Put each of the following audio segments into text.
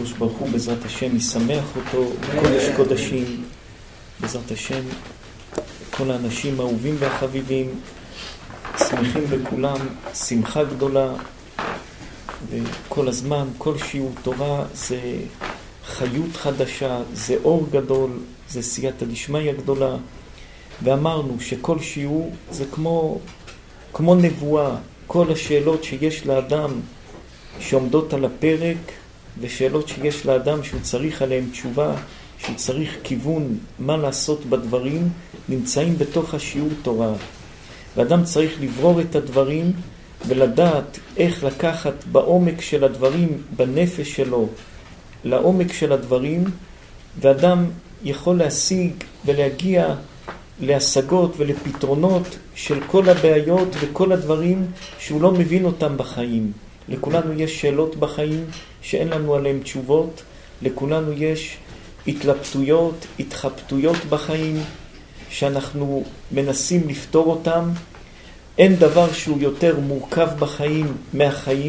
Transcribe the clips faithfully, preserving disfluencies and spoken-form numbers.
שהקדוש ברוך הוא בעזרת השם ישמח אותו קודש קודשים, בעזרת השם כל האנשים האהובים והחביבים שמחים לכולם, שמחה גדולה, וכל הזמן כל שיעור תורה זה חיות חדשה, זה אור גדול, זה סייעתא דשמיא גדולה. ואמרנו שכל שיעור זה כמו, כמו נבואה, כל השאלות שיש לאדם שעומדות על הפרק, ושאלות שיש לאדם שהוא צריך עליהן תשובה, שהוא צריך כיוון מה לעשות בדברים, נמצאים בתוך השיעור תורה. ואדם צריך לברור את הדברים ולדעת איך לקחת בעומק של הדברים, בנפש שלו, לעומק של הדברים, ואדם יכול להשיג ולהגיע להשגות ולפתרונות של כל הבעיות וכל הדברים שהוא לא מבין אותם בחיים. לכולנו יש שאלות בחיים שאין לנו עליהן תשובות, לכולנו יש התלבטויות, התחבטויות בחיים שאנחנו מנסים לפתור אותם. אין דבר שהוא יותר מורכב בחיים מהחיים,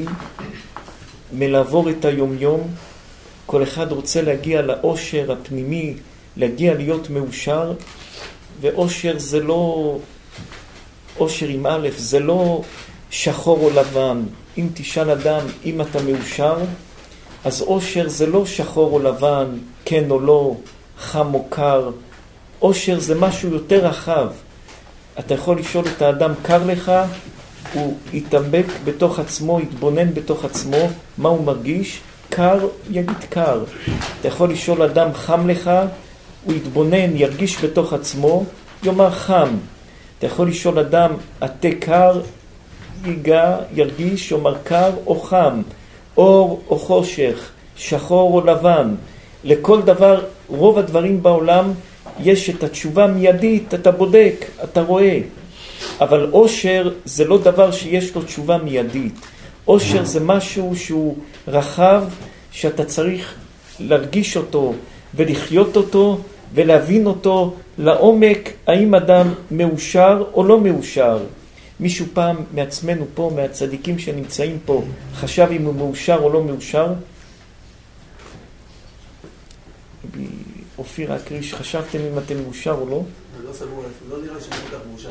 מלעבור את היום-יום. כל אחד רוצה להגיע לאושר הפנימי, להגיע להיות מאושר, ואושר זה לא, אושר עם א', זה לא שחור או לבן. אם תשאל אדם אם אתה מאושר, אז אושר זה לא שחור או לבן, כן או לא, חם או קר. אושר זה משהו יותר רחב. אתה יכול לשאול את האדם, קר לך, הוא יתעמק בתוך עצמו, יתבונן בתוך עצמו, מה הוא מרגיש. קר, יגיד קר. אתה יכול לשאול אדם, חם לך, הוא יתבונן, ירגיש בתוך עצמו, יאמר חם. אתה יכול לשאול אדם, אתה קר, ייגע, ירגיש, יאמר קר או חם, אור או חושך, שחור או לבן. לכל דבר, רוב הדברים בעולם, יש את התשובה מיידית, אתה בודק, אתה רואה. אבל אושר זה לא דבר שיש לו תשובה מיידית. אושר זה משהו שהוא רחב, שאתה צריך להרגיש אותו ולחיות אותו ולהבין אותו לעומק, האם אדם מאושר או לא מאושר. מישהו פעם מעצמנו פה, מהצדיקים שנמצאים פה, חשב אם הוא מאושר או לא מאושר? אופיר הקריש, חשבתם אם אתם מאושר או לא? לא סגור, לא נראה שאני כל כך מאושר.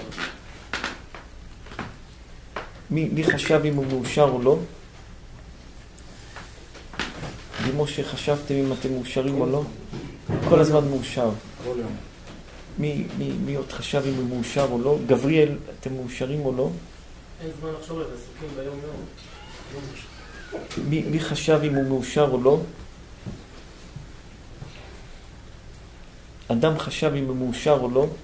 מי, מי חשב אם הוא מאושר או לא? משה, חשבתם אם אתם מאושרים או לא? כל הזמן מאושר. כל יום. מי, מי, מי עוד חשב אם הוא מאושר או לא? גבריאל, אתם מאושרים או לא? אין זמן לחשוב על עסקים ביום יום. מי, מי חשב אם הוא מאושר או לא? אדם חשב אם הוא מאושר או לא?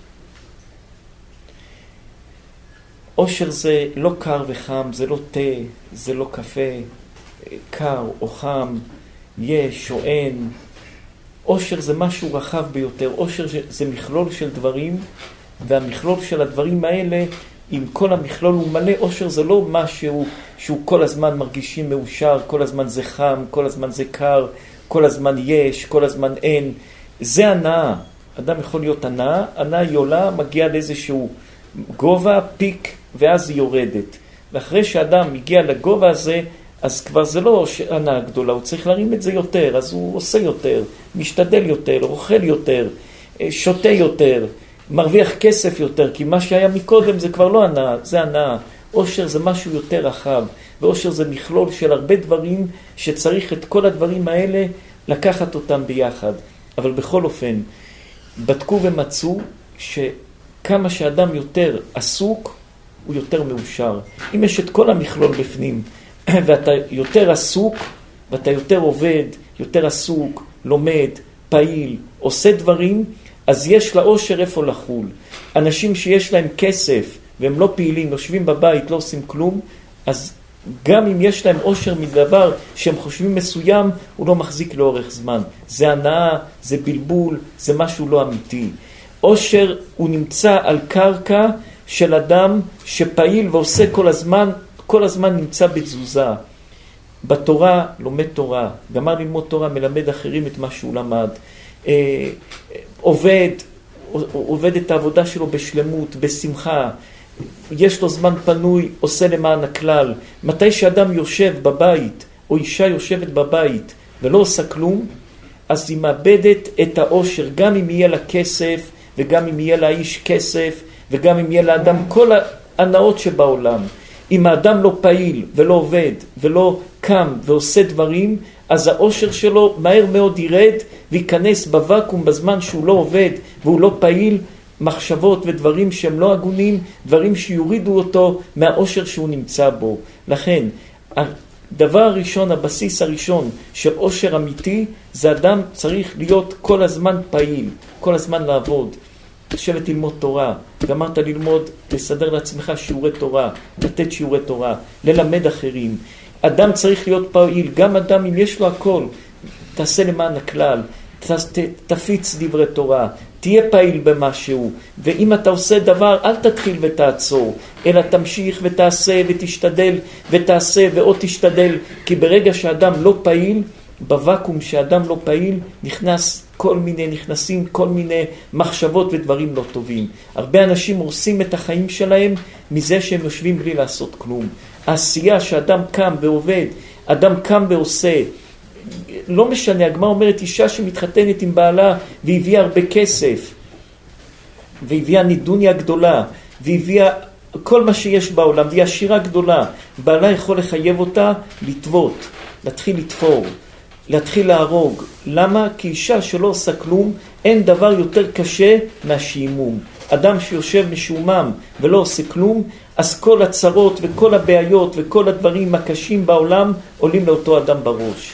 אושר זה לא קר וחם, זה לא תה, זה לא קפה, קר או חם, יש או אין. אושר זה משהו רחב ביותר. אושר זה מכלול של דברים, והמכלול של הדברים האלה, אם כל המכלול הוא מלא, אושר זה לא משהו שהוא כל הזמן מרגישים מאושר, כל הזמן זה חם, כל הזמן זה קר, כל הזמן יש, כל הזמן אין. זה הנאה. אדם יכול להיות הנאה, הנאה היא עולה, מגיעה לאיזשהו גובה, פיק, ואז היא יורדת. ואחרי שאדם הגיע לגובה הזה, אז כבר זה לא הנאה גדולה, הוא צריך להרים את זה יותר, אז הוא עושה יותר, משתדל יותר, אוכל יותר, שותה יותר, מרוויח כסף יותר, כי מה שהיה מקודם זה כבר לא הנאה, זה הנאה. אושר זה משהו יותר רחב, ואושר זה מכלול של הרבה דברים שצריך את כל הדברים האלה לקחת אותם ביחד. אבל בכל אופן, בדקו ומצאו שכמה שאדם יותר עסוק, הוא יותר מאושר. אם יש את כל המכלול בפנים, ואתה יותר עסוק, ואתה יותר עובד, יותר עסוק, לומד, פעיל, עושה דברים, אז יש לאושר איפה לחול. אנשים שיש להם כסף, והם לא פעילים, יושבים בבית, לא עושים כלום, אז גם אם יש להם אושר מדבר שהם חושבים מסוים, הוא לא מחזיק לאורך זמן. זה הנאה, זה בלבול, זה משהו לא אמיתי. אושר הוא נמצא על קרקע של אדם שפעיל ועושה כל הזמן, כל הזמן נמצא בתזוזה. בתורה לומד תורה, גמר ללמוד תורה, מלמד אחרים את מה שהוא למד. אה, עובד, עובד את העבודה שלו בשלמות, בשמחה. יש לו זמן פנוי, עושה למען הכלל. מתי שאדם יושב בבית, או אישה יושבת בבית, ולא עושה כלום, אז היא מאבדת את העושר, גם אם יהיה לה כסף, וגם אם יהיה לאיש כסף, וגם אם יהיה לאדם כל ההנאות שבעולם. אם האדם לא פעיל ולא עובד ולא קם ועושה דברים, אז העושר שלו מהר מאוד ירד וייכנס בוואקום בזמן שהוא לא עובד והוא לא פעיל, מחשבות ודברים שהם לא הגונים, דברים שיורידו אותו מהעושר שהוא נמצא בו. לכן, הדבר הראשון, הבסיס הראשון של עושר אמיתי, זה אדם צריך להיות כל הזמן פעיל, כל הזמן לעבוד. לשבת ללמוד תורה, גמרת ללמוד, לסדר לעצמך שיעורי תורה, לתת שיעורי תורה, ללמד אחרים. אדם צריך להיות פעיל, גם אדם אם יש לו הכל, תעשה למען הכלל, ת, ת, תפיץ דברי תורה, תהיה פעיל במשהו, ואם אתה עושה דבר, אל תתחיל ותעצור, אלא תמשיך ותעשה ותשתדל ותעשה ועוד תשתדל, כי ברגע שאדם לא פעיל, בוואקום שאדם לא פעיל, נכנס כל מיני, נכנסים כל מיני מחשבות ודברים לא טובים. הרבה אנשים הורסים את החיים שלהם מזה שהם יושבים בלי לעשות כלום. העשייה שאדם קם ועובד, אדם קם ועושה, לא משנה, הגמרא אומרת אישה שמתחתנת עם בעלה והביאה הרבה כסף, והביאה נידוניה גדולה, והביאה כל מה שיש בעולם, והיא עשירה גדולה, בעלה יכול לחייב אותה לטוות, להתחיל לתפור, להתחיל להרוג. למה? כי אישה שלא עושה כלום, אין דבר יותר קשה מהשעמום. אדם שיושב משומם ולא עושה כלום, אז כל הצרות וכל הבעיות וכל הדברים הקשים בעולם עולים לאותו אדם בראש.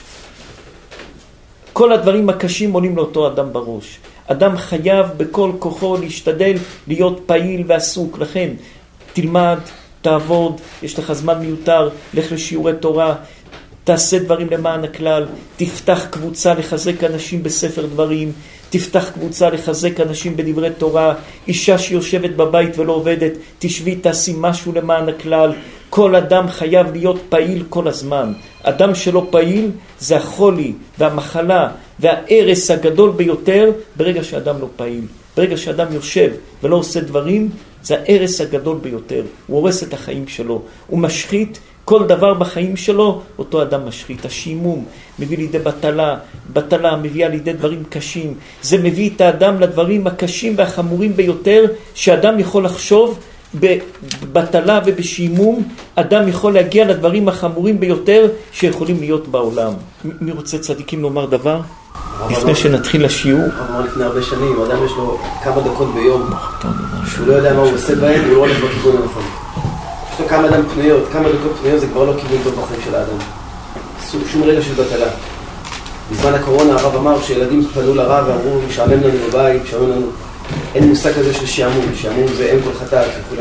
כל הדברים הקשים עולים לאותו אדם בראש. אדם חייב בכל כוחו להשתדל להיות פעיל ועסוק. לכן תלמד, תעבוד, יש לך זמן מיותר, לך לשיעורי תורה, תעשה דברים למען הכלל, תפתח קבוצה לחזק אנשים בספר דברים, תפתח קבוצה לחזק אנשים בדברי תורה, אישה שיושבת בבית ולא עובדת, תשבי, תעשי משהו למען הכלל. כל אדם חייב להיות פעיל כל הזמן. אדם שלא פעיל זה החולי והמחלה והערס הגדול ביותר ברגע שאדם לא פעיל. ברגע שאדם יושב ולא עושה דברים, זה הערס הגדול ביותר. הוא הורס את החיים שלו, הוא משחית כל דבר בחיים שלו, אותו אדם משחית. השעמום מביא לידי בטלה, בטלה מביאה לידי דברים קשים. זה מביא את האדם לדברים הקשים והחמורים ביותר שאדם יכול לחשוב. בבטלה ובשעמום אדם יכול להגיע לדברים החמורים ביותר שיכולים להיות בעולם. מי רוצה צדיקים לומר דבר? לפני שנתחיל לשיעור. אמר לפני הרבה שנים, אדם יש לו כמה דקות ביום שהוא לא יודע מה הוא עושה בהם, הוא לא הולך בכיוון הנכון. יש לו כמה אדם פנויות, כמה דקות פנויות, זה כבר לא כיוון טוב בחיים של האדם. שום רגע של בטלה. בזמן הקורונה הרב אמר שילדים פנו לרב ואמרו, משעמם לנו בבית, משעמם לנו. אין מושג כזה של שעמום, שעמום זה אין כל חטאת וכו'.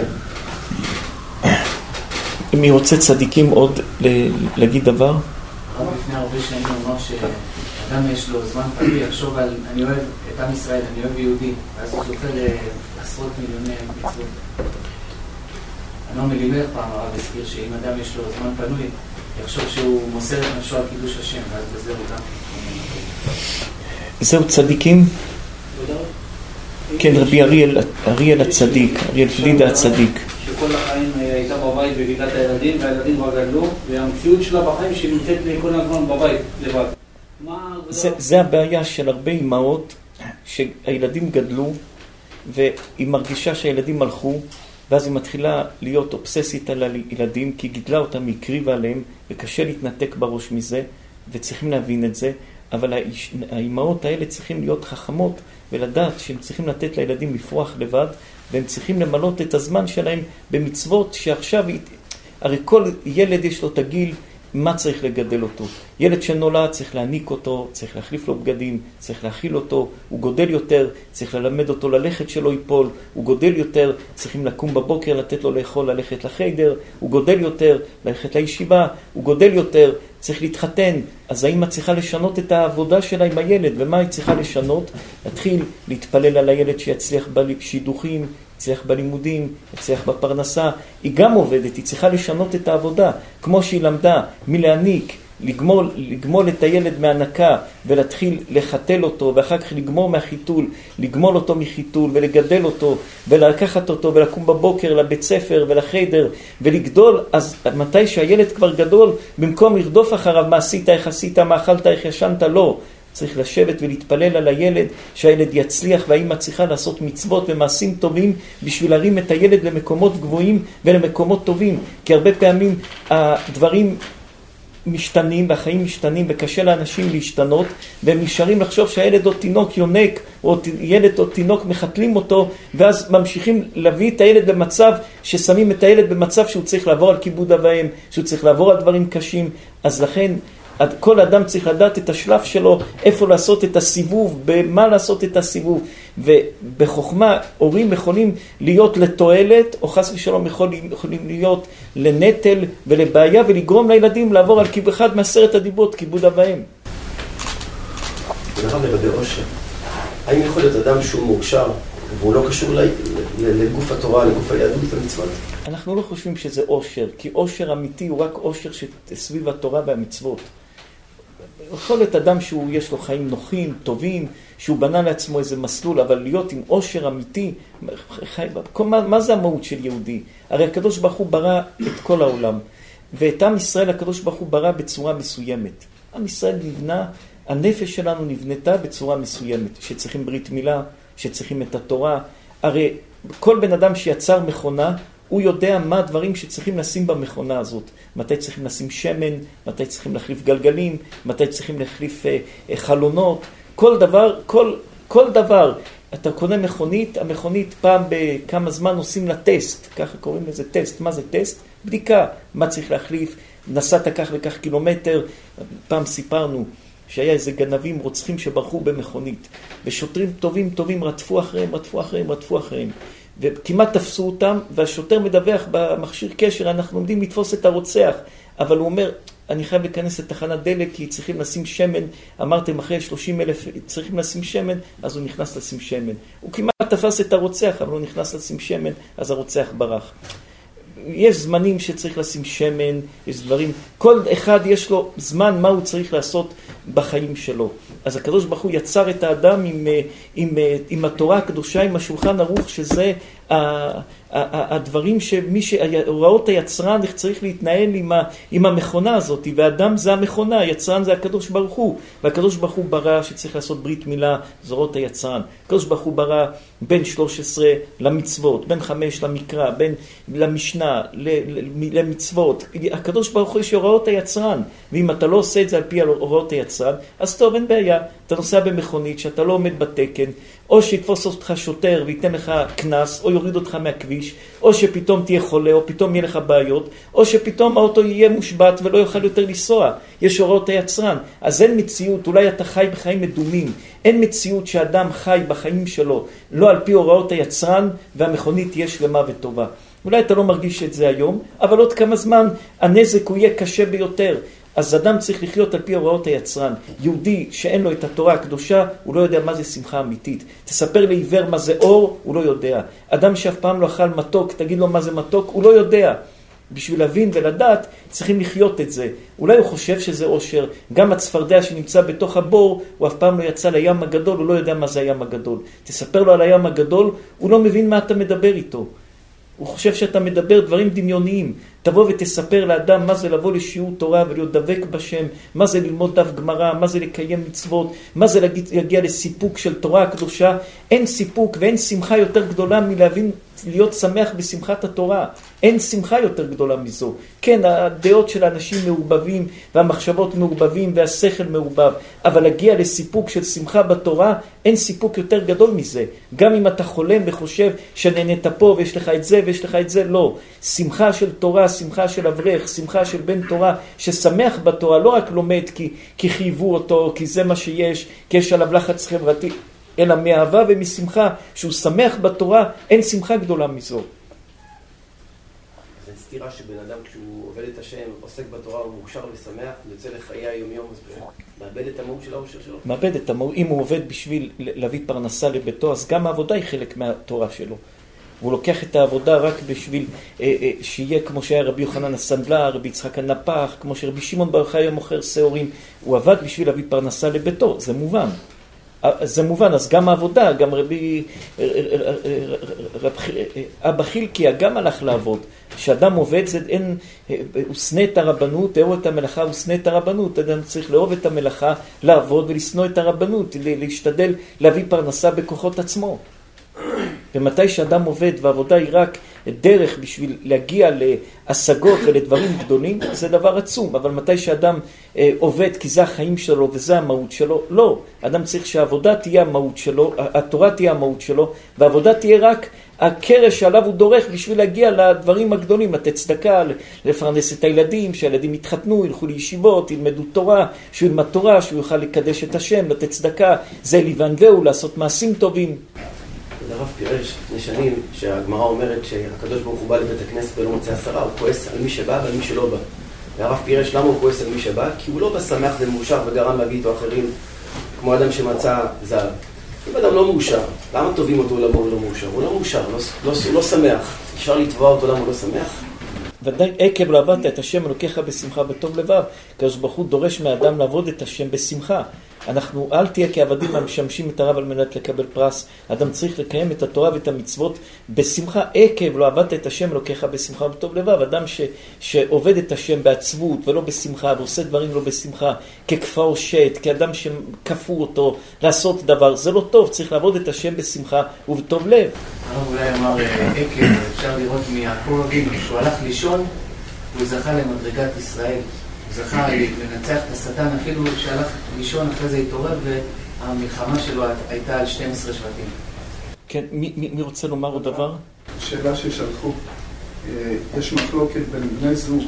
מי רוצה צדיקים עוד להגיד דבר? הרב לפני הרבה שנים אמר שאדם יש לו זמן פנוי לחשוב על, אני אוהב את עם ישראל, אני אוהב יהודי, אז הוא זוכה לעשרות מיליוני מצוות. הנועם אלימלך פעם הרב הזכיר שאם אדם יש לו זמן פנוי, יחשוב שהוא מוסר את נפשו על קידוש השם, ואז בזה הוא גם. זהו צדיקים? כן, רבי אריאל, אריאל הצדיק, אריאל פלידה הצדיק. שכל החיים הייתה בבית בביגת הילדים, והילדים כבר גדלו, והמציאות שלה בחיים שהיא נמצאת כל הזמן בבית, לבד. זה, זה הבעיה של הרבה אמהות, שהילדים גדלו, והיא מרגישה שהילדים הלכו, ואז היא מתחילה להיות אובססית על הילדים, כי גידלה אותם, היא הקריבה עליהם, וקשה להתנתק בראש מזה, וצריכים להבין את זה. אבל האימהות האלה צריכים להיות חכמות ולדעת שהם צריכים לתת לילדים לפרוח לבד, והם צריכים למלות את הזמן שלהם במצוות שעכשיו, הרי כל ילד יש לו את הגיל, מה צריך לגדל אותו? ילד שנולד צריך להניק אותו, צריך להחליף לו בגדים, צריך להכיל אותו, הוא גודל יותר, צריך ללמד אותו ללכת שלא ייפול, הוא גודל יותר, צריכים לקום בבוקר, לתת לו לאכול, ללכת לחדר, הוא גודל יותר, ללכת לישיבה, הוא גודל יותר, צריך להתחתן. אז האמא צריכה לשנות את העבודה שלה עם הילד, ומה היא צריכה לשנות? להתחיל להתפלל על הילד שיצליח בשידוכים, יצליח בלימודים, יצליח בפרנסה. היא גם עובדת, היא צריכה לשנות את העבודה, כמו שהיא למדה מלהניק לגמול, לגמול את הילד מהנקה ולהתחיל לחתל אותו, ואחר כך לגמור מהחיתול, לגמול אותו מחיתול ולגדל אותו ולקחת אותו ולקום בבוקר לבית ספר ולחדר ולגדול, אז מתי שהילד כבר גדול, במקום לרדוף אחריו מה עשית, איך עשית, מה אכלת, איך ישנת, לא. צריך לשבת ולהתפלל על הילד, שהילד יצליח, והאמא צריכה לעשות מצוות ומעשים טובים בשביל להרים את הילד למקומות גבוהים ולמקומות טובים. כי הרבה פעמים הדברים משתנים והחיים משתנים וקשה לאנשים להשתנות, והם נשארים לחשוב שהילד או תינוק יונק או ילד או תינוק מחתלים אותו, ואז ממשיכים להביא את הילד במצב ששמים את הילד במצב שהוא צריך לעבור על כיבוד אב ואם, שהוא צריך לעבור על דברים קשים. אז לכן כל אדם צריך לדעת את השלב שלו, איפה לעשות את הסיבוב, במה לעשות את הסיבוב. ובחוכמה הורים יכולים להיות לתועלת, או חס ושלום יכולים, יכולים להיות לנטל ולבעיה, ולגרום לילדים לעבור על אחד מעשרת הדיברות, כיבוד אב ואם. ולכן לגבי עושר, האם יכול להיות אדם שהוא מאושר, והוא לא קשור לגוף התורה, לגוף היהדות והמצוות? אנחנו לא חושבים שזה עושר, כי עושר אמיתי הוא רק עושר שסביב התורה והמצוות. יכול להיות אדם שהוא יש לו חיים נוחים, טובים, שהוא בנה לעצמו איזה מסלול, אבל להיות עם עושר אמיתי, מה, מה זה המהות של יהודי? הרי הקדוש ברוך הוא ברא את כל העולם, ואת עם ישראל הקדוש ברוך הוא ברא בצורה מסוימת. עם ישראל נבנה, הנפש שלנו נבנתה בצורה מסוימת, שצריכים ברית מילה, שצריכים את התורה. הרי כל בן אדם שיצר מכונה, הוא יודע מה הדברים שצריכים לשים במכונה הזאת. מתי צריכים לשים שמן, מתי צריכים להחליף גלגלים, מתי צריכים להחליף אה, אה, חלונות. כל דבר, כל, כל דבר. אתה קונה מכונית, המכונית פעם בכמה זמן עושים לה טסט. ככה קוראים לזה טסט. מה זה טסט? בדיקה. מה צריך להחליף? נסעת כך וכך קילומטר. פעם סיפרנו שהיה איזה גנבים רוצחים שברחו במכונית. ושוטרים טובים טובים רדפו אחריהם, רדפו אחריהם, רדפו אחריהם. וכמעט תפסו אותם, והשוטר מדווח במכשיר קשר, אנחנו עומדים לתפוס את הרוצח, אבל הוא אומר, אני חייב להיכנס לתחנת דלק, כי צריכים לשים שמן, אמרתם אחרי שלושים אלף צריכים לשים שמן, אז הוא נכנס לשים שמן. הוא כמעט תפס את הרוצח, אבל הוא נכנס לשים שמן, אז הרוצח ברח. יש זמנים שצריך לשים שמן, יש דברים, כל אחד יש לו זמן מה הוא צריך לעשות בחיים שלו. אז הקדוש ברוך הוא יצר את האדם עם, עם, עם התורה הקדושה, עם השולחן ערוך, שזה הדברים שמי שהוראות היצרן צריך להתנהל עם, ה, עם המכונה הזאת, והאדם זה המכונה, היצרן זה הקדוש ברוך הוא, והקדוש ברוך הוא ברא שצריך לעשות ברית מילה, זורות היצרן. הקדוש ברוך הוא ברא בין שלוש עשרה למצוות, בין חמש למקרא, בין למשנה, למצוות. הקדוש ברוך הוא יש הוראות היצרן, ואם אתה לא עושה את זה על פי הוראות היצרן, אז טוב, אין בעיה. אתה נוסע במכונית שאתה לא עומד בתקן, או שיתפוס אותך שוטר וייתן לך כנס, או יוריד אותך מהכביש, או שפתאום תהיה חולה, או פתאום יהיה לך בעיות, או שפתאום האוטו יהיה מושבת ולא יוכל יותר לנסוע. יש הוראות היצרן. אז אין מציאות, אולי אתה חי בחיים מדומים, אין מציאות שאדם חי בחיים שלו לא על פי הוראות היצרן, והמכונית תהיה שלמה וטובה. אולי אתה לא מרגיש את זה היום, אבל עוד כמה זמן הנזק הוא יהיה קשה ביותר. אז אדם צריך לחיות על פי הוראות היצרן. יהודי שאין לו את התורה הקדושה, הוא לא יודע מה זה שמחה אמיתית. תספר לעיוור מה זה אור, הוא לא יודע. אדם שאף פעם לא אכל מתוק, תגיד לו מה זה מתוק, הוא לא יודע. בשביל להבין ולדעת, צריכים לחיות את זה. אולי הוא חושב שזה אושר. גם הצפרדע שנמצא בתוך הבור, הוא אף פעם לא יצא לים הגדול, הוא לא יודע מה זה הים הגדול. תספר לו על הים הגדול, הוא לא מבין מה אתה מדבר איתו. הוא חושב שאתה מדבר דברים דמיוניים. תבוא ותספר לאדם מה זה לבוא לשיעור תורה ולהיות דבק בשם, מה זה ללמוד דף גמרא, מה זה לקיים מצוות, מה זה להגיע לסיפוק של תורה הקדושה. אין סיפוק ואין שמחה יותר גדולה מלהבין, להיות שמח בשמחת התורה. אין שמחה יותר גדולה מזו. כן, הדעות של האנשים מעורבבים, והמחשבות מעורבבים, והשכל מעורבב, אבל להגיע לסיפוק של שמחה בתורה, אין סיפוק יותר גדול מזה. גם אם אתה חולם וחושב שנהנית פה ויש לך את זה ויש לך את זה, לא. שמחה של תורה, שמחה של אברך, שמחה של בן תורה, ששמח בתורה, לא רק לומד כי, כי חייבו אותו, כי זה מה שיש, כי יש עליו לחץ חברתי, אלא מאהבה ומשמחה, שהוא שמח בתורה, אין שמחה גדולה מזו. זה סתירה שבן אדם כשהוא עובד את השם, עוסק בתורה, הוא מאושר ושמח, יוצא לחיי היום-יום, אז פשוט מאבד את המהות של האושר שלו. מאבד את המהות. אם הוא עובד בשביל להביא פרנסה לביתו, אז גם העבודה היא חלק מהתורה שלו. והוא לוקח את העבודה רק בשביל אה, אה, שיהיה כמו שהיה רבי יוחנן הסנדלר, רבי יצחק הנפח, כמו שרבי שמעון בר יוחאי היה מוכר שעורים, הוא עבד בשביל להביא פרנסה לביתו, זה מובן. זה מובן, אז גם העבודה, גם רבי אבא חילקיה גם הלך לעבוד. כשאדם עובד, זה אין, הוא שנא את הרבנות, אהוב את המלאכה, הוא שנא את הרבנות. אדם צריך לאהוב את המלאכה, לעבוד ולשנוא את הרבנות, להשתדל להביא פרנסה בכוחות עצמו. ומתי שאדם עובד והעבודה היא רק דרך בשביל להגיע להשגות ולדברים גדולים, זה דבר עצום. אבל מתי שאדם אה, עובד כי זה החיים שלו וזה המהות שלו, לא. אדם צריך שהעבודה תהיה המהות שלו, התורה תהיה המהות שלו, והעבודה תהיה רק הקרש שעליו הוא דורך בשביל להגיע לדברים הגדולים, לתת צדקה, לפרנס את הילדים, שהילדים יתחתנו, ילכו לישיבות, ילמדו תורה, שהוא ילמד תורה, שהוא יוכל לקדש את השם, לתת צדקה, זה לבנווהו, לעשות מעשים טובים. הרב פירש לפני שנים שהגמרא אומרת שהקדוש ברוך הוא בא לבית הכנסת ולא מוצא עשרה, הוא כועס על מי שבא ועל מי שלא בא. והרב פירש למה הוא כועס על מי שבא? כי הוא לא בא שמח ומאושר וגרם להביא איתו אחרים כמו אדם שמצא זהב. אם אדם לא מאושר, למה טובים אותו למה הוא לא מאושר? הוא לא מאושר, לא, לא, הוא לא שמח. אפשר לתבוע אותו למה הוא לא שמח? ודאי עקב לא עבדת את השם אלוקיך בשמחה בטוב לבב. הקדוש ברוך הוא דורש מאדם לעבוד את השם בשמחה. אנחנו, אל תהיה כעבדים המשמשים את הרב על מנת לקבל פרס. אדם צריך לקיים את התורה ואת המצוות בשמחה. עקב לא עבדת את השם אלוקיך בשמחה בטוב לבב. אדם ש, שעובד את השם בעצבות ולא בשמחה, ועושה דברים לא בשמחה, ככפר שט, כאדם שכפו אותו לעשות דבר, זה לא טוב. צריך לעבוד את השם בשמחה ובטוב לב. הרב אולי אמר עקב, אפשר לראות מיעקב אבינו, שהוא הלך לישון, הוא זכה למדרגת ישראל. הוא זכה לנצח את השטן, אפילו שהלך לישון, אחרי זה התעורר, והמלחמה שלו הייתה על שנים עשר שבטים. כן, מי, מי, מי רוצה לומר עוד דבר? שאלה ששלחו, יש מחלוקת בין בני זוג,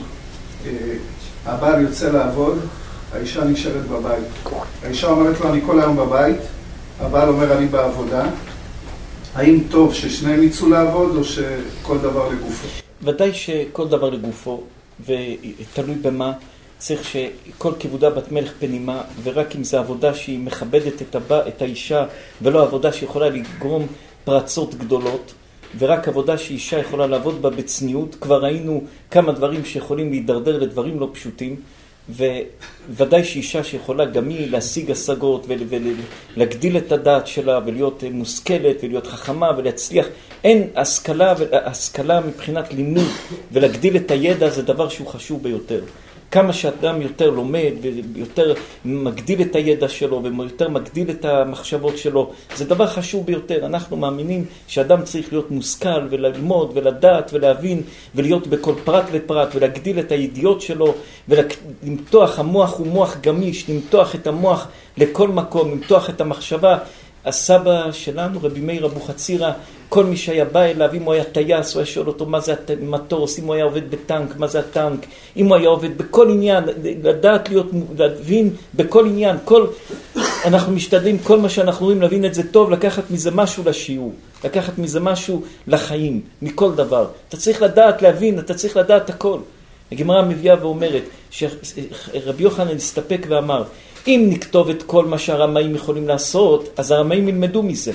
הבעל יוצא לעבוד, האישה נשארת בבית. האישה אומרת לו, אני כל היום בבית, הבעל אומר, אני בעבודה. האם טוב ששניהם יצאו לעבוד, או שכל דבר לגופו? ודאי שכל דבר לגופו, ותלוי במה. צריך שכל כבודה בת מלך פנימה, ורק אם זה עבודה שהיא מכבדת את, הבא, את האישה, ולא עבודה שיכולה לגרום פרצות גדולות, ורק עבודה שאישה יכולה לעבוד בה בצניעות. כבר ראינו כמה דברים שיכולים להידרדר לדברים לא פשוטים, וודאי שאישה שיכולה גם היא להשיג השגות ולהגדיל את הדעת שלה ולהיות מושכלת ולהיות חכמה ולהצליח. אין השכלה, השכלה מבחינת לימוד ולהגדיל את הידע זה דבר שהוא חשוב ביותר. כמה שאדם יותר לומד ויותר מגדיל את הידע שלו ויותר מגדיל את המחשבות שלו, זה דבר חשוב ביותר. אנחנו מאמינים שאדם צריך להיות מושכל וללמוד ולדעת ולהבין ולהיות בכל פרט ופרט ולהגדיל את הידיעות שלו ולמתוח. המוח הוא מוח גמיש, למתוח את המוח לכל מקום, למתוח את המחשבה. הסבא שלנו, רבי מאיר אבוחצירא, כל מי שהיה בא אליו, אם הוא היה טייס, הוא היה שואל אותו מה זה מטוס, אם הוא היה עובד בטנק, מה זה הטנק, אם הוא היה עובד בכל עניין, לדעת להיות, להבין בכל עניין, כל, אנחנו משתדלים כל מה שאנחנו רואים להבין את זה טוב, לקחת מזה משהו לשיעור, לקחת מזה משהו לחיים, מכל דבר. אתה צריך לדעת להבין, אתה צריך לדעת הכל. הגמרא מביאה ואומרת שרבי יוחנן הסתפק ואמר, אם נכתוב את כל מה שהרמאים יכולים לעשות, אז הרמאים ילמדו מזה.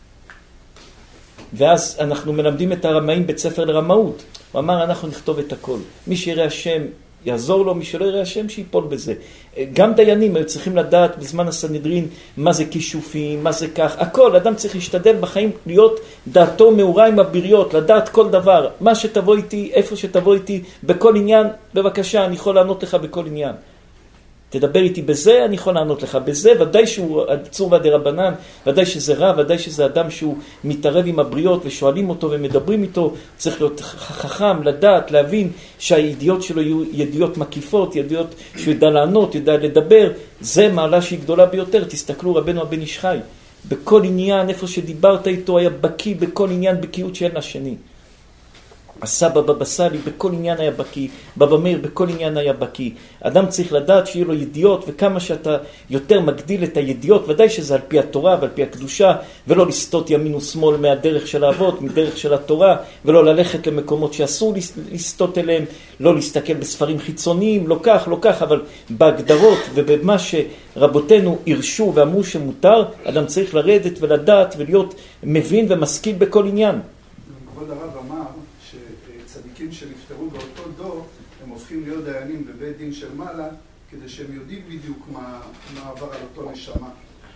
ואז אנחנו מלמדים את הרמאים בית ספר לרמאות. הוא אמר, אנחנו נכתוב את הכל. מי שיראה השם יעזור לו, מי שלא יראה השם שיפול בזה. גם דיינים היו צריכים לדעת בזמן הסנהדרין מה זה כישופים, מה זה כך. הכל, אדם צריך להשתדל בחיים להיות דעתו מאורה עם הבריות, לדעת כל דבר. מה שתבוא איתי, איפה שתבוא איתי, בכל עניין, בבקשה, אני יכול לענות לך בכל עניין. תדבר איתי בזה, אני יכול לענות לך בזה. ודאי שהוא צור ועדי רבנן, ודאי שזה רע, ודאי שזה אדם שהוא מתערב עם הבריות ושואלים אותו ומדברים איתו. צריך להיות חכם, לדעת, להבין שהידיעות שלו יהיו ידיעות מקיפות, ידיעות שהוא ידע לענות, ידע לדבר. זה מעלה שהיא גדולה ביותר. תסתכלו רבנו הבן איש חי. בכל עניין, איפה שדיברת איתו, היה בקי בכל עניין, בקיאות שאין לשני. הסבא בבא סאלי בכל עניין היה בקי, בבא מאיר בכל עניין היה בקי. אדם צריך לדעת שיהיו לו ידיעות, וכמה שאתה יותר מגדיל את הידיעות, ודאי שזה על פי התורה ועל פי הקדושה, ולא לסטות ימין ושמאל מהדרך של האבות, מדרך של התורה, ולא ללכת למקומות שאסור לסטות אליהם, לא להסתכל בספרים חיצוניים, לא כך, לא כך, אבל בהגדרות ובמה שרבותינו הרשו ואמרו שמותר, אדם צריך לרדת ולדעת ולהיות מבין ומשכיל בכל עניין. כבוד הרב אמר שצדיקים שנפטרו באותו דור, הם הופכים להיות דיינים בבית דין של מעלה, כדי שהם יודעים בדיוק מה, מה עבר על אותו נשמה.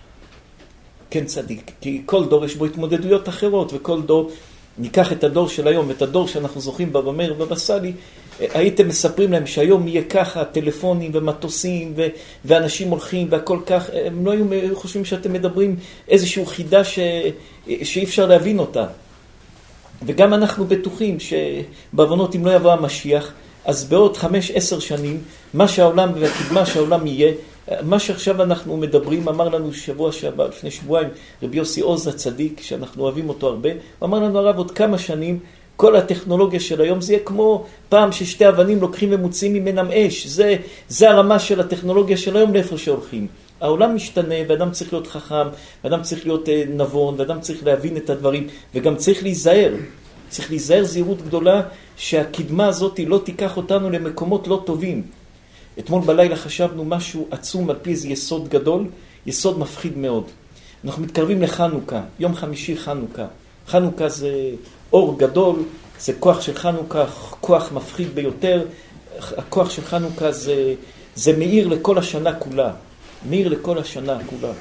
כן, צדיק, כי כל דור יש בו התמודדויות אחרות, וכל דור, ניקח את הדור של היום, את הדור שאנחנו זוכים בבא מאיר ובבא סאלי, הייתם מספרים להם שהיום יהיה ככה, טלפונים ומטוסים, ו- ואנשים הולכים והכל כך, הם לא היו חושבים שאתם מדברים איזושהי חידה ש- שאי אפשר להבין אותה. וגם אנחנו בטוחים שבעוונות אם לא יבוא המשיח, אז בעוד חמש, עשר שנים, מה שהעולם והקדמה שהעולם יהיה, מה שעכשיו אנחנו מדברים, אמר לנו שבוע שעבר, לפני שבועיים, רבי יוסי עוז הצדיק, שאנחנו אוהבים אותו הרבה, הוא אמר לנו הרב עוד כמה שנים, כל הטכנולוגיה של היום זה יהיה כמו פעם ששתי אבנים לוקחים ומוצאים ממנם אש. זה, זה הרמה של הטכנולוגיה של היום לאיפה שהולכים. העולם משתנה, ואדם צריך להיות חכם, ואדם צריך להיות נבון, ואדם צריך להבין את הדברים, וגם צריך להיזהר. צריך להיזהר זהירות גדולה שהקדמה הזאת לא תיקח אותנו למקומות לא טובים. אתמול בלילה חשבנו משהו עצום על פי איזה יסוד גדול, יסוד מפחיד מאוד. אנחנו מתקרבים לחנוכה, יום חמישי חנוכה. חנוכה זה אור גדול, זה כוח של חנוכה, כוח מפחיד ביותר. הכוח של חנוכה זה, זה מאיר לכל השנה כולה. מאיר לכל השנה כולה.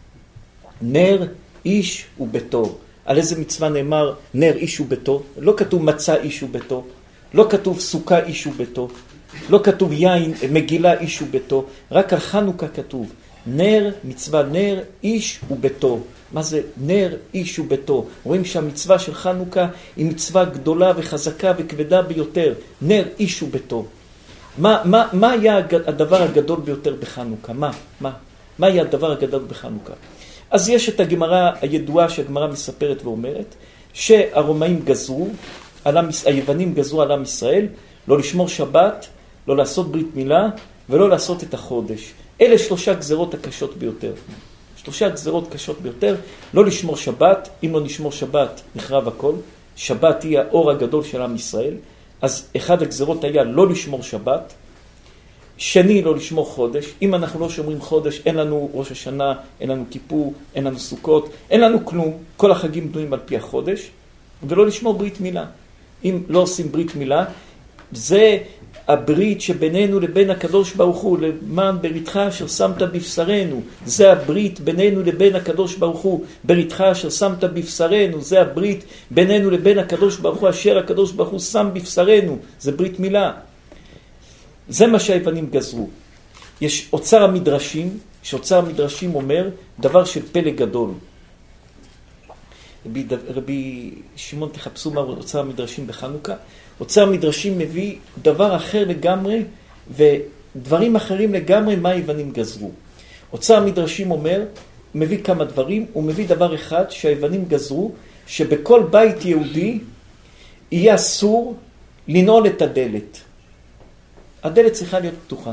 נר איש וביתו. על איזה מצווה נאמר נר איש וביתו? לא כתוב מצה איש וביתו. לא כתוב סוכה איש וביתו. לא כתוב יין, מגילה איש וביתו. רק על חנוכה כתוב. נר, מצווה נר, איש וביתו. מה זה נר, איש וביתו? רואים שהמצווה של חנוכה היא מצווה גדולה וחזקה וכבדה ביותר. נר, איש וביתו. מה, מה, מה היה הדבר הגדול ביותר בחנוכה? מה? מה? מה היה הדבר הגדול בחנוכה? אז יש את הגמרא הידועה שהגמרא מספרת ואומרת, שהרומאים גזרו, היוונים גזרו על עם ישראל, לא לשמור שבת, לא לעשות ברית מילה, ולא לעשות את החודש. אלה שלושה גזרות הקשות ביותר. שלושה גזרות קשות ביותר, לא לשמור שבת, אם לא נשמור שבת נחרב הכל, שבת היא האור הגדול של עם ישראל, אז אחד הגזרות היה לא לשמור שבת, שני לא לשמור חודש, אם אנחנו לא שומרים חודש, אין לנו ראש השנה, אין לנו כיפור, אין לנו סוכות, אין לנו כלום, כל החגים בנויים על פי החודש, ולא לשמור ברית מילה. אם לא עושים ברית מילה, זה הברית שבינינו לבין הקדוש ברוך הוא, למען בריתך אשר שמת בבשרנו, זה הברית בינינו לבין הקדוש ברוך הוא, בריתך אשר שמת בבשרנו, זה הברית בינינו לבין הקדוש ברוך הוא, אשר הקדוש ברוך הוא שם בבשרנו, זה ברית מילה. זה מה שהיוונים גזרו. יש אוצר המדרשים, שאוצר המדרשים אומר דבר של פלא גדול. רבי, רבי שמעון תחפשו מה אוצר המדרשים בחנוכה. אוצר המדרשים מביא דבר אחר לגמרי, ודברים אחרים לגמרי מה היוונים גזרו. אוצר המדרשים אומר, מביא כמה דברים, הוא מביא דבר אחד שהיוונים גזרו, שבכל בית יהודי יהיה אסור לנעול את הדלת. הדלת צריכה להיות פתוחה.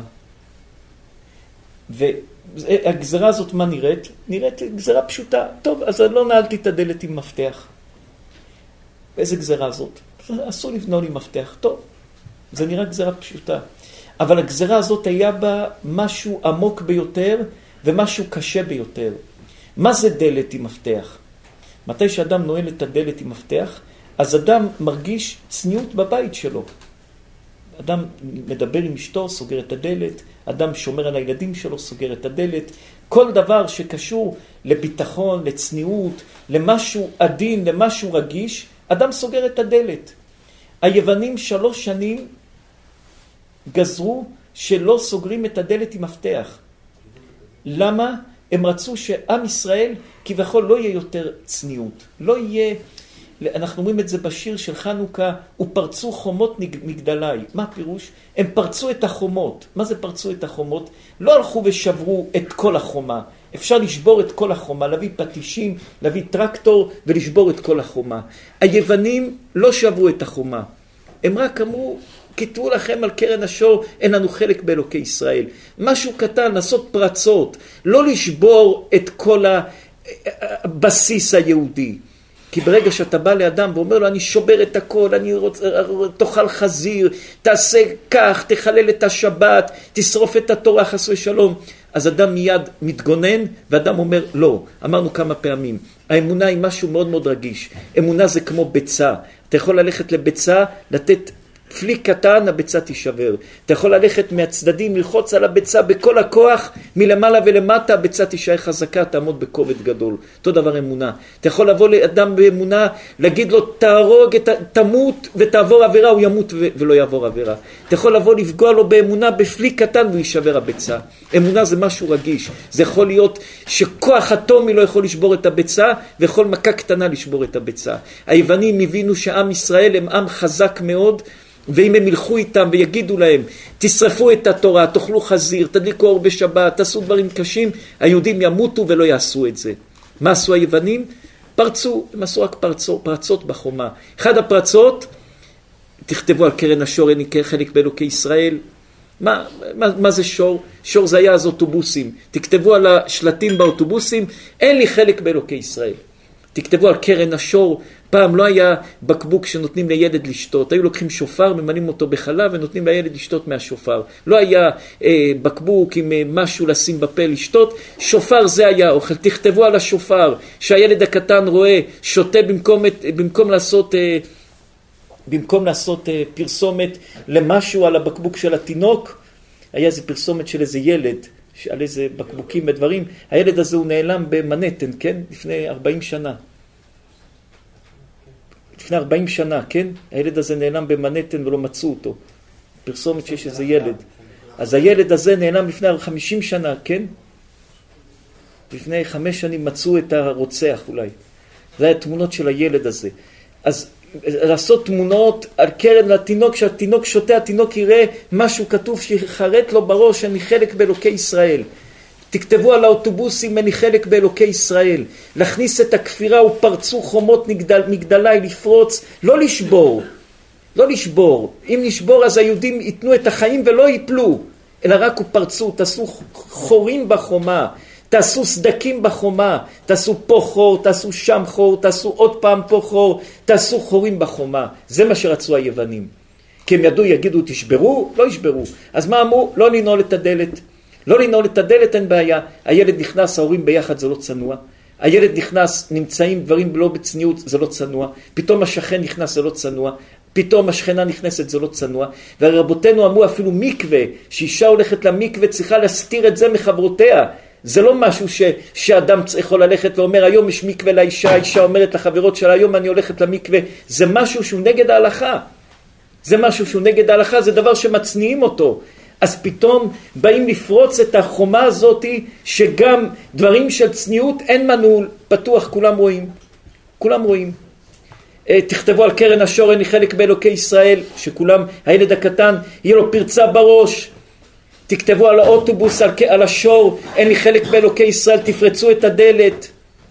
והגזרה הזאת מה נראית? נראית גזרה פשוטה. טוב, אז אני לא נעלתי את הדלת עם מפתח. איזה גזרה זאת? אסור לבנול עם מפתח. טוב, זה נראה גזרה פשוטה. אבל הגזרה הזאת היה בה משהו עמוק ביותר ומשהו קשה ביותר. מה זה דלת עם מפתח? מתי שאדם נועל את הדלת עם מפתח, אז אדם מרגיש צניעות בבית שלו. אדם מדבר עם אשתו, סוגר את הדלת, אדם שומר על הילדים שלו, סוגר את הדלת. כל דבר שקשור לביטחון, לצניעות, למשהו עדין, למשהו רגיש, אדם סוגר את הדלת. היוונים שלוש שנים גזרו שלא סוגרים את הדלת עם מפתח. למה? הם רצו שעם ישראל כביכול לא יהיה יותר צניעות. לא יהיה, אנחנו אומרים את זה בשיר של חנוכה, ופרצו חומות מגדלי. מה הפירוש? הם פרצו את החומות. מה זה פרצו את החומות? לא הלכו ושברו את כל החומה. אפשר לשבור את כל החומה, להביא פטישים, להביא טרקטור ולשבור את כל החומה. היוונים לא שברו את החומה. הם רק אמרו, כתבו לכם על קרן השור, אין לנו חלק באלוקי ישראל. משהו קטן, לעשות פרצות, לא לשבור את כל הבסיס היהודי. כי ברגע שאתה בא לאדם ואומר לו, אני שובר את הכל, אני רוצה, תאכל חזיר, תעשה כך, תחלל את השבת, תשרוף את התורה, חס ושלום. אז אדם מיד מתגונן, ואדם אומר, לא. אמרנו כמה פעמים, האמונה היא משהו מאוד מאוד רגיש. אמונה זה כמו ביצה. אתה יכול ללכת לביצה, לתת פליק קטן, הביצה תישבר. אתה יכול ללכת מהצדדים, ללחוץ על הביצה בכל הכוח, מלמעלה ולמטה, הביצה תישאר חזקה, תעמוד בכובד גדול. אותו דבר אמונה. אתה יכול לבוא לאדם באמונה, להגיד לו, תהרוג, תמות ותעבור עבירה, הוא ימות ולא יעבור עבירה. אתה יכול לבוא לפגוע לו באמונה, בפליק קטן, והוא יישבר הביצה. אמונה זה משהו רגיש. זה יכול להיות שכוח אטומי לא יכול לשבור את הביצה, וכל מכה קטנה לשבור את הביצה. היוונים הבינו שעם ישראל הם עם חזק מאוד, ואם הם ילכו איתם ויגידו להם, תשרפו את התורה, תאכלו חזיר, תדליקו אור בשבת, תעשו דברים קשים, היהודים ימותו ולא יעשו את זה. מה עשו היוונים? פרצו, הם עשו רק פרצות, פרצות בחומה. אחד הפרצות, תכתבו על קרן השור, אין לי חלק באלוקי ישראל. מה, מה, מה זה שור? שור זה היה אז אוטובוסים. תכתבו על השלטים באוטובוסים, אין לי חלק באלוקי ישראל. תכתבו על קרן השור, פעם לא היה בקבוק שנותנים לילד לשתות, היו לוקחים שופר, ממנים אותו בחלב ונותנים לילד לשתות מהשופר. לא היה אה, בקבוק עם אה, משהו לשים בפה לשתות, שופר זה היה אוכל. תכתבו על השופר, שהילד הקטן רואה, שותה במקום, במקום לעשות, אה, במקום לעשות אה, פרסומת למשהו על הבקבוק של התינוק, היה איזה פרסומת של איזה ילד, על איזה בקבוקים ודברים, הילד הזה הוא נעלם במנהטן, כן? לפני ארבעים שנה. לפני ארבעים שנה, כן? הילד הזה נעלם במנהטן ולא מצאו אותו. פרסומת שיש איזה ילד. אז הילד הזה נעלם לפני חמישים שנה, כן? לפני חמש שנים מצאו את הרוצח אולי. זה היה תמונות של הילד הזה. אז לעשות תמונות על קרן לתינוק, שהתינוק שותה, התינוק יראה משהו כתוב שיחרט לו בראש, אני חלק באלוקי ישראל. תכתבו על האוטובוסים, אני חלק באלוקי ישראל. להכניס את הכפירה ופרצו חומות מגדל, מגדלי, לפרוץ, לא לשבור, לא לשבור. אם נשבור אז היהודים ייתנו את החיים ולא ייפלו, אלא רק ופרצו, תעשו חורים בחומה, תעשו סדקים בחומה, תעשו פה חור, תעשו שם חור, תעשו עוד פעם פה חור, תעשו חורים בחומה. זה מה שרצו היוונים. כי הם ידעו, יגידו, תשברו, לא ישברו. אז מה אמרו? לא לנעול את הדלת. לא לנעול את הדלת, אין בעיה. הילד נכנס, ההורים ביחד, זה לא צנוע. הילד נכנס, נמצאים דברים לא בצניעות, זה לא צנוע. פתאום השכן נכנס, זה לא צנוע. פתאום השכנה נכנסת, זה לא צנוע. ורבותינו אמרו אפילו מקווה, שאישה הולכת למקווה, צריכה להסתיר את זה מחברותיה. זה לא משהו ש, שאדם יכול ללכת ואומר, היום יש מקווה לאישה, האישה אומרת לחברות שלה, היום אני הולכת למקווה. זה משהו שהוא נגד ההלכה. זה משהו שהוא נגד ההלכה, זה דבר שמצניעים אותו. אז פתאום באים לפרוץ את החומה הזאת, שגם דברים של צניעות אין מנעול, פתוח, כולם רואים. כולם רואים. תכתבו על קרן השור, אני חלק באלוקי ישראל, שכולם, הילד הקטן, יהיה לו פרצה בראש. תכתבו על האוטובוס, על, על השור, אין לי חלק באלוקי ישראל, תפרצו את הדלת.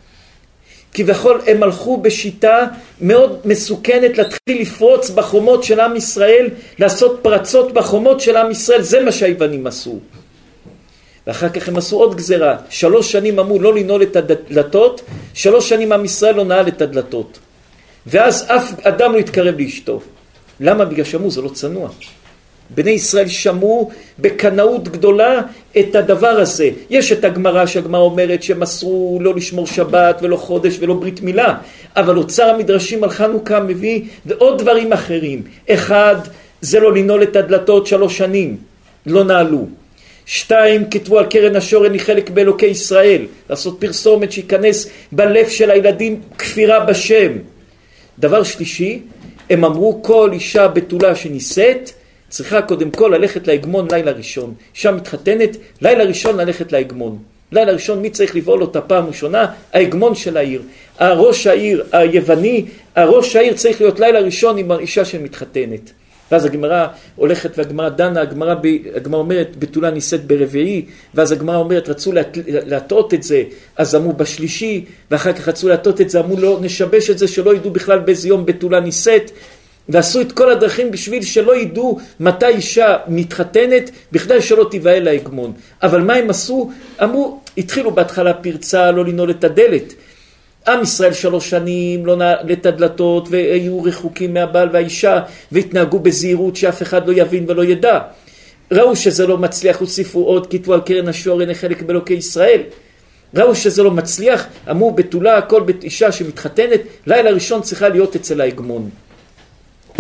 כביכול הם הלכו בשיטה מאוד מסוכנת להתחיל לפרוץ בחומות של עם ישראל, לעשות פרצות בחומות של עם ישראל, זה מה שהיוונים עשו. ואחר כך הם עשו עוד גזרה, שלוש שנים אמרו לא לנעול את הדלתות, שלוש שנים עם ישראל לא נעל את הדלתות. ואז אף אדם לא יתקרב לאשתו. למה? בגלל שאמרו זה לא צנוע. בני ישראל שמעו בקנאות גדולה את הדבר הזה. יש את הגמרא שהגמרא אומרת שמסרו לא לשמור שבת ולא חודש ולא ברית מילה, אבל אוצר המדרשים על חנוכה מביא ועוד דברים אחרים. אחד, זה לא לנעול את הדלתות שלוש שנים, לא נעלו. שתיים, כתבו על קרן השור, אני חלק באלוקי ישראל, לעשות פרסומת שיכנס בלב של הילדים כפירה בשם. דבר שלישי, הם אמרו כל אישה בתולה שנישאת, צריכה קודם כל ללכת להגמון לילה ראשון. שם מתחתנת, לילה ראשון ללכת להגמון. לילה ראשון מי צריך לבעול אותה פעם ראשונה? ההגמון של העיר. הראש העיר היווני, הראש העיר צריך להיות לילה ראשון עם האישה שמתחתנת. ואז הגמרא הולכת והגמרא דנה, הגמרא, ב, הגמרא אומרת בתולה נישאת ברביעי, ואז הגמרא אומרת רצו להט, להטעות את זה, אז אמרו בשלישי, ואחר כך רצו להטעות את זה, אמרו לא נשבש את זה שלא ידעו בכלל באיזה יום בתולה נישאת, ועשו את כל הדרכים בשביל שלא ידעו מתי אישה מתחתנת, בכדי שלא תיבהל להגמון. אבל מה הם עשו? אמרו, התחילו בהתחלה פרצה, לא לנעול את הדלת. עם ישראל שלוש שנים לא נעל את הדלתות, והיו רחוקים מהבעל והאישה, והתנהגו בזהירות שאף אחד לא יבין ולא ידע. ראו שזה לא מצליח, הוסיפו עוד, כתבו על קרן השור, הנה חלק באלוקי ישראל. ראו שזה לא מצליח, אמרו בתולה, כל בית אישה שמתחתנת, לילה ראשון צריכה להיות אצל ההגמון.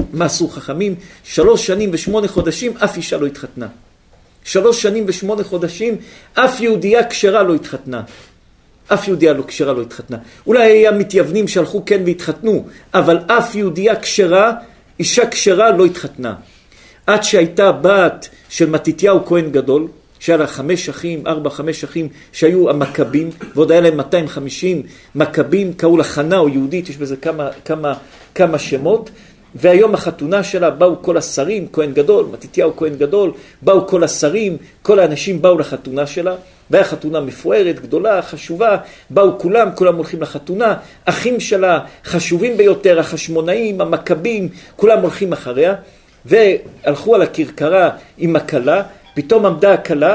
מה עשו חכמים? שלוש שנים ושמונה חודשים אף אישה לא התחתנה. שלוש שנים ושמונה חודשים אף יהודייה כשרה לא התחתנה. אף יהודייה לא כשרה לא התחתנה. אולי היה מתייוונים שהלכו כן והתחתנו, אבל אף יהודייה כשרה, אישה כשרה לא התחתנה. עד שהייתה בת של מתתיהו כהן גדול, שהיה לה חמש אחים, ארבע, חמש אחים, שהיו המכבים, ועוד היה להם מאתיים וחמישים מכבים, קראו לה חנה או יהודית, יש בזה כמה, כמה, כמה שמות, והיום החתונה שלה באו כל השרים, כהן גדול, מתתיהו כהן גדול, באו כל השרים, כל האנשים באו לחתונה שלה, והיה חתונה מפוארת, גדולה, חשובה, באו כולם, כולם הולכים לחתונה, אחים שלה חשובים ביותר, החשמונאים, המכבים, כולם הולכים אחריה, והלכו על הכרכרה עם הכלה, פתאום עמדה הכלה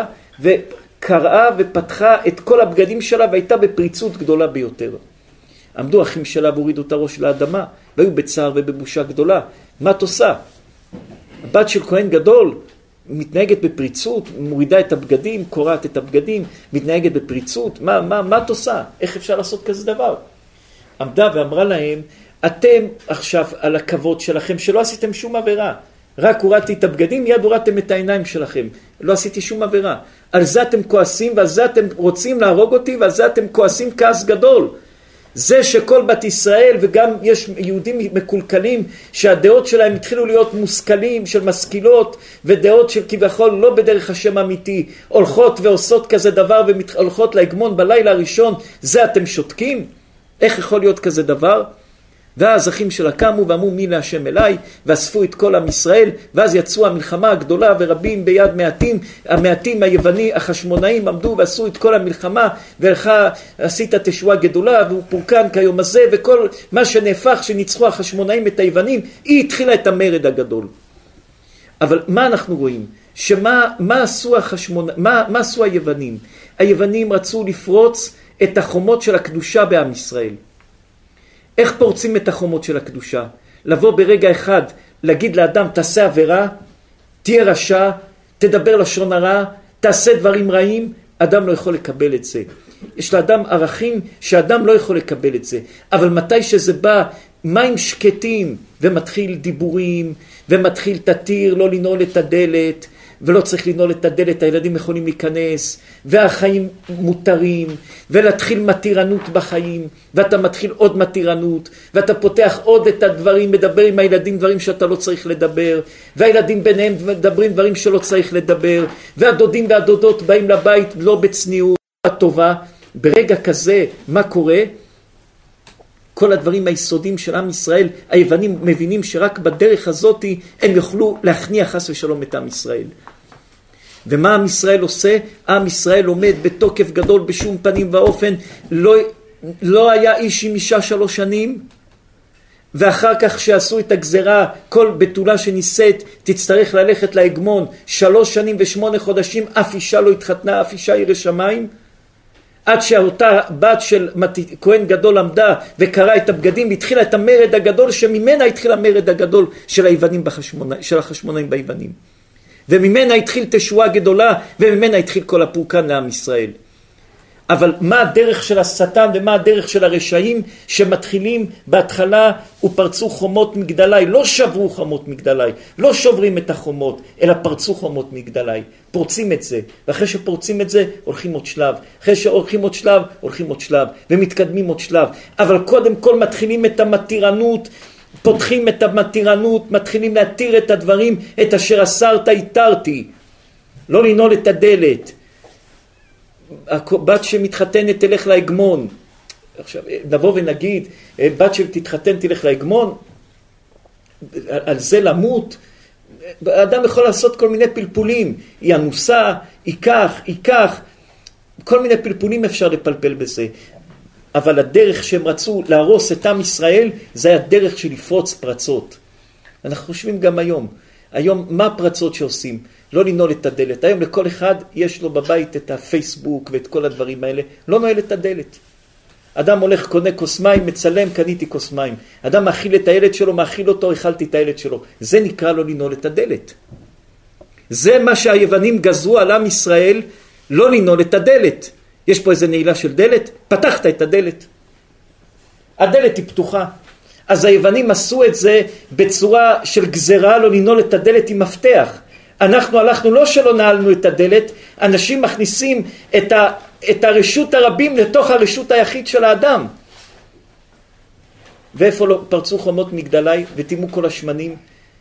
וקראה ופתחה את כל הבגדים שלה והייתה בפריצות גדולה ביותר. עמדו אחים שלה והורידו את הראש לאדמה והיו בצער ובבושה גדולה. מה את עושה? הבת של כהן גדול מתנהגת בפריצות, מורידה את הבגדים, קוראת את הבגדים, מתנהגת בפריצות. מה, מה, מה את עושה? איך אפשר לעשות כזה דבר? עמדה ואמרה להם, אתם עכשיו על הכבוד שלכם שלא עשיתם שום עבירה. רק הורדתי את הבגדים, מיד הורדתם את העיניים שלכם. לא עשיתי שום עבירה. על זה אתם כועסים ועל זה אתם רוצים להרוג אותי ועל זה אתם כועסים כעס גדול. זה שכל בת ישראל וגם יש יהודים מקולקלים שהדעות שלהם התחילו להיות מושכלים של משכילות ודעות של כביכול לא בדרך השם אמיתי, הולכות ועושות כזה דבר והולכות להגמון בלילה הראשון, זה אתם שותקים? איך יכול להיות כזה דבר? ואז אחים שלה קמו ואמרו מי להשם אליי, ואספו את כל עם ישראל, ואז יצאו המלחמה הגדולה ורבים ביד מעטים, המעטים היווני החשמונאים עמדו ועשו את כל המלחמה, ולך עשית תשועה גדולה והוא פורקן כיום הזה, וכל מה שנהפך שניצחו החשמונאים את היוונים, היא התחילה את המרד הגדול. אבל מה אנחנו רואים? שמה מה עשו החשמונ... מה, מה עשו היוונים? היוונים רצו לפרוץ את החומות של הקדושה בעם ישראל. איך פורצים את החומות של הקדושה? לבוא ברגע אחד, להגיד לאדם, תעשה עבירה, תהיה רשע, תדבר לשון הרע, תעשה דברים רעים, אדם לא יכול לקבל את זה. יש לאדם ערכים שאדם לא יכול לקבל את זה. אבל מתי שזה בא, מים שקטים, ומתחיל דיבורים, ומתחיל תתיר, לא לנעול את הדלת, ולא צריך לנעול את הדלת, הילדים יכולים להיכנס, והחיים מותרים, ולהתחיל מתירנות בחיים, ואתה מתחיל עוד מתירנות, ואתה פותח עוד את הדברים, מדבר עם הילדים דברים שאתה לא צריך לדבר, והילדים ביניהם מדברים דברים שלא צריך לדבר, והדודים והדודות באים לבית לא בצניעות טובה. ברגע כזה, מה קורה? כל הדברים היסודיים של עם ישראל, היוונים מבינים שרק בדרך הזאת הם יוכלו להכניע חס ושלום את עם ישראל. ומה עם ישראל עושה? עם ישראל עומד בתוקף גדול בשום פנים ואופן, לא, לא היה איש עם אישה שלוש שנים, ואחר כך שעשו את הגזרה, כל בתולה שניסית תצטרך ללכת להגמון, שלוש שנים ושמונה חודשים, אף אישה לא התחתנה, אף אישה ירא שמיים, עד שאותה בת של כהן גדול עמדה וקראה את הבגדים והתחילה את המרד הגדול, שממנה התחיל המרד הגדול של היוונים בחשמונאים, של החשמונאים ביוונים. וממנה התחיל תשועה גדולה, וממנה התחיל כל הפורקן לעם ישראל. אבל מה הדרך של השטן ומה הדרך של הרשעים שמתחילים בהתחלה ופרצו חומות מגדלי, לא שברו חומות מגדלי, לא שוברים את החומות, אלא פרצו חומות מגדלי, פורצים את זה, ואחרי שפורצים את זה הולכים עוד שלב, אחרי שהולכים עוד שלב, הולכים עוד שלב, ומתקדמים עוד שלב, אבל קודם כל מתחילים את המתירנות, פותחים את המתירנות, מתחילים להתיר את הדברים, את אשר אסרת התרתי, לא לנעול את הדלת, בת שמתחתנת תלך להגמון. עכשיו נבוא ונגיד בת שתתחתן תלך להגמון, על זה למות. האדם יכול לעשות כל מיני פלפולים, היא אנוסה, היא כך, היא כך, כל מיני פלפולים אפשר לפלפל בזה. אבל הדרך שהם רצו להרוס את עם ישראל, זה היה דרך של לפרוץ פרצות. אנחנו חושבים גם היום, היום מה הפרצות שעושים? לא לנעול את הדלת. היום לכל אחד יש לו בבית את הפייסבוק ואת כל הדברים האלה. לא נועל את הדלת. אדם הולך, קונה כוס מים, מצלם, קניתי כוס מים. אדם מאכיל את הילד שלו, מאכיל אותו, אכלתי את הילד שלו. זה נקרא לא לנעול את הדלת. זה מה שהיוונים גזרו על עם ישראל, לא לנעול את הדלת. יש פה איזה נעילה של דלת, פתחת את הדלת. הדלת היא פתוחה. אז היוונים עשו את זה בצורה של גזרה לא לנעול את הדלת עם מפתח. אנחנו הלכנו לא שלא נעלנו את הדלת, אנשים מכניסים את, ה, את הרשות הרבים לתוך הרשות היחיד של האדם. ואיפה לא פרצו חומות מגדלי ותימו כל השמנים?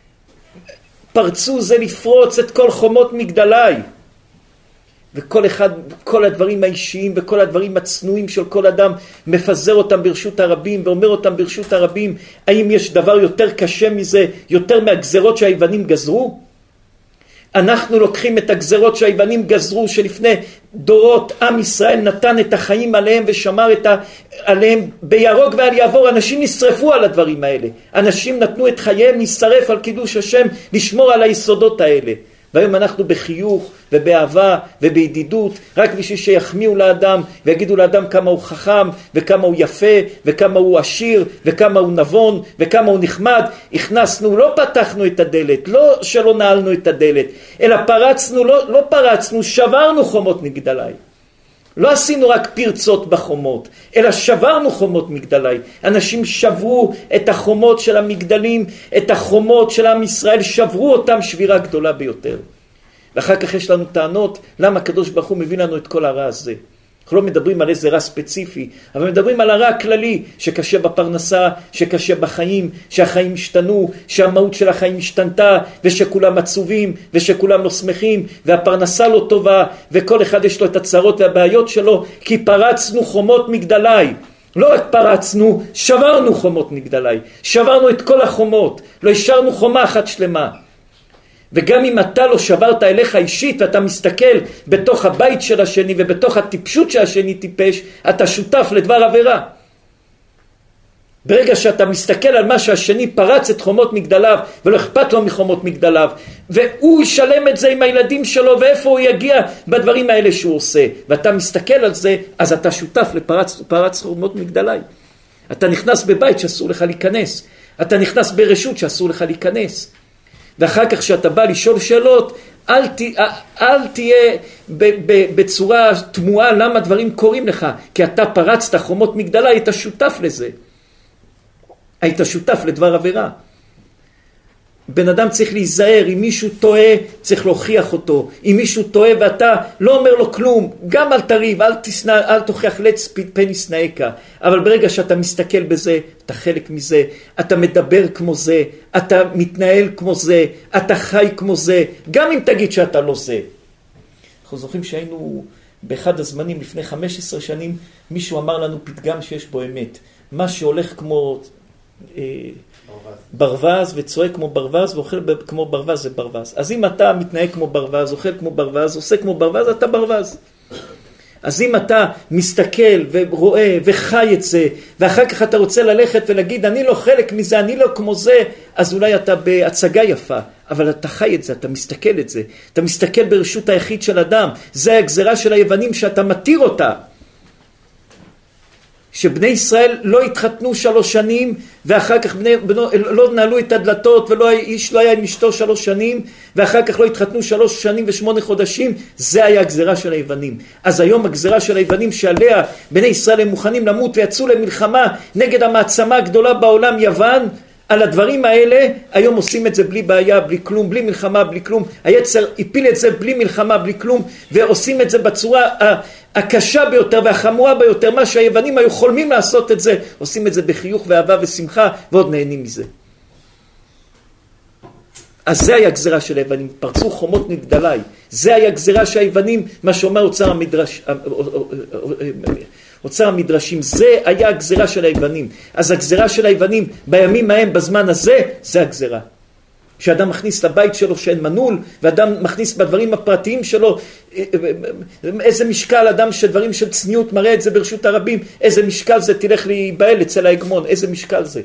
פרצו זה לפרוץ את כל חומות מגדלי. וכל אחד, כל הדברים האישיים וכל הדברים הצנועים של כל אדם מפזר אותם ברשות הרבים ואומר אותם ברשות הרבים. האם יש דבר יותר קשה מזה, יותר מהגזרות שהיוונים גזרו? אנחנו לוקחים את הגזרות שהיוונים גזרו, שלפני דורות עם ישראל נתן את החיים עליהם ושמר את ה... עליהם בירוק ועל יעבור. אנשים נשרפו על הדברים האלה, אנשים נתנו את חייהם להשרף על קידוש השם, לשמור על היסודות האלה. והיום אנחנו בחיוך ובאהבה ובידידות, רק בשביל שיחמיאו לאדם ויגידו לאדם כמה הוא חכם וכמה הוא יפה וכמה הוא עשיר וכמה הוא נבון וכמה הוא נחמד. הכנסנו, לא פתחנו את הדלת, לא שלא נעלנו את הדלת, אלא פרצנו, לא, לא פרצנו, שברנו חומות מגדלי. לא עשינו רק פרצות בחומות, אלא שברנו חומות מגדלי. אנשים שברו את החומות של המגדלים, את החומות של עם ישראל, שברו אותם שבירה גדולה ביותר. ואחר כך יש לנו טענות, למה הקדוש ברוך הוא מביא לנו את כל הרע הזה? אנחנו לא מדברים על איזה רע ספציפי, אבל מדברים על הרע הכללי, שקשה בפרנסה, שקשה בחיים, שהחיים השתנו, שהמהות של החיים השתנתה, ושכולם עצובים, ושכולם לא שמחים, והפרנסה לא טובה, וכל אחד יש לו את הצרות והבעיות שלו, כי פרצנו חומות מגדלי. לא רק פרצנו, שברנו חומות מגדלי. שברנו את כל החומות, לא השארנו חומה אחת שלמה. וגם אם אתה לא שברת אליך אישית ואתה מסתכל בתוך הבית של השני ובתוך הטיפשות שהשני טיפש, אתה שותף לדבר עבירה. ברגע שאתה מסתכל על מה שהשני פרץ את חומות מגדליו ולא אכפת לו מחומות מגדליו, והוא ישלם את זה עם הילדים שלו ואיפה הוא יגיע בדברים האלה שהוא עושה, ואתה מסתכל על זה, אז אתה שותף לפרץ פרץ חומות מגדלי. אתה נכנס בבית שאסור לך להיכנס, אתה נכנס ברשות שאסור לך להיכנס. ואחר כך שאתה בא לשאול שאלות, אל, ת, אל תהיה ב, ב, בצורה תמוהה למה דברים קורים לך, כי אתה פרצת חומות מגדלה, היית שותף לזה. היית שותף לדבר עבירה. בן אדם צריך להיזהר, אם מישהו טועה, צריך להוכיח אותו. אם מישהו טועה ואתה לא אומר לו כלום, גם אל תריב, אל, תסנע, אל תוכיח לץ פן ישנאיך. אבל ברגע שאתה מסתכל בזה, אתה חלק מזה, אתה מדבר כמו זה, אתה מתנהל כמו זה, אתה חי כמו זה, גם אם תגיד שאתה לא זה. אנחנו זוכרים שהיינו באחד הזמנים, לפני חמש עשרה שנים, מישהו אמר לנו פתגם שיש בו אמת. מה שהולך כמו... אה, ברווז וצועק כמו ברווז ואוכל כמו ברווז זה ברווז. אז אם אתה מתנהג כמו ברווז, אוכל כמו ברווז, עושה כמו ברווז, אתה ברווז. אז אם אתה מסתכל ורואה וחי את זה, ואחר כך אתה רוצה ללכת ולהגיד אני לא חלק מזה, אני לא כמו זה, אז אולי אתה בהצגה יפה, אבל אתה חי את זה, אתה מסתכל את זה, אתה מסתכל ברשות היחיד של אדם. זה הגזרה של היוונים שאתה מתיר אותה, שבני ישראל לא התחתנו שלוש שנים ואחר כך בני, בנו, לא נעלו את הדלתות ולא איש לא היה עם אשתו שלוש שנים ואחר כך לא התחתנו שלוש שנים ושמונה חודשים. זה היה הגזרה של היוונים. אז היום הגזרה של היוונים שעליה בני ישראל הם מוכנים למות ויצאו למלחמה נגד המעצמה הגדולה בעולם יוון, על הדברים האלה היום עושים את זה בלי בעיה, בלי כלום, בלי מלחמה, בלי כלום. היצר הפיל את זה בלי מלחמה, בלי כלום, ועושים את זה בצורה הקשה ביותר והחמורה ביותר. מה שהיוונים היו חולמים לעשות את זה, עושים את זה בחיוך ואהבה ושמחה, ועוד נהנים מזה. אז זה היה גזרה של היוונים, פרצו חומות מגדלי. זה היה גזרה של היוונים, מה שאומר אוצר המדרש... אוצר המדרשים, זה היה הגזרה של היוונים. אז הגזרה של היוונים בימים ההם, בזמן הזה, זה הגזרה. כשאדם מכניס לבית שלו שאין מנעול, ואדם מכניס בדברים הפרטיים שלו, איזה משקל אדם שדברים של צניעות מראה את זה ברשות הרבים, איזה משקל זה תלך להיבעל אצל ההגמון, איזה משקל זה.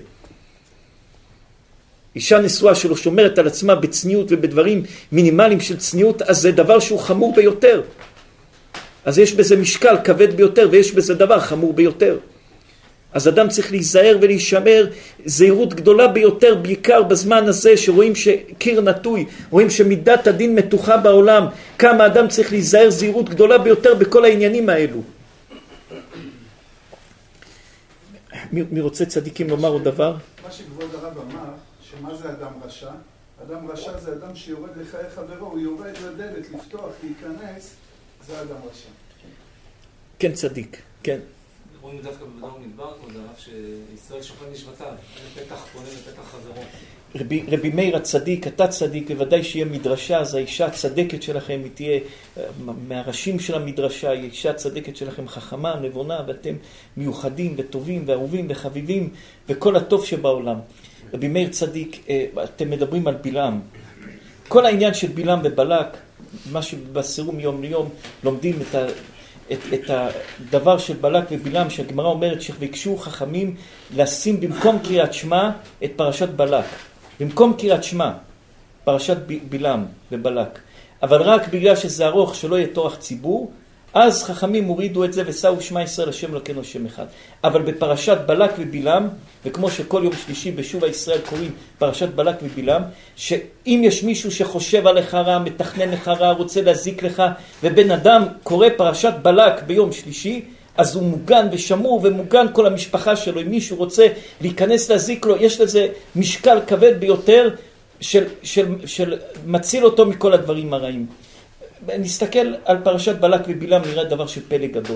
אישה נשואה שלו שומרת על עצמה בצניעות ובדברים מינימליים של צניעות, אז זה דבר שהוא חמור ביותר. אז יש בזה משקל כבד ביותר ויש בזה דבר חמור ביותר. אז אדם צריך להיזהר ולהישמר זהירות גדולה ביותר, בעיקר בזמן הזה שרואים שקיר נטוי, רואים שמידת הדין מתוחה בעולם, כמה אדם צריך להיזהר זהירות גדולה ביותר בכל העניינים האלו. מי, מי רוצה צדיקים לומר עוד דבר? מה שכבוד הרב אמר, שמה זה אדם רשע? אדם רשע זה אדם שיורד לחיי חברו, הוא יורד לדלת, לפתוח, להיכנס, זה אדם רשע. כן, צדיק, כן. רואים דווקא בבדור מדבר, כמו זה הרב שישראל שוכן נשבתיו, אין פתח פונה ופתח חזרו. רבי, רבי מאיר הצדיק, אתה צדיק, בוודאי שיהיה מדרשה, אז האישה הצדקת שלכם, היא תהיה מהראשים של המדרשה, האישה הצדקת שלכם חכמה, נבונה, ואתם מיוחדים וטובים ואהובים וחביבים, וכל הטוב שבעולם. רבי מאיר צדיק, אתם מדברים על בלעם. כל העניין של בלעם ובלק, מה שבסירו מיום ליום, לומדים את ה... את, את הדבר של בלק ובלעם, שהגמרא אומרת שביקשו חכמים לשים במקום קריאת שמע את פרשת בלק. במקום קריאת שמע, פרשת ב, בלעם ובלק. אבל רק בגלל שזה ארוך, שלא יהיה טורח ציבור, אז חכמים הורידו את זה ושאו שמע ישראל השם אלוקינו השם אחד. אבל בפרשת בלק ובלעם, וכמו שכל יום שלישי בשוב ישראל קוראים פרשת בלק ובלעם, שאם יש מישהו שחושב עליך רע, מתכנן לך רע, רוצה להזיק לך, ובן אדם קורא פרשת בלק ביום שלישי, אז הוא מוגן ושמור ומוגן כל המשפחה שלו. אם מישהו רוצה להיכנס להזיק לו, יש לזה משקל כבד ביותר של, של, של מציל אותו מכל הדברים הרעים. נסתכל על פרשת בלק ובלעם, נראה דבר של פלא גדול.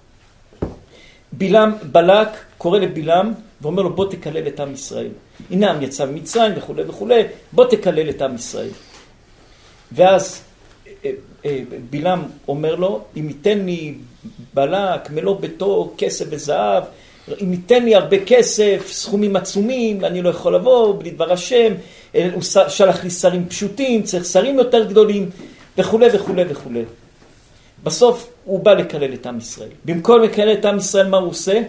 בלעם, בלק קורא לבלעם ואומר לו בוא תקלל את עם ישראל. הנה עם יצא ממצרים וכו' וכו', בוא תקלל את עם ישראל. ואז בלעם אומר לו, אם ייתן לי בלק מלוא ביתו כסף וזהב, אם ייתן לי הרבה כסף, סכומים עצומים, אני לא יכול לבוא בלי דבר השם, הוא שלח לי שרים פשוטים, צריך שרים יותר גדולים, וכו' וכו' וכו'. בסוף הוא בא לקלל את עם ישראל. במקום לקלל את עם ישראל, מה הוא עושה?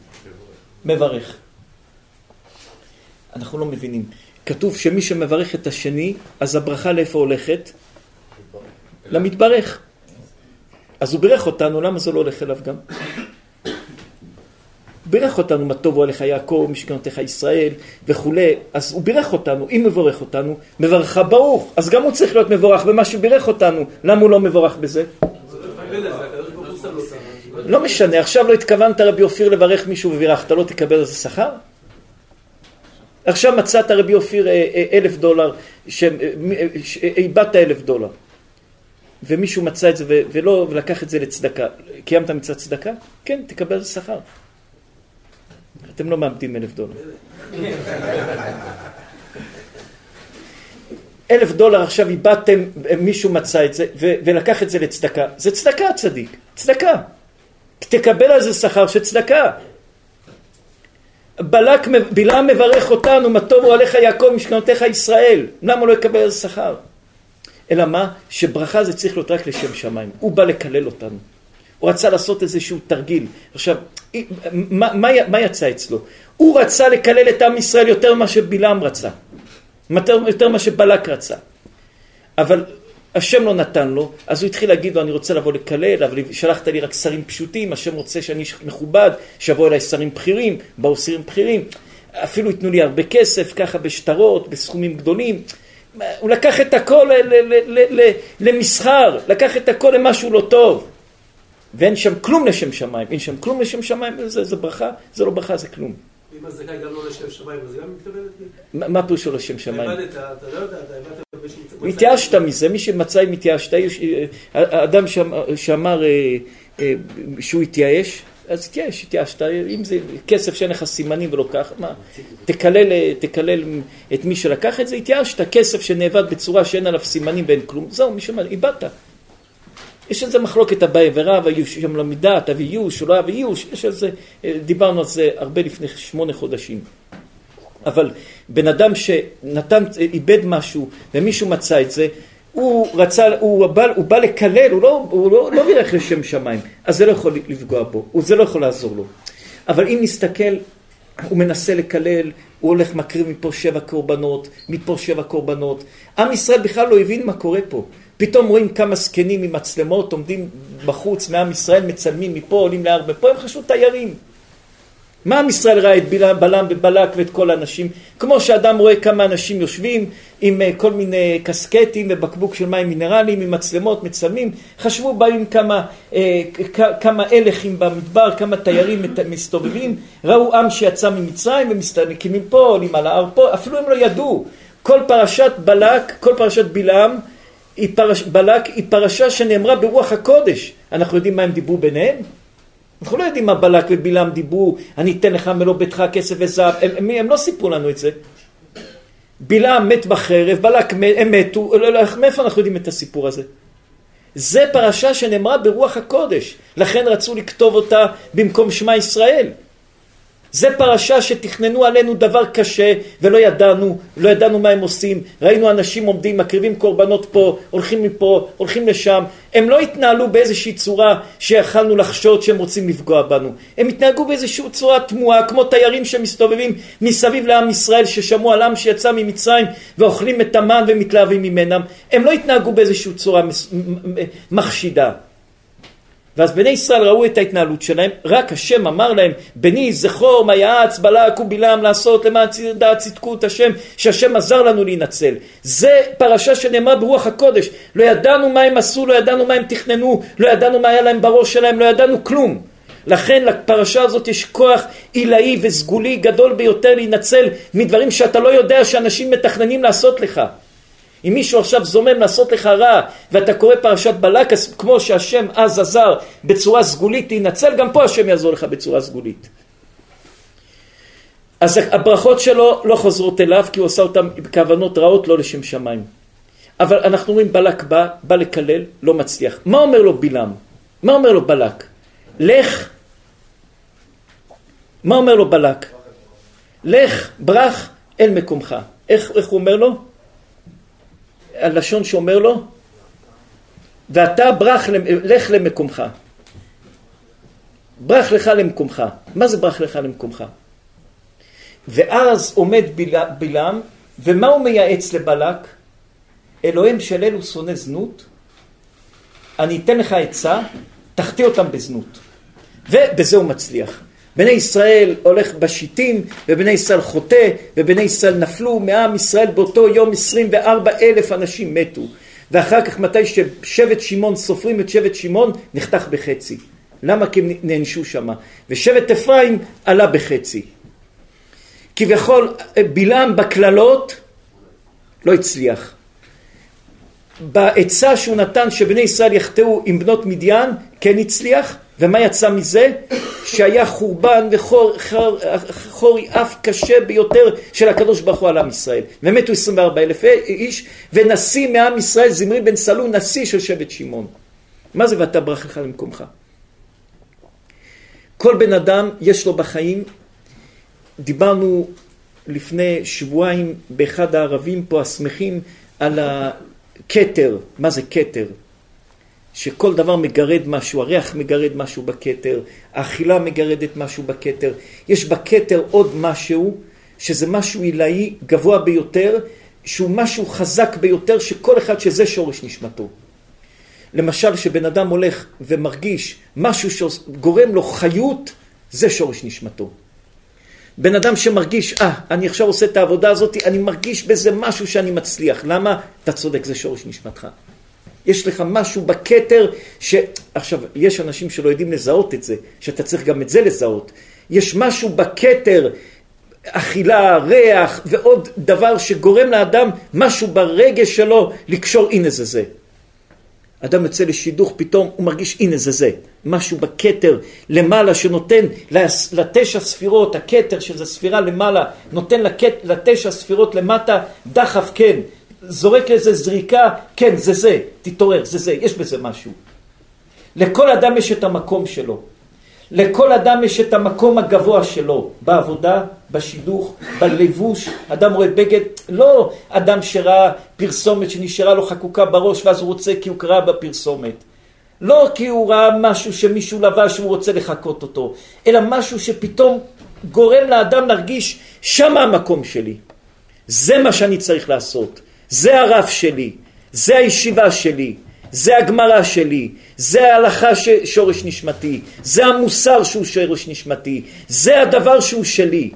מברך. אנחנו לא מבינים. כתוב שמי שמברך את השני, אז הברכה לאיפה הולכת? למתברך. אז הוא בירך אותנו, למה זה לא הולך אליו גם? בירך אותנו, מה טובו עליך יעקב, משכנותיך ישראל וכו'. אז הוא בירך אותנו, אם מבורך אותנו, מברך ברוך. אז גם הוא צריך להיות מבורך במה שבירך אותנו. למה הוא לא מבורך בזה? לא משנה, עכשיו לא התכוונת רבי אופיר לברך מישהו ובירכת, לא תקבל איזה שכר? עכשיו מצאת רבי אופיר אלף דולר, איבדת אלף דולר. ומישהו מצא את זה ולא לקח את זה לצדקה. קיימת מצוות צדקה? כן, תקבל איזה שכר. אתם לא מאבדים אלף דולר. אלף דולר עכשיו איבדתם, מישהו מצא את זה ולקח את זה לצדקה. זה צדקה צדיק, צדקה. תקבל על זה שכר של צדקה. בלק, בלעם מברך אותנו, מה טובו עליך יעקב משכנותיך ישראל. למה לא יקבל על זה שכר? אלא מה? שברכה זה צריך להיות רק לשם שמיים. הוא בא לקלל אותנו. הוא רצה לעשות איזשהו תרגיל. עכשיו, מה, מה, מה יצא אצלו? הוא רצה לקלל את עם ישראל יותר ממה שבלעם רצה. יותר, יותר ממה שבלק רצה. אבל השם לא נתן לו, אז הוא התחיל להגיד לו, אני רוצה לבוא לקלל, אבל שלחת לי רק שרים פשוטים, השם רוצה שאני מכובד, שבוא אליי שרים בכירים, באו שרים בכירים, אפילו ייתנו לי הרבה כסף, ככה בשטרות, בסכומים גדולים. הוא לקח את הכל למסחר, לקח את הכל למשהו לא טוב. ואין שם כלום לשם שמיים. אין שם כלום לשם שמיים, זה, זה ברכה, זה לא ברכה, זה כלום. אם הזדקה היא גם לא לשם שמיים, אז גם מתכוונת לי? מה פירושו לשם שמיים? אתה הבנת, אתה לא יודע, אתה הבנת... התייאשת מזה, מי שמצא אם התייאשת, האדם שאמר שהוא התייאש, אז התייאש, התייאשת, אם זה כסף שאין לך סימנים ולא כך, מה? תקלל, תקלל את מי שלקח את זה, התייאשת, כסף שנאבד בצורה שאין עליו סימנים ואין כלום, זהו, מי שאומר, איבדת. יש על זה מחלוקת הבאי ורב, היו שם למידה, תביא יוש או לא אביא יוש, יש על זה, דיברנו על זה הרבה לפני שמונה חודשים. אבל בן אדם שנתן, איבד משהו ומישהו מצא את זה, הוא רצה, הוא בא, הוא בא לקלל, הוא לא, הוא לא, לא בירך לשם שמיים, אז זה לא יכול לפגוע בו, זה לא יכול לעזור לו. אבל אם נסתכל, הוא מנסה לקלל, הוא הולך מקריב מפה שבע קורבנות, מפה שבע קורבנות. עם ישראל בכלל לא הבין מה קורה פה. פתאום רואים כמה סקנים עם מצלמות, עומדים בחוץ מעם ישראל, מצלמים מפה, עולים להר בפה, הם חשבו תיירים. מה עם ישראל ראה את בלעם, בלעם ובלק ואת כל האנשים? כמו שאדם רואה כמה אנשים יושבים עם כל מיני קסקטים ובקבוק של מים מינרליים, עם מצלמות, מצלמים, חשבו באים כמה, אה, כמה אלכים במדבר, כמה תיירים מסתובבים, ראו עם שיצא ממצרים ומסתנקים פה, עולים על ההר פה, אפילו הם לא ידעו. כל פרשת בלק, כל פרשת בלעם, היא פרש, בלק היא פרשה שנאמרה ברוח הקודש. אנחנו יודעים מה הם דיברו ביניהם? אנחנו לא יודעים מה בלק ובלעם דיברו, אני אתן לך מלוא ביתך כסף וזהב, הם, הם, הם לא סיפרו לנו את זה. בלעם מת בחרב, בלק הם מתו, מאיפה אנחנו יודעים את הסיפור הזה? זה פרשה שנאמרה ברוח הקודש, לכן רצו לכתוב אותה במקום שמה ישראל. זה פרשה שתכננו עלינו דבר קשה ולא ידענו, לא ידענו מה הם עושים. ראינו אנשים עומדים, מקריבים קורבנות פה, הולכים מפה, הולכים לשם. הם לא התנהלו באיזושהי צורה שיכלנו לחשוד שהם רוצים לפגוע בנו. הם התנהגו באיזושהי צורה תמוהה, כמו תיירים שמסתובבים מסביב לעם ישראל ששמעו על עם שיצא ממצרים ואוכלים את המן ומתלהבים ממנם. הם לא התנהגו באיזושהי צורה מחשידה. ואז בני ישראל ראו את ההתנהלות שלהם, רק השם אמר להם, בני זכור מה יעץ בלק ובלעם לעשות למען דעת צדקות השם, שהשם עזר לנו להינצל. זה פרשה שנאמרה ברוח הקודש, לא ידענו מה הם עשו, לא ידענו מה הם תכננו, לא ידענו מה היה להם בראש שלהם, לא ידענו כלום. לכן לפרשה הזאת יש כוח עילאי וסגולי גדול ביותר להינצל מדברים שאתה לא יודע שאנשים מתכננים לעשות לך. אם מישהו עכשיו זומם לעשות לך רע ואתה קורא פרשת בלק, אז כמו שהשם אז עזר בצורה סגולית להינצל, גם פה השם יעזור לך בצורה סגולית. אז הברכות שלו לא חוזרות אליו כי הוא עושה אותם בכוונות רעות, לא לשם שמיים. אבל אנחנו רואים בלק בא, בא לקלל, לא מצליח. מה אומר לו בלעם? מה אומר לו בלק? לך. מה אומר לו בלק? לך ברח אל מקומך. איך, איך הוא אומר לו? הלשון שאומר לו, ואתה ברח, לך למקומך. ברח לך למקומך. מה זה ברח לך למקומך? ואז עומד בלעם, ומה הוא מייעץ לבלק? אלוהים של אלו שונא זנות, אני אתן לך עצה, תחטיא אותם בזנות. ובזה הוא מצליח. בני ישראל הולך בשיטים, ובני ישראל חוטא, ובני ישראל נפלו מעם ישראל באותו יום עשרים וארבעה אלף אנשים מתו. ואחר כך מתי ששבט שמעון סופרים את שבט שמעון, נחתך בחצי. למה? כי הם נענשו שמה. ושבט אפרים עלה בחצי. כביכול בלעם בכללות לא הצליח. בעצה שהוא נתן שבני ישראל יחטאו עם בנות מדיין, כן הצליח. ומה יצא מזה? שהיה חורבן וחור חור, חורי אף קשה ביותר של הקדוש ברוך הוא על עם ישראל. ומתו עשרים וארבעה אלף איש, ונשיא מעם ישראל זמרי בן סלו, נשיא של שבט שמעון. מה זה ואתה ברח לך למקומך? כל בן אדם יש לו בחיים, דיברנו לפני שבועיים באחד הערבים פה השמחים על הכתר. מה זה כתר? שכל דבר מגרד משהו, הריח מגרד משהו בכתר, האכילה מגרדת משהו בכתר. יש בכתר עוד משהו, שזה משהו עילאי גבוה ביותר, שהוא משהו חזק ביותר, שכל אחד שזה שורש נשמתו. למשל, שבן אדם הולך ומרגיש משהו שגורם לו חיות, זה שורש נשמתו. בן אדם שמרגיש, אה, אני עכשיו עושה את העבודה הזאת, אני מרגיש בזה משהו שאני מצליח. למה? אתה צודק, זה שורש נשמתך. יש לך משהו בכתר ש... עכשיו, יש אנשים שלא יודעים לזהות את זה, שאתה צריך גם את זה לזהות. יש משהו בכתר, אכילה, ריח ועוד דבר שגורם לאדם משהו ברגש שלו לקשור, הנה זה זה. אדם יוצא לשידוך, פתאום הוא מרגיש, הנה זה זה. משהו בכתר למעלה שנותן לתשע ספירות, הכתר שזה ספירה למעלה, נותן לתשע ספירות למטה דחף, כן. זורק איזה זריקה, כן, זה זה, תתעורר, זה זה, יש בזה משהו. לכל אדם יש את המקום שלו. לכל אדם יש את המקום הגבוה שלו, בעבודה, בשידוך, בלבוש. אדם רואה בגד, לא אדם שראה פרסומת שנשארה לו חקוקה בראש, ואז הוא רוצה כי הוא קרא בפרסומת. לא כי הוא ראה משהו שמישהו לבש שהוא רוצה לחכות אותו, אלא משהו שפתאום גורם לאדם להרגיש, שמה המקום שלי. זה מה שאני צריך לעשות. זה הרב שלי, זה הישיבה שלי, זה הגמרא שלי, זה ההלכה ששורש נשמתי, זה המוסר שהוא שורש נשמתי, זה הדבר שהוא שלי.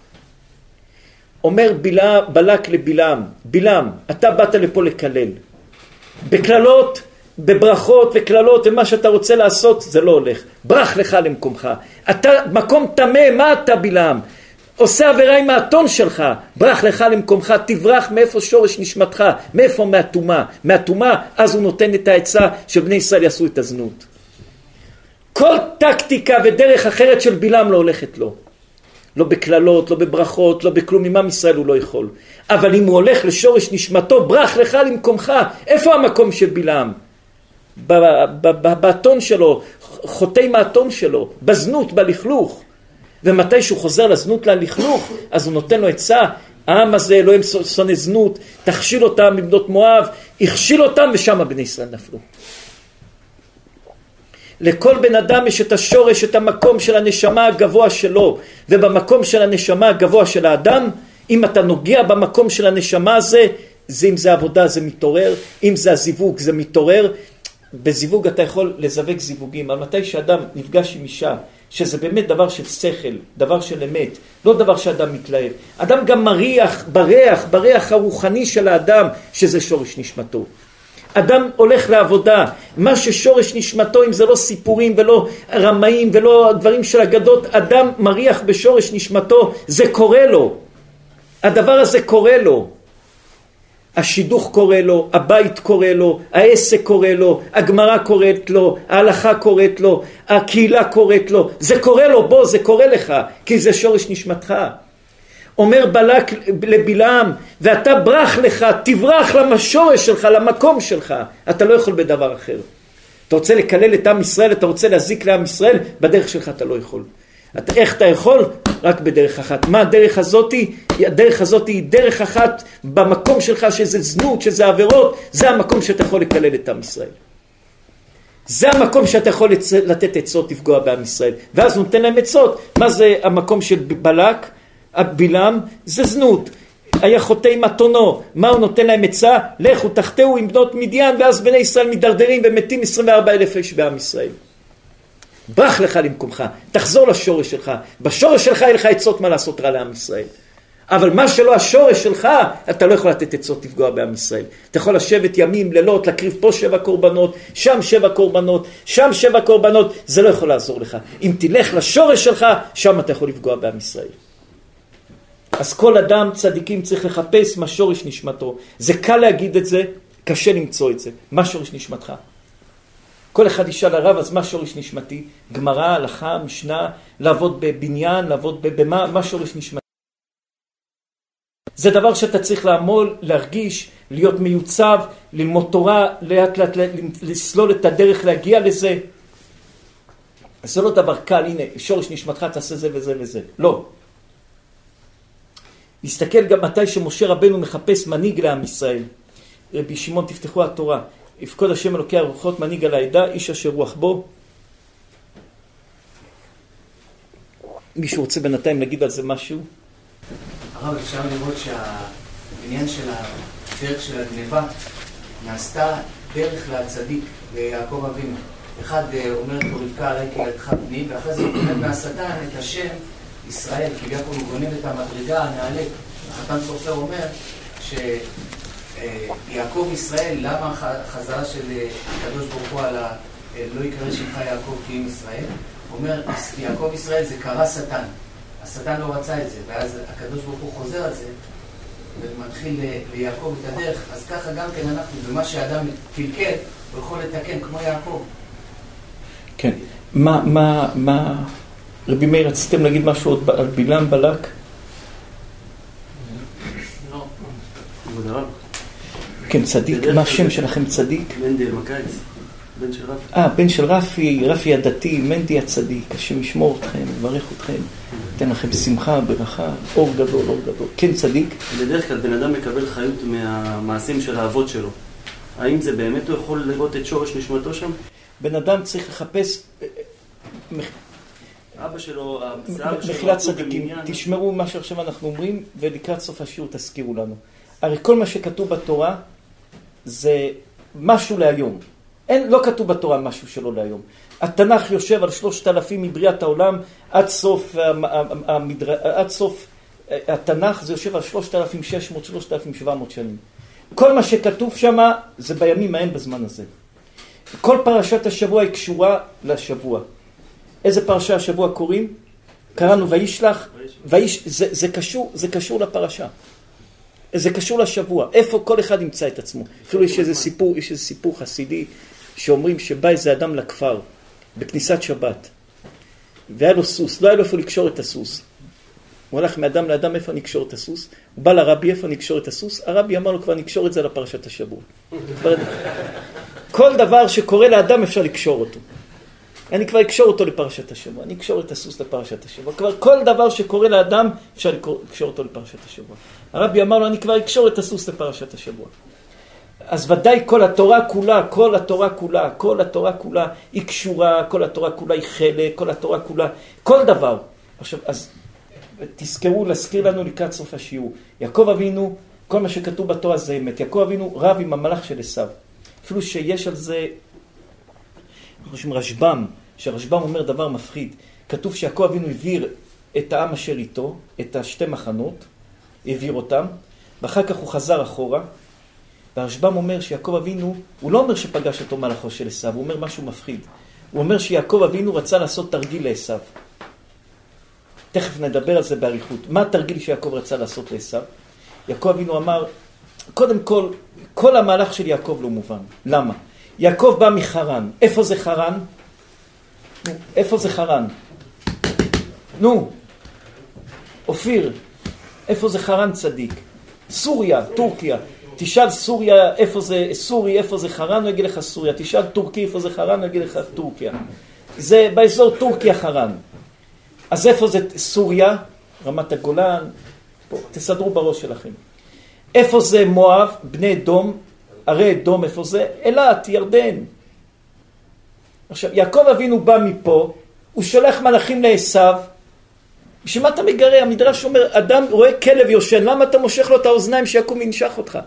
אומר בלע, בלק לבלעם, בלעם, אתה באת לפה לקלל. בכללות, בברכות וכללות, ומה שאתה רוצה לעשות זה לא הולך. ברח לך למקומך. אתה מקום תמה, מה אתה בלעם? עושה עבירה עם האתון שלך, ברח לך למקומך, תברח מאיפה שורש נשמתך, מאיפה? מהתומה. מהתומה, אז הוא נותן את העצה שבני ישראל יעשו את הזנות. כל טקטיקה ודרך אחרת של בלעם לא הולכת לו. לא בכללות, לא בברכות, לא בכלום, עם עם ישראל הוא לא יכול. אבל אם הוא הולך לשורש נשמתו, ברח לך למקומך. איפה המקום של בלעם? באתון שלו, חוטא מהאתון שלו, בזנות, בלכלוך. ומתי שהוא חוזר לזנות ללכלוך, אז הוא נותן לו עצה, העם הזה אלוהים שונא זנות, תכשיל אותם מבנות מואב, הכשיל אותם ושם בני ישראל נפלו. לכל בן אדם יש את השורש, את המקום של הנשמה הגבוה שלו, ובמקום של הנשמה הגבוה של האדם, אם אתה נוגע במקום של הנשמה הזה, זה אם זה עבודה זה מתעורר, אם זה הזיווג זה מתעורר. בזיווג אתה יכול לזווג זיווגים, אבל מתי שאדם נפגש עם אישה, שזה באמת דבר של שכל, דבר של אמת, לא דבר שאדם מתלהב. אדם גם מריח בריח, בריח הרוחני של האדם, שזה שורש נשמתו. אדם הולך לעבודה, מה ששורש נשמתו, אם זה לא סיפורים ולא רמאים ולא דברים של אגדות, אדם מריח בשורש נשמתו, זה קורה לו. הדבר הזה קורה לו. השידוך קורא לו, הבית קורא לו, העסק קורא לו, הגמרא קוראת לו, ההלכה קוראת לו, הקהילה קוראת לו, זה קורא לו, בוא, זה קורא לך, כי זה שורש נשמתך. אומר בלק לבלעם, ואתה ברח לך, תברח לשורש שלך, למקום שלך, אתה לא יכול בדבר אחר. אתה רוצה לקלל את עם ישראל, אתה רוצה להזיק לעם ישראל, בדרך שלך אתה לא יכול. אתה, איך אתה יכול? רק בדרך אחת. מה הדרך הזאת? הדרך הזאת היא דרך אחת במקום שלך שזה זנות, שזה עבירות, זה המקום שאתה יכול לקלל את עם ישראל. זה המקום שאתה יכול לתת עצות לפגוע בעם ישראל. ואז נותן להם עצות. מה זה המקום של בלק? הבלעם זה זנות. היה חוטא עם אתונו. מה הוא נותן להם עצה? לכו תחתהו עם בנות מדיין, ואז בני ישראל מדרדרים ומתים עשרים וארבעה אלף איש בעם ישראל. ברח לך למקומך, תחזור לשורש שלך. בשורש שלך יהיה לך עצות מה לעשות רע לעם ישראל. אבל מה שלא השורש שלך, אתה לא יכול לתת עצות לפגוע בעם ישראל. אתה יכול לשבת ימים, לילות, להקריב פה שבע קורבנות, שם שבע קורבנות, שם שבע קורבנות, זה לא יכול לעזור לך. אם תלך לשורש שלך, שם אתה יכול לפגוע בעם ישראל. אז כל אדם צדיקים צריך לחפש מה שורש נשמתו. זה קל להגיד את זה, קשה למצוא את זה. מה שורש נשמתך? כל אחד ישאל הרב, אז מה שורש נשמתי? גמרא, הלכה, משנה, לעבוד בבניין, לעבוד במה, מה שורש נשמתי? זה דבר שאתה צריך לעמול, להרגיש, להיות מיוצב, ללמוד תורה, לאט לאט לסלול את הדרך להגיע לזה. זה לא דבר קל, הנה, שורש נשמתך תעשה זה וזה וזה. לא. להסתכל גם מתי שמשה רבנו מחפש מנהיג לעם ישראל. רבי שמעון תפתחו התורה. יפקוד השם אלוקי הרוחות מנהיג על העדה, איש אשר רוח בו. מישהו רוצה בינתיים להגיד על זה משהו? הרב, אפשר לראות שהעניין של הדרך של הגניבה נעשתה דרך לצדיק ויעקב אבינו. אחד אומר פה רבקה עלי כילדך בני, ואחרי זה הוא גונב מהשטן את השם ישראל, כי יעקב הוא גונב את המדרגה הנעלית. החתן סופר אומר ש... יעקב ישראל, למה החזרה של הקדוש ברוך הוא על ה... לא יקרא שמך יעקב כי אם ישראל? הוא אומר, יעקב ישראל זה קרא שטן. השטן לא רצה את זה, ואז הקדוש ברוך הוא חוזר על זה, ומתחיל ליעקב את הדרך. אז ככה גם כן אנחנו, במה שאדם קלקל, הוא יכול לתקן כמו יעקב. כן. מה, מה, מה... רבי מאיר, רציתם להגיד משהו עוד על בלעם בלק? לא. כבוד הרב. כן, צדיק. מה השם שלכם צדיק? מנדי אלמקייס, בן של רפי. אה, בן של רפי, רפי הדתי, מנדי הצדיק. השם ישמור אתכם, מברך אתכם. תן לכם שמחה, ברכה, אור גדול, אור גדול. כן, צדיק. בדרך כלל בן אדם מקבל חיות מהמעשים של האבות שלו. האם זה באמת הוא יכול לראות את שורש נשמתו שם? בן אדם צריך לחפש... אבא שלו, מחילת צדיקים. תשמעו מה שעכשיו אנחנו אומרים, ולקראת סוף השיעור תזכירו לנו. הרי כל מה שכתוב בתורה זה משהו להיום. אין, לא כתוב בתורה משהו שלא להיום. התנ"ך יושב על שלושת אלפים מבריאת העולם, עד סוף, המדר... עד סוף התנ"ך זה יושב על שלושת אלפים ושש מאות, שלושת אלפים ושבע מאות שנים. כל מה שכתוב שם זה בימים ההם בזמן הזה. כל פרשת השבוע היא קשורה לשבוע. איזה פרשה השבוע קוראים? קראנו וישלח, ויש... זה, זה, קשור, זה קשור לפרשה. זה קשור לשבוע. איפה כל אחד ימצא את עצמו. אפילו יש איזה סיפור, יש איזה סיפור חסידי, שאומרים שבא איזה אדם לכפר, בכניסת שבת, והיה לו סוס, לא היה לו איפה לקשור את הסוס. הוא הלך מאדם לאדם, איפה נקשור את הסוס? הוא בא לרבי, איפה נקשור את הסוס? הרבי אמר לו, כבר נקשור את זה לפרשת השבוע. כל דבר שקורה לאדם אפשר לקשור אותו. אני כבר אקשור אותו לפרשת השבוע, אני אקשור את הסוס לפרשת השבוע. כבר כל דבר שקורה לאדם אפשר לקשור אותו לפרשת השבוע. הרבי אמר לו, אני כבר אקשור את הסוס לפרשת השבוע. אז ודאי כל התורה כולה, כל התורה כולה, כל התורה כולה היא קשורה, כל התורה כולה היא חלק, כל התורה כולה, כל דבר. עכשיו, אז תזכרו להזכיר לנו לקראת סוף השיעור. יעקב אבינו, כל מה שכתוב בתורה זה אמת. יעקב אבינו רב עם המלאך של עשיו. אפילו שיש על זה, אנחנו חושבים רשב"ם, שרשב"ם אומר דבר מפחיד. כתוב שיעקב אבינו העביר את העם אשר איתו, את השתי מחנות, העביר אותם, ואחר כך הוא חזר אחורה, והרשב"ם אומר שיעקב אבינו, הוא לא אומר שפגש אותו מלאכו של עשיו, הוא אומר משהו מפחיד. הוא אומר שיעקב אבינו רצה לעשות תרגיל לעשיו. תכף נדבר על זה באריכות. מה התרגיל שיעקב רצה לעשות לעשיו? יעקב אבינו אמר, קודם כל, כל המהלך של יעקב לא מובן. למה? יעקב בא מחרן. איפה זה חרן? נו, איפה זה חרן? נו, אופיר, איפה זה חרן צדיק? סוריה, טורקיה. תשאל סוריה איפה זה, סורי איפה זה חרן, הוא יגיד לך סוריה. תשאל טורקי איפה זה חרן, הוא יגיד לך טורקיה. זה באזור טורקיה חרן. אז איפה זה סוריה? רמת הגולן. פה, תסדרו בראש שלכם. איפה זה מואב? בני אדום. הרי אדום איפה זה? אלת, ירדן. עכשיו, יעקב אבינו בא מפה, הוא שולח מלאכים לעשיו. בשביל מה אתה מגרה? המדרש אומר, אדם רואה כלב יושן, למה אתה מושך לו את האוזניים שיקום ינשך אותך?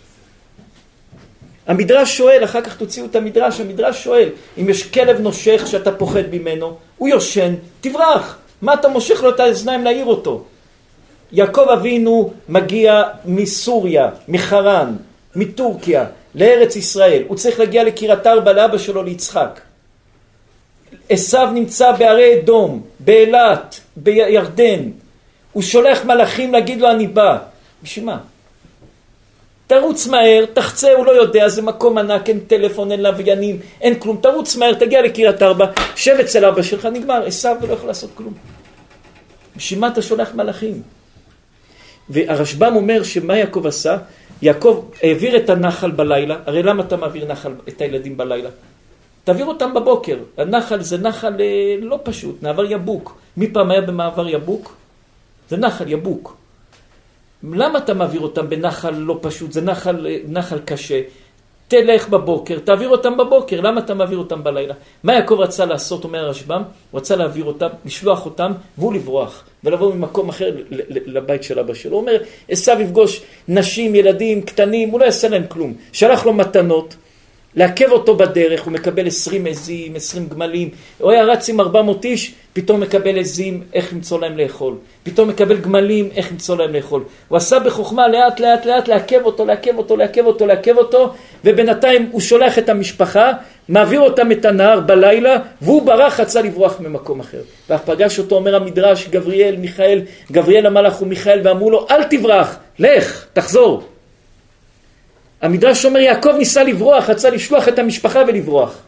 המדרש שואל, אחר כך תוציאו את המדרש, המדרש שואל, אם יש כלב נושך שאתה פוחד ממנו, הוא יושן, תברח. מה אתה מושך לו את האוזניים להעיר אותו? יעקב אבינו מגיע מסוריה, מחרן, מטורקיה, לארץ ישראל. הוא צריך להגיע לקריית ארבע, לאבא שלו ליצחק. עשיו נמצא בערי אדום, באילת, בירדן. הוא שולח מלאכים להגיד לו אני בא. בשביל מה? תרוץ מהר, תחצה, הוא לא יודע, זה מקום ענק, אין טלפון, אין לוויינים, אין כלום. תרוץ מהר, תגיע לקריית ארבע, שב אצל אבא שלך, נגמר. עשיו לא יכול לעשות כלום. בשביל מה אתה שולח מלאכים? והרשב"ם אומר שמה יעקב עשה? יעקב העביר את הנחל בלילה. הרי למה אתה מעביר נחל, את הילדים בלילה? תעביר אותם בבוקר. הנחל זה נחל לא פשוט, מעבר יבוק. מי פעם היה במעבר יבוק? זה נחל יבוק. למה אתה מעביר אותם בנחל לא פשוט? זה נחל, נחל קשה. תלך בבוקר, תעביר אותם בבוקר. למה אתה מעביר אותם בלילה? מה יעקב רצה לעשות, אומר הרשב"ם? הוא רצה להעביר אותם, לשלוח אותם, והוא לברוח. ולבוא ממקום אחר לבית של אבא שלו. הוא אומר, עשיו יפגוש נשים, ילדים, קטנים, הוא לא יעשה להם כלום. שלח לו מתנות. לעכב אותו בדרך, הוא מקבל עשרים עזים, עשרים גמלים, הוא היה רץ עם ארבע מאות איש, פתאום מקבל עזים, איך למצוא להם לאכול, פתאום מקבל גמלים, איך למצוא להם לאכול. הוא עשה בחוכמה לאט לאט לאט לעכב אותו, לעכב אותו, לעכב אותו, לעכב אותו, ובינתיים הוא שולח את המשפחה, מעביר אותם את הנהר בלילה, והוא ברח, רצה לברוח ממקום אחר. ואף פגש אותו, אומר המדרש, גבריאל, מיכאל, גבריאל המלאך ומיכאל, ואמרו לו, אל תברח, לך, תחזור. המדרש אומר, יעקב ניסה לברוח, רצה לשלוח את המשפחה ולברוח.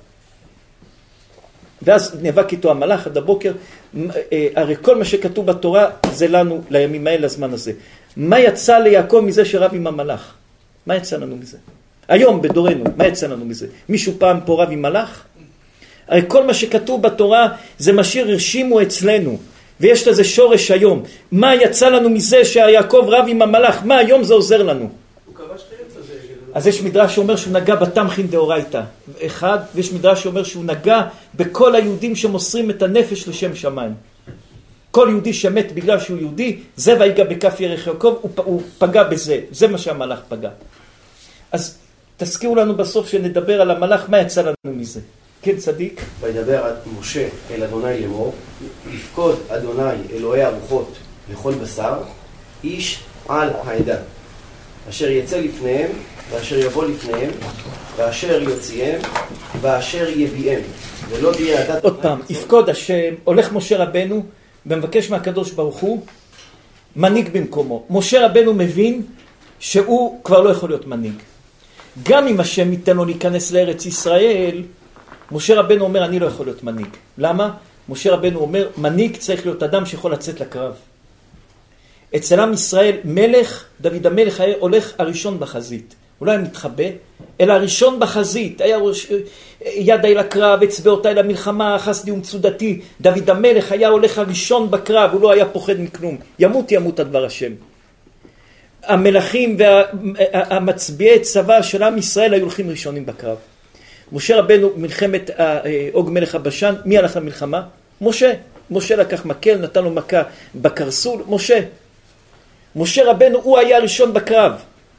ואז נאבק איתו המלאך עד הבוקר. הרי כל מה שכתוב בתורה זה לנו, לימים האלה, לזמן הזה. מה יצא ליעקב מזה שרב עם המלאך? מה יצא לנו מזה? היום בדורנו, מה יצא לנו מזה? מישהו פעם פה רב עם מלאך? הרי כל מה שכתוב בתורה זה משאיר הרשימו אצלנו. ויש לזה שורש היום. מה יצא לנו מזה שיעקב רב עם המלאך? מה היום זה עוזר לנו? אז יש מדרש שאומר שהוא נגע בתמחין דאורייתא, אחד, ויש מדרש שאומר שהוא נגע בכל היהודים שמוסרים את הנפש לשם שמיים. כל יהודי שמת בגלל שהוא יהודי, זה ויגע בכף ירך יעקב, הוא, הוא פגע בזה, זה מה שהמלאך פגע. אז תזכירו לנו בסוף שנדבר על המלאך, מה יצא לנו מזה. כן, צדיק? וידבר משה אל אדוני לאמור, יפקוד אדוני אלוהי הרוחות לכל בשר, איש על העדה, אשר יצא לפניהם, ואשר יבוא לפניהם, ואשר יוציאם, ואשר יביאם, ולא תהיה עדת... עוד פעם, יפקוד השם, הולך משה רבנו, ומבקש מהקדוש ברוך הוא, מנהיג במקומו. משה רבנו מבין שהוא כבר לא יכול להיות מנהיג. גם אם השם ייתן לו להיכנס לארץ ישראל, משה רבנו אומר, אני לא יכול להיות מנהיג. למה? משה רבנו אומר, מנהיג צריך להיות אדם שיכול לצאת לקרב. אצל עם ישראל, מלך, דוד המלך היה הולך הראשון בחזית. הוא לא היה מתחבא, אלא הראשון בחזית. היה ראש, ידי לקרב, אצבעותיי למלחמה, חסדי ומצודתי. דוד המלך היה הולך הראשון בקרב, הוא לא היה פוחד מכלום. ימות ימות הדבר השם. המלכים והמצביעי צבא של עם ישראל היו הולכים ראשונים בקרב. משה רבנו, מלחמת אוג מלך הבשן, מי הלך למלחמה? משה. משה לקח מקל, נתן לו מכה בקרסול, משה. משה רבנו הוא היה הראשון בקרב.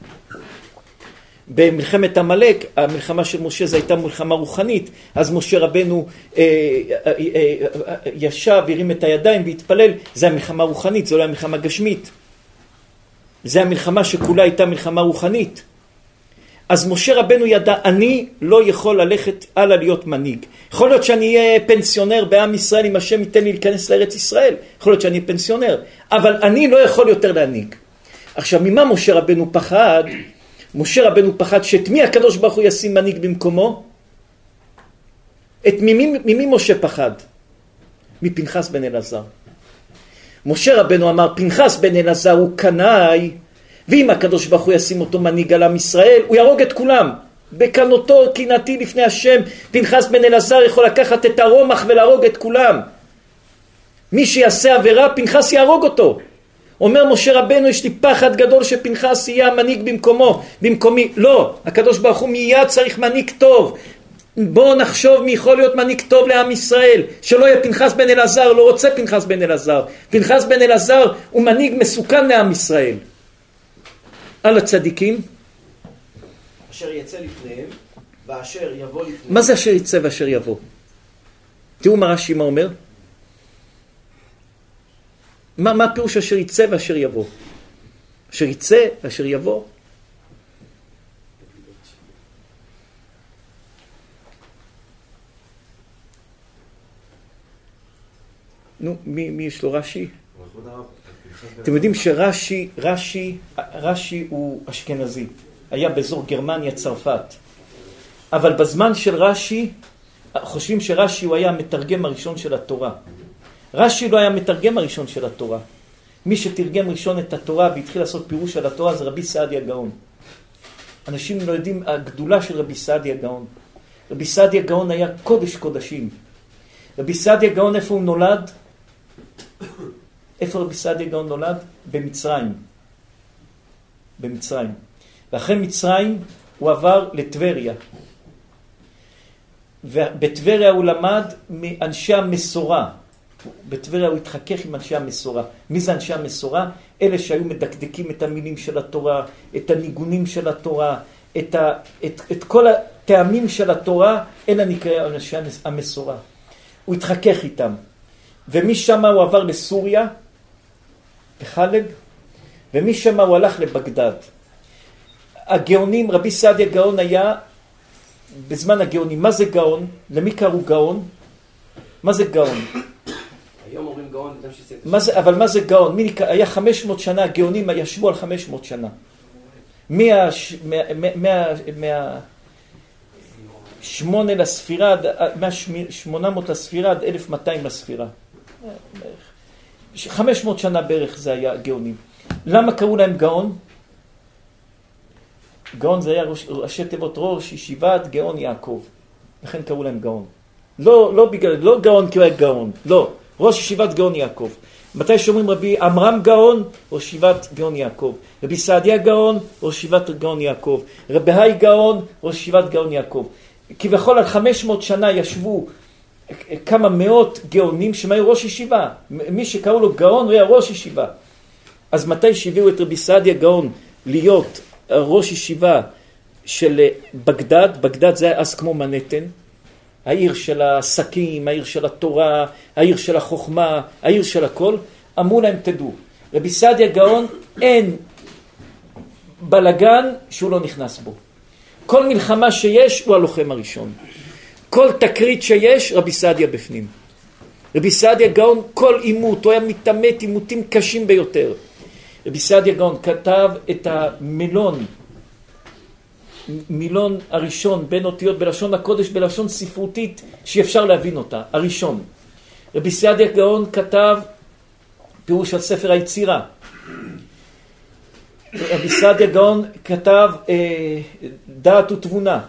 במלחמת המלך, המלחמה של משה זו הייתה מלחמה רוחנית, אז משה רבנו אה, אה, אה, אה, ישב, הרים את הידיים והתפלל, זו המלחמה רוחנית, זו לא המלחמה גשמית. זו המלחמה שכולה הייתה מלחמה רוחנית. אז משה רבנו ידע, אני לא יכול ללכת הלאה להיות מנהיג. יכול להיות שאני אהיה פנסיונר בעם ישראל, אם השם ייתן לי להיכנס לארץ ישראל. יכול להיות שאני אהיה פנסיונר. אבל אני לא יכול יותר להנהיג. עכשיו, ממה משה רבנו פחד? משה רבנו פחד שאת מי הקדוש ברוך הוא ישים מנהיג במקומו? את מי, מי, מי משה פחד? מפנחס בן אלעזר. משה רבנו אמר, פנחס בן אלעזר הוא קנאי, ואם הקדוש ברוך הוא ישים אותו מנהיג על עם ישראל, הוא ירוג את כולם. בקנותו קינאתי לפני השם, פנחס בן אלעזר יכול לקחת את הרומח ולהרוג את כולם. מי שיעשה עבירה, פנחס יהרוג אותו. אומר משה רבנו, יש לי פחד גדול שפנחס יהיה המנהיג במקומו, במקומי. לא, הקדוש ברוך הוא מיד צריך מנהיג טוב. בואו נחשוב מי יכול להיות מנהיג טוב לעם ישראל, שלא יהיה פנחס בן אלעזר, לא רוצה פנחס בן אלעזר. פנחס בן אלעזר הוא מנהיג מסוכן לעם ישראל. על הצדיקים. אשר יצא לפניהם, ואשר יבוא לפניהם. מה זה אשר יצא ואשר יבוא? תראו מה רש"י מה אומר. מה, מה הפירוש אשר יצא ואשר יבוא? אשר יצא ואשר יבוא. נו, מי, מי יש לו רש"י? אתם יודעים שרש"י, רש"י, רש"י הוא אשכנזי. היה באזור גרמניה, צרפת. אבל בזמן של רש"י, חושבים שרש"י הוא היה המתרגם הראשון של התורה. רש"י לא היה המתרגם הראשון של התורה. מי שתרגם ראשון את התורה והתחיל לעשות פירוש על התורה זה רבי סעדיה גאון. אנשים לא יודעים הגדולה של רבי סעדיה גאון. רבי סעדיה גאון היה קודש קודשים. רבי סעדיה גאון איפה הוא נולד? איפה רבי סעדיה גאון נולד? במצרים. במצרים. ואחרי מצרים הוא עבר לטבריה. ובטבריה הוא למד מאנשי המסורה. בטבריה הוא התחכך עם אנשי המסורה. מי זה אנשי המסורה? אלה שהיו מדקדקים את המילים של התורה, את הניגונים של התורה, את, ה, את, את כל הטעמים של התורה, אלה נקרא אנשי המסורה. הוא התחכך איתם. ומשם הוא עבר לסוריה, לחלב, ומשם הוא הלך לבגדד. הגאונים, רבי סעדיה גאון היה בזמן הגאונים. מה זה גאון? למי קראו גאון? מה זה גאון? היום אומרים גאון, מה זה, אבל מה זה גאון? מי, היה חמש מאות שנה, הגאונים ישבו על חמש מאות שנה. מה, מה, מה, מה, שמונה לספירה, מה-שמונה מאות לספירה עד אלף ומאתיים לספירה. חמש מאות שנה בערך זה היה גאונים. למה קראו להם גאון? גאון זה היה ראשי תיבות ראש ישיבת גאון יעקב. לכן קראו להם גאון. לא, לא בגלל, לא גאון כי הוא היה גאון. לא, ראש ישיבת גאון יעקב. מתי שאומרים רבי אמרם גאון, ראש ישיבת גאון יעקב. רבי סעדיה גאון, ראש ישיבת גאון יעקב. רבי היי גאון, ראש ישיבת גאון יעקב. כביכול על חמש מאות שנה ישבו כמה מאות גאונים שהיו ראש ישיבה. מי שקראו לו גאון הוא היה ראש ישיבה. אז מתי שהביאו את רבי סעדיה גאון להיות ראש ישיבה של בגדד, בגדד זה אז כמו מנהטן, העיר של העסקים, העיר של התורה, העיר של החוכמה, העיר של הכל, אמרו להם תדעו, רבי סעדיה גאון אין בלגן שהוא לא נכנס בו. כל מלחמה שיש הוא הלוחם הראשון. כל תקרית שיש רבי סעדיה בפנים. רבי סעדיה גאון כל עימות, הוא היה מתעמת עימותים קשים ביותר. רבי סעדיה גאון כתב את המילון, מילון הראשון בין אותיות בלשון הקודש בלשון ספרותית שאפשר להבין אותה, הראשון. רבי סעדיה גאון כתב פירוש על ספר היצירה. רבי סעדיה גאון כתב אה, דעת ותבונה.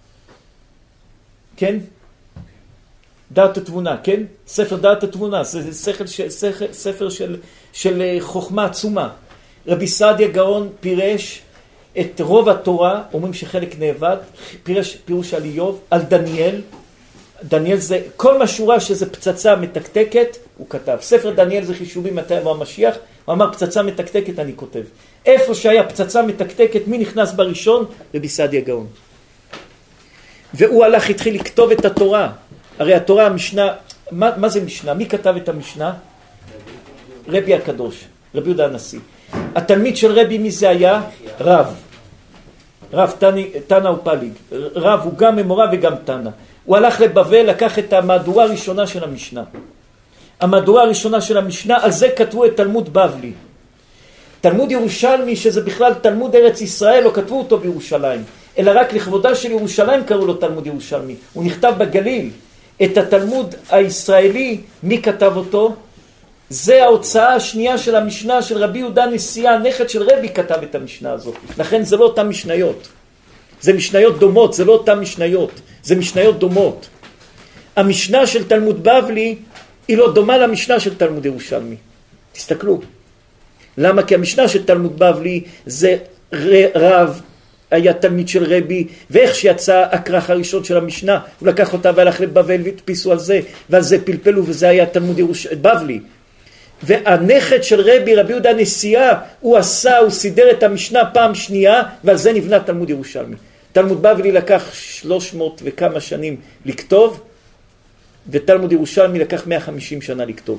כן? דעת ותבונה, כן? ספר דעת ותבונה, זה ספר של, ספר, ספר של, של חוכמה עצומה. רבי סעדיה גאון פירש את רוב התורה, אומרים שחלק נאבד, פירש פירוש על איוב, על דניאל. דניאל זה, כל מה שורה שזה פצצה מתקתקת, הוא כתב. ספר דניאל זה חישובים מתי יבוא המשיח, הוא אמר פצצה מתקתקת אני כותב. איפה שהיה פצצה מתקתקת, מי נכנס בראשון? רבי סעדיה גאון. והוא הלך, התחיל לכתוב את התורה. הרי התורה, המשנה, מה, מה זה משנה? מי כתב את המשנה? רבי הקדוש, רבי יהודה הנשיא. התלמיד של רבי מי זה היה? רב. רב תני, תנא ופליג. רב הוא גם ממורה וגם תנא. הוא הלך לבבל, לקח את המהדורה הראשונה של המשנה. המהדורה הראשונה של המשנה, על זה כתבו את תלמוד בבלי. תלמוד ירושלמי, שזה בכלל תלמוד ארץ ישראל, לא כתבו אותו בירושלים, אלא רק לכבודה של ירושלים קראו לו תלמוד ירושלמי. הוא נכתב בגליל. את התלמוד הישראלי, מי כתב אותו? זה ההוצאה השנייה של המשנה של רבי יהודה הנשיא, הנכד של רבי כתב את המשנה הזאת. לכן זה לא אותם משניות. זה משניות דומות, זה לא אותם משניות. זה משניות דומות. המשנה של תלמוד בבלי היא לא דומה למשנה של תלמוד ירושלמי. תסתכלו. למה? כי המשנה של תלמוד בבלי זה רב, היה תלמיד של רבי, ואיך שיצא הכרך הראשון של המשנה, הוא לקח אותה והלך לבבל והתפיסו על זה, ועל זה פלפלו, וזה היה תלמוד ירוש... בבלי. והנכד של רבי, רבי יהודה הנשיאה, הוא עשה, הוא סידר את המשנה פעם שנייה, ועל זה נבנה תלמוד ירושלמי. תלמוד בבלי לקח שלוש מאות וכמה שנים לכתוב, ותלמוד ירושלמי לקח מאה וחמישים שנה לכתוב.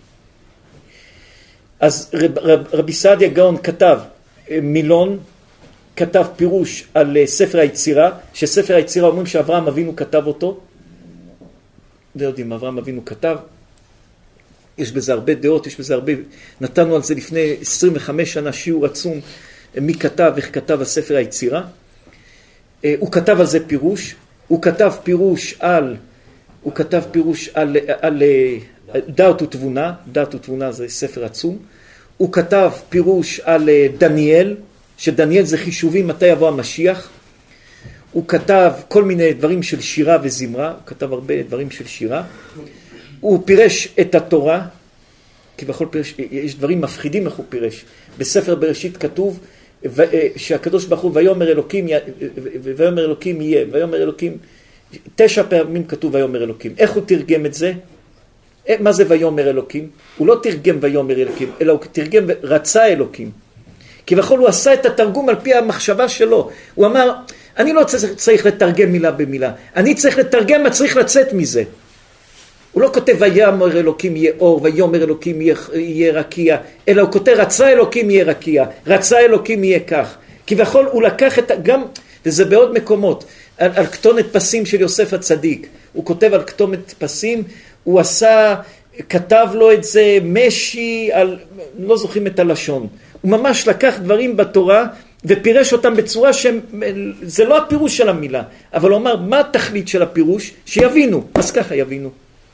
אז רב, רב, רבי סעדיה גאון כתב מילון, כתב פירוש על ספר היצירה, שספר היצירה אומרים שאברהם אבינו כתב אותו. לא יודעים, אברהם אבינו כתב. יש בזה הרבה דעות, יש בזה הרבה... נתנו על זה לפני עשרים וחמש שנה שיעור עצום, מי כתב, איך כתב הספר היצירה. הוא כתב על זה פירוש. הוא כתב פירוש על... הוא כתב פירוש על... על דעת ותבונה. דעת ותבונה זה ספר עצום. הוא כתב פירוש על דניאל, שדניאל זה חישובים מתי יבוא המשיח. הוא כתב כל מיני דברים של שירה וזמרה, הוא כתב הרבה דברים של שירה. הוא פירש את התורה, כי בכל פירש, יש דברים מפחידים איך הוא פירש. בספר בראשית כתוב שהקדוש ברוך הוא ויאמר אלוקים, ויאמר אלוקים יהיה, ויאמר אלוקים, תשע פעמים כתוב ויאמר אלוקים. איך הוא תרגם את זה? מה זה ויאמר אלוקים? הוא לא תרגם ויאמר אלוקים, אלא הוא תרגם רצה אלוקים. כי בכל הוא עשה את התרגום על פי המחשבה שלו. הוא אמר, אני לא צריך לתרגם מילה במילה, אני צריך לתרגם מה צריך לצאת מזה. הוא לא כותב ויאמר אלוקים יהיה אור, ויאמר אלוקים יהיה, יהיה רקיע, אלא הוא כותב רצה אלוקים יהיה רקיע, רצה אלוקים יהיה כך. כי בכל הוא לקח את, גם, וזה בעוד מקומות, על, על כתונת פסים של יוסף הצדיק. הוא כותב על כתונת פסים, הוא עשה, כתב לו את זה משי, על, לא זוכרים את הלשון. הוא ממש לקח דברים בתורה ופירש אותם בצורה שזה לא הפירוש של המילה, אבל הוא אמר מה התכלית של הפירוש? שיבינו, אז ככה יבינו.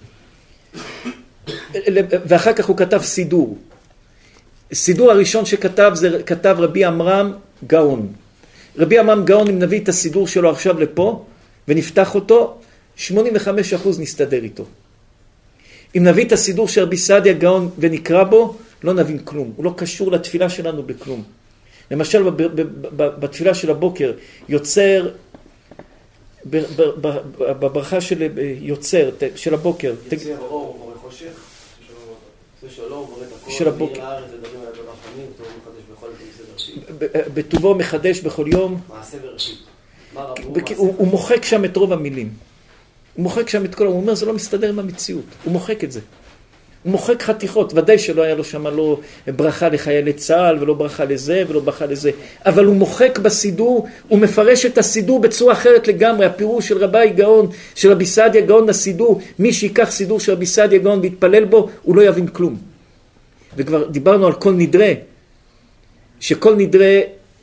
ואחר כך הוא כתב סידור. סידור הראשון שכתב זה כתב רבי עמרם גאון. רבי עמרם גאון, אם נביא את הסידור שלו עכשיו לפה ונפתח אותו, שמונים וחמישה אחוז נסתדר איתו. אם נביא את הסידור של רבי סעדיה גאון ונקרא בו, לא נבין כלום. הוא לא קשור לתפילה שלנו בכלום. למשל, בתפילה של הבוקר, יוצר, בברכה של יוצר, של הבוקר. יוצר אור ובורא חושך, שלום ובורא את הכל, של הבוקר. מאיר הארץ לדברים על הדבר חמים, טוב מחדש בכל יום. בטובו מחדש בכל יום. מעשה בראשית. הוא, הוא מוחק שם את רוב המילים. הוא מוחק שם את כל, הוא אומר, זה לא מסתדר עם המציאות. הוא מוחק את זה. הוא מוחק חתיכות. ודאי שלא היה לו שם לא ברכה לחיילי צה"ל, ולא ברכה לזה, ולא ברכה לזה. אבל הוא מוחק בסידור, הוא מפרש את הסידור בצורה אחרת לגמרי. הפירוש של רבי גאון, של רבי סעדיה גאון לסידור, מי שיקח סידור של רבי סעדיה גאון ויתפלל בו, הוא לא יבין כלום. וכבר דיברנו על כל נדרה, שכל נדרה,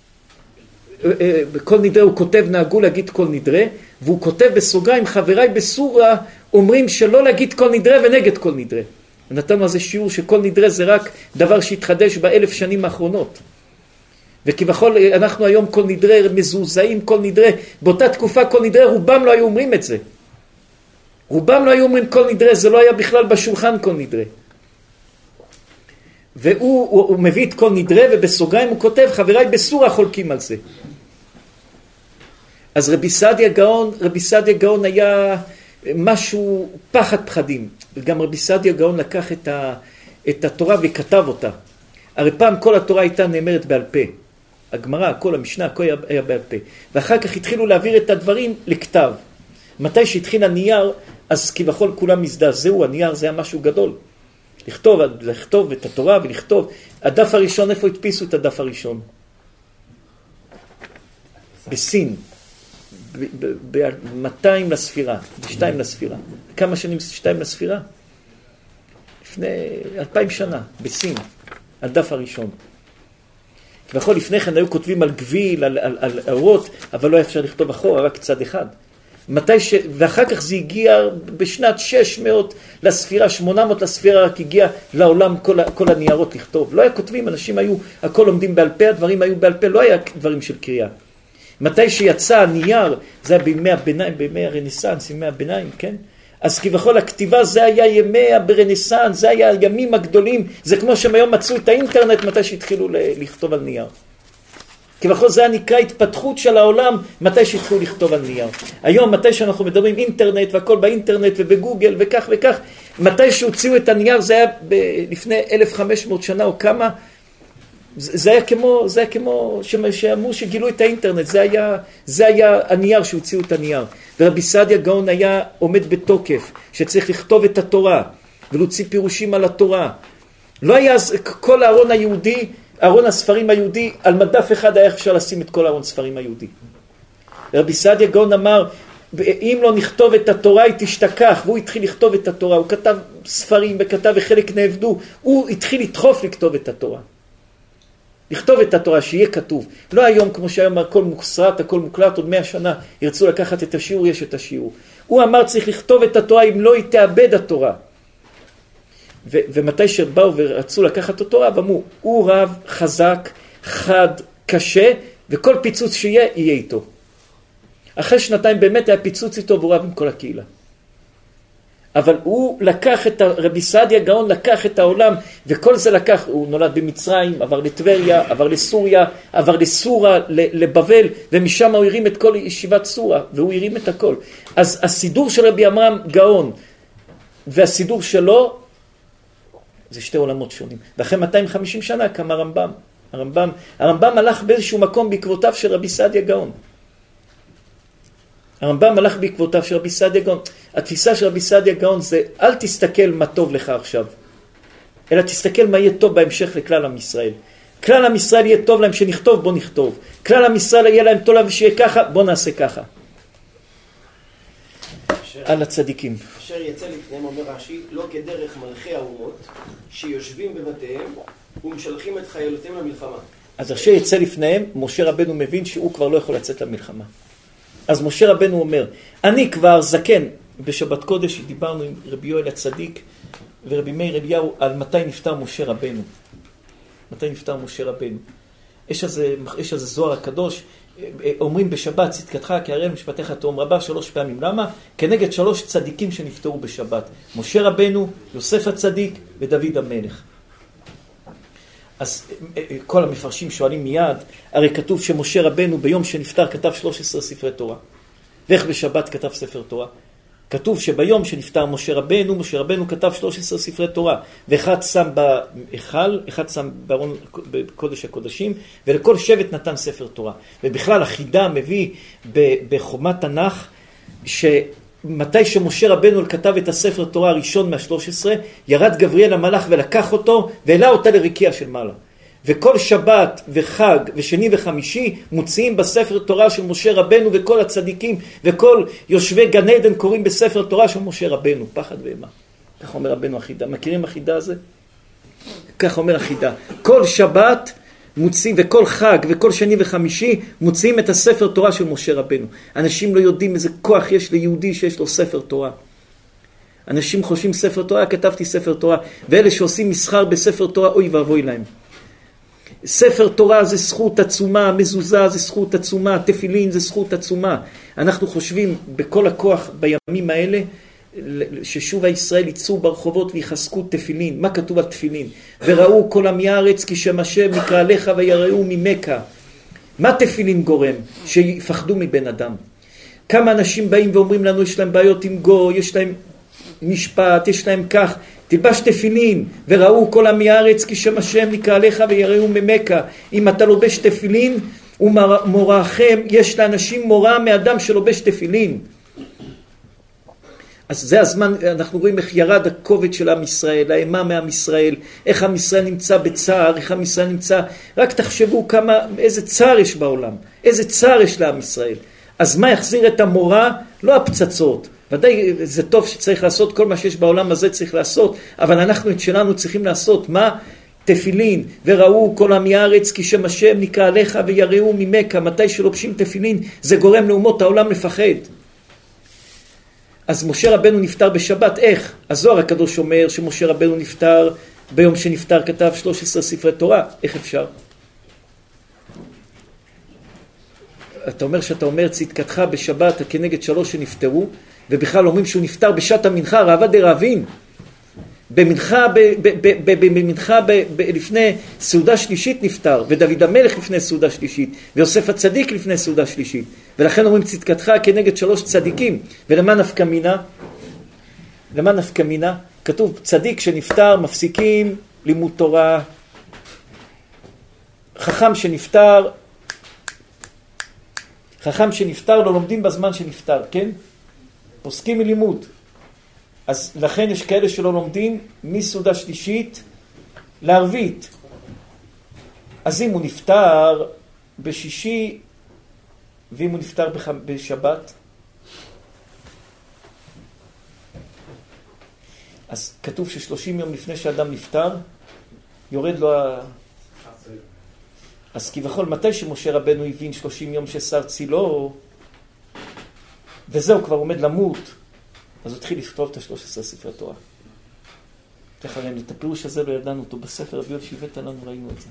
בכל נדרה הוא כותב, נהגו להגיד כל נדרה, והוא כותב בסוגריים, חבריי בסורה אומרים שלא להגיד כל נדרה ונגד כל נדרה. ונתנו על זה שיעור שכל נדרה זה רק דבר שהתחדש באלף שנים האחרונות. וכביכול אנחנו היום כל נדרה מזועזעים, כל נדרה, באותה תקופה כל נדרה, רובם לא היו אומרים את זה. רובם לא היו אומרים כל נדרה, זה לא היה בכלל בשולחן כל נדרה. והוא הוא, הוא מביא את כל נדרה, ובסוגריים הוא כותב, חבריי בסורה חולקים על זה. אז רבי סעדיה גאון, רבי סעדיה גאון היה משהו פחד פחדים. וגם רבי סעדיה גאון לקח את, ה, את התורה וכתב אותה. הרי פעם כל התורה הייתה נאמרת בעל פה. הגמרא, כל המשנה, הכל היה, היה בעל פה. ואחר כך התחילו להעביר את הדברים לכתב. מתי שהתחיל הנייר, אז כביכול כולם הזדעזעו, הנייר זה היה משהו גדול. לכתוב, לכתוב את התורה ולכתוב. הדף הראשון, איפה הדפיסו את הדף הראשון? בסין. ב-מאתיים לספירה, ב-שתיים לספירה. כמה שנים שתיים לספירה? לפני אלפיים שנה, בסין, הדף הראשון. כביכול לפני כן היו כותבים על גביל, על, על, על אורות, אבל לא היה אפשר לכתוב אחורה, רק צד אחד. מתי ש... ואחר כך זה הגיע בשנת שש מאות לספירה, שמונה מאות לספירה, רק הגיע לעולם כל, ה... כל הניירות לכתוב. לא היה כותבים, אנשים היו, הכל לומדים בעל פה, הדברים היו בעל פה, לא היה דברים של קריאה. מתי שיצא הנייר, זה היה בימי הביניים, בימי הרנסנס, ימי הביניים, כן? אז כביכול הכתיבה זה היה ימי הברנסנס, זה היה הימים הגדולים, זה כמו שהם היום מצאו את האינטרנט מתי שהתחילו לכתוב על נייר. כביכול זה היה נקרא התפתחות של העולם מתי שהתחילו לכתוב על נייר. היום מתי שאנחנו מדברים אינטרנט והכל באינטרנט ובגוגל וכך וכך, מתי שהוציאו את הנייר זה היה ב- לפני אלף וחמש מאות שנה או כמה, זה היה כמו, זה היה כמו שאמרו שגילו את האינטרנט, זה היה, זה היה הנייר שהוציאו את הנייר. ורבי סעדיה גאון היה עומד בתוקף, שצריך לכתוב את התורה, ולהוציא פירושים על התורה. לא היה כל הארון היהודי, ארון הספרים היהודי, על מדף אחד היה אפשר לשים את כל הארון ספרים היהודי. רבי סעדיה גאון אמר, אם לא נכתוב את התורה היא תשתכח, והוא התחיל לכתוב את התורה, הוא כתב ספרים וכתב וחלק נעבדו, הוא התחיל לדחוף לכתוב את התורה. לכתוב את התורה, שיהיה כתוב. לא היום כמו שהיום הכל מוסרט, הכל מוקלט, עוד מאה שנה ירצו לקחת את השיעור, יש את השיעור. הוא אמר צריך לכתוב את התורה, אם לא היא תאבד התורה. ו- ומתי שבאו ורצו לקחת את התורה, ואמרו, הוא רב חזק, חד, קשה, וכל פיצוץ שיהיה, יהיה איתו. אחרי שנתיים באמת היה פיצוץ איתו, והוא רב עם כל הקהילה. אבל הוא לקח את רבי סעדיה גאון, לקח את העולם, וכל זה לקח, הוא נולד במצרים, עבר לטבריה, עבר לסוריה, עבר לסורה, לבבל, ומשם הוא הרים את כל ישיבת סורה, והוא הרים את הכל. אז הסידור של רבי עמרם גאון, והסידור שלו, זה שתי עולמות שונים. ואחרי מאתיים וחמישים שנה קם הרמב"ם. הרמב"ם, הרמב"ם הלך באיזשהו מקום בעקבותיו של רבי סעדיה גאון. הרמב"ם הלך בעקבותיו של רבי סעדיה גאון. התפיסה של רבי סעדיה גאון זה, אל תסתכל מה טוב לך עכשיו, אלא תסתכל מה יהיה טוב בהמשך לכלל עם ישראל. כלל עם ישראל יהיה טוב להם שנכתוב, בוא נכתוב. כלל עם ישראל יהיה להם טוב להם שיהיה ככה, בוא נעשה ככה. על הצדיקים. אשר יצא לפניהם, אומר רש"י, לא כדרך מלכי האומות, שיושבים בבתיהם ומשלחים את חיילותיהם למלחמה. אז אשר יצא לפניהם, משה רבנו מבין שהוא כבר לא יכול לצאת למלחמה. אז משה רבנו אומר, אני כבר זקן, בשבת קודש דיברנו עם רבי יואל הצדיק ורבי מאיר אליהו על מתי נפטר משה רבנו. מתי נפטר משה רבנו. יש איזה, יש איזה זוהר הקדוש, אומרים בשבת, צדקתך כי הרי משפטיך תאום רבה שלוש פעמים. למה? כנגד שלוש צדיקים שנפטרו בשבת. משה רבנו, יוסף הצדיק ודוד המלך. אז כל המפרשים שואלים מיד, הרי כתוב שמשה רבנו ביום שנפטר כתב שלוש עשרה ספרי תורה. ואיך בשבת כתב ספר תורה? כתוב שביום שנפטר משה רבנו, משה רבנו כתב שלוש עשרה ספרי תורה, ואחד שם בהיכל, אחד שם בארון בקודש הקודשים, ולכל שבט נתן ספר תורה. ובכלל החידה מביא בחומת תנ"ך, שמתי שמשה רבנו כתב את הספר תורה הראשון מה-שלוש עשרה, ירד גבריאל המלאך ולקח אותו, והעלה אותה לרקיע של מעלה. וכל שבת וחג ושני וחמישי מוציאים בספר תורה של משה רבנו, וכל הצדיקים וכל יושבי גן עדן קוראים בספר תורה של משה רבנו, פחד ואימה. כך אומר רבנו החידה. מכירים החידה הזה? כך אומר החידה. כל שבת מוציאים, וכל חג וכל שני וחמישי מוציאים את הספר תורה של משה רבנו. אנשים לא יודעים איזה כוח יש ליהודי שיש לו ספר תורה. אנשים חושבים ספר תורה, כתבתי ספר תורה, ואלה שעושים מסחר בספר תורה, אוי ואבוי להם. ספר תורה זה זכות עצומה, מזוזה זה זכות עצומה, תפילין זה זכות עצומה. אנחנו חושבים בכל הכוח בימים האלה ששוב הישראל יצאו ברחובות ויחזקו תפילין. מה כתוב על תפילין? וראו כל עמי הארץ כי שם השם מקרא לך ויראו ממך. מה תפילין גורם? שיפחדו מבן אדם. כמה אנשים באים ואומרים לנו יש להם בעיות עם גו, יש להם משפט, יש להם כך, תלבש תפילין, וראו כל עמי הארץ כי שם השם נקרא לך ויראו ממך. אם אתה לובש תפילין ומוראכם, יש לאנשים מורה מאדם שלובש תפילין. אז זה הזמן, אנחנו רואים איך ירד הכובד של עם ישראל, האימה מעם ישראל, איך עם ישראל נמצא בצער, איך עם ישראל נמצא, רק תחשבו כמה, איזה צער יש בעולם, איזה צער יש לעם ישראל. אז מה יחזיר את המורה? לא הפצצות. ודאי זה טוב שצריך לעשות כל מה שיש בעולם הזה צריך לעשות, אבל אנחנו את שלנו צריכים לעשות. מה? תפילין. וראו כל עמי הארץ כי שם השם נקרא לך ויראו ממך. מתי שלובשים תפילין זה גורם לאומות העולם לפחד. אז משה רבנו נפטר בשבת. איך? הזוהר הקדוש אומר שמשה רבנו נפטר ביום שנפטר כתב שלוש עשרה ספרי תורה. איך אפשר? אתה אומר שאתה אומר צדקתך בשבת כנגד שלוש שנפטרו, ובכלל אומרים שהוא נפטר בשעת המנחה, ראווה דרעבין. במנחה, במנחה לפני סעודה שלישית נפטר, ודוד המלך לפני סעודה שלישית, ויוסף הצדיק לפני סעודה שלישית. ולכן אומרים צדקתך כנגד שלוש צדיקים. ולמה נפקא מינה? למה נפקא מינה? כתוב צדיק שנפטר מפסיקים לימוד תורה, חכם שנפטר, חכם שנפטר לא לומדים בזמן שנפטר, כן? פוסקים מלימוד. אז לכן יש כאלה שלא לומדים מסעודה שלישית לערבית. אז אם הוא נפטר בשישי, ואם הוא נפטר בח... בשבת, אז כתוב ששלושים יום לפני שאדם נפטר, יורד לו ה... אז כביכול מתי שמשה רבנו הבין שלושים יום ששר צילו, וזהו כבר עומד למות, אז הוא התחיל לכתוב את ה-שלוש עשרה ספרי תורה. ככה ראינו, את הפירוש הזה לא ידענו אותו בספר, רבי יואל שהבאת לנו ראינו את זה.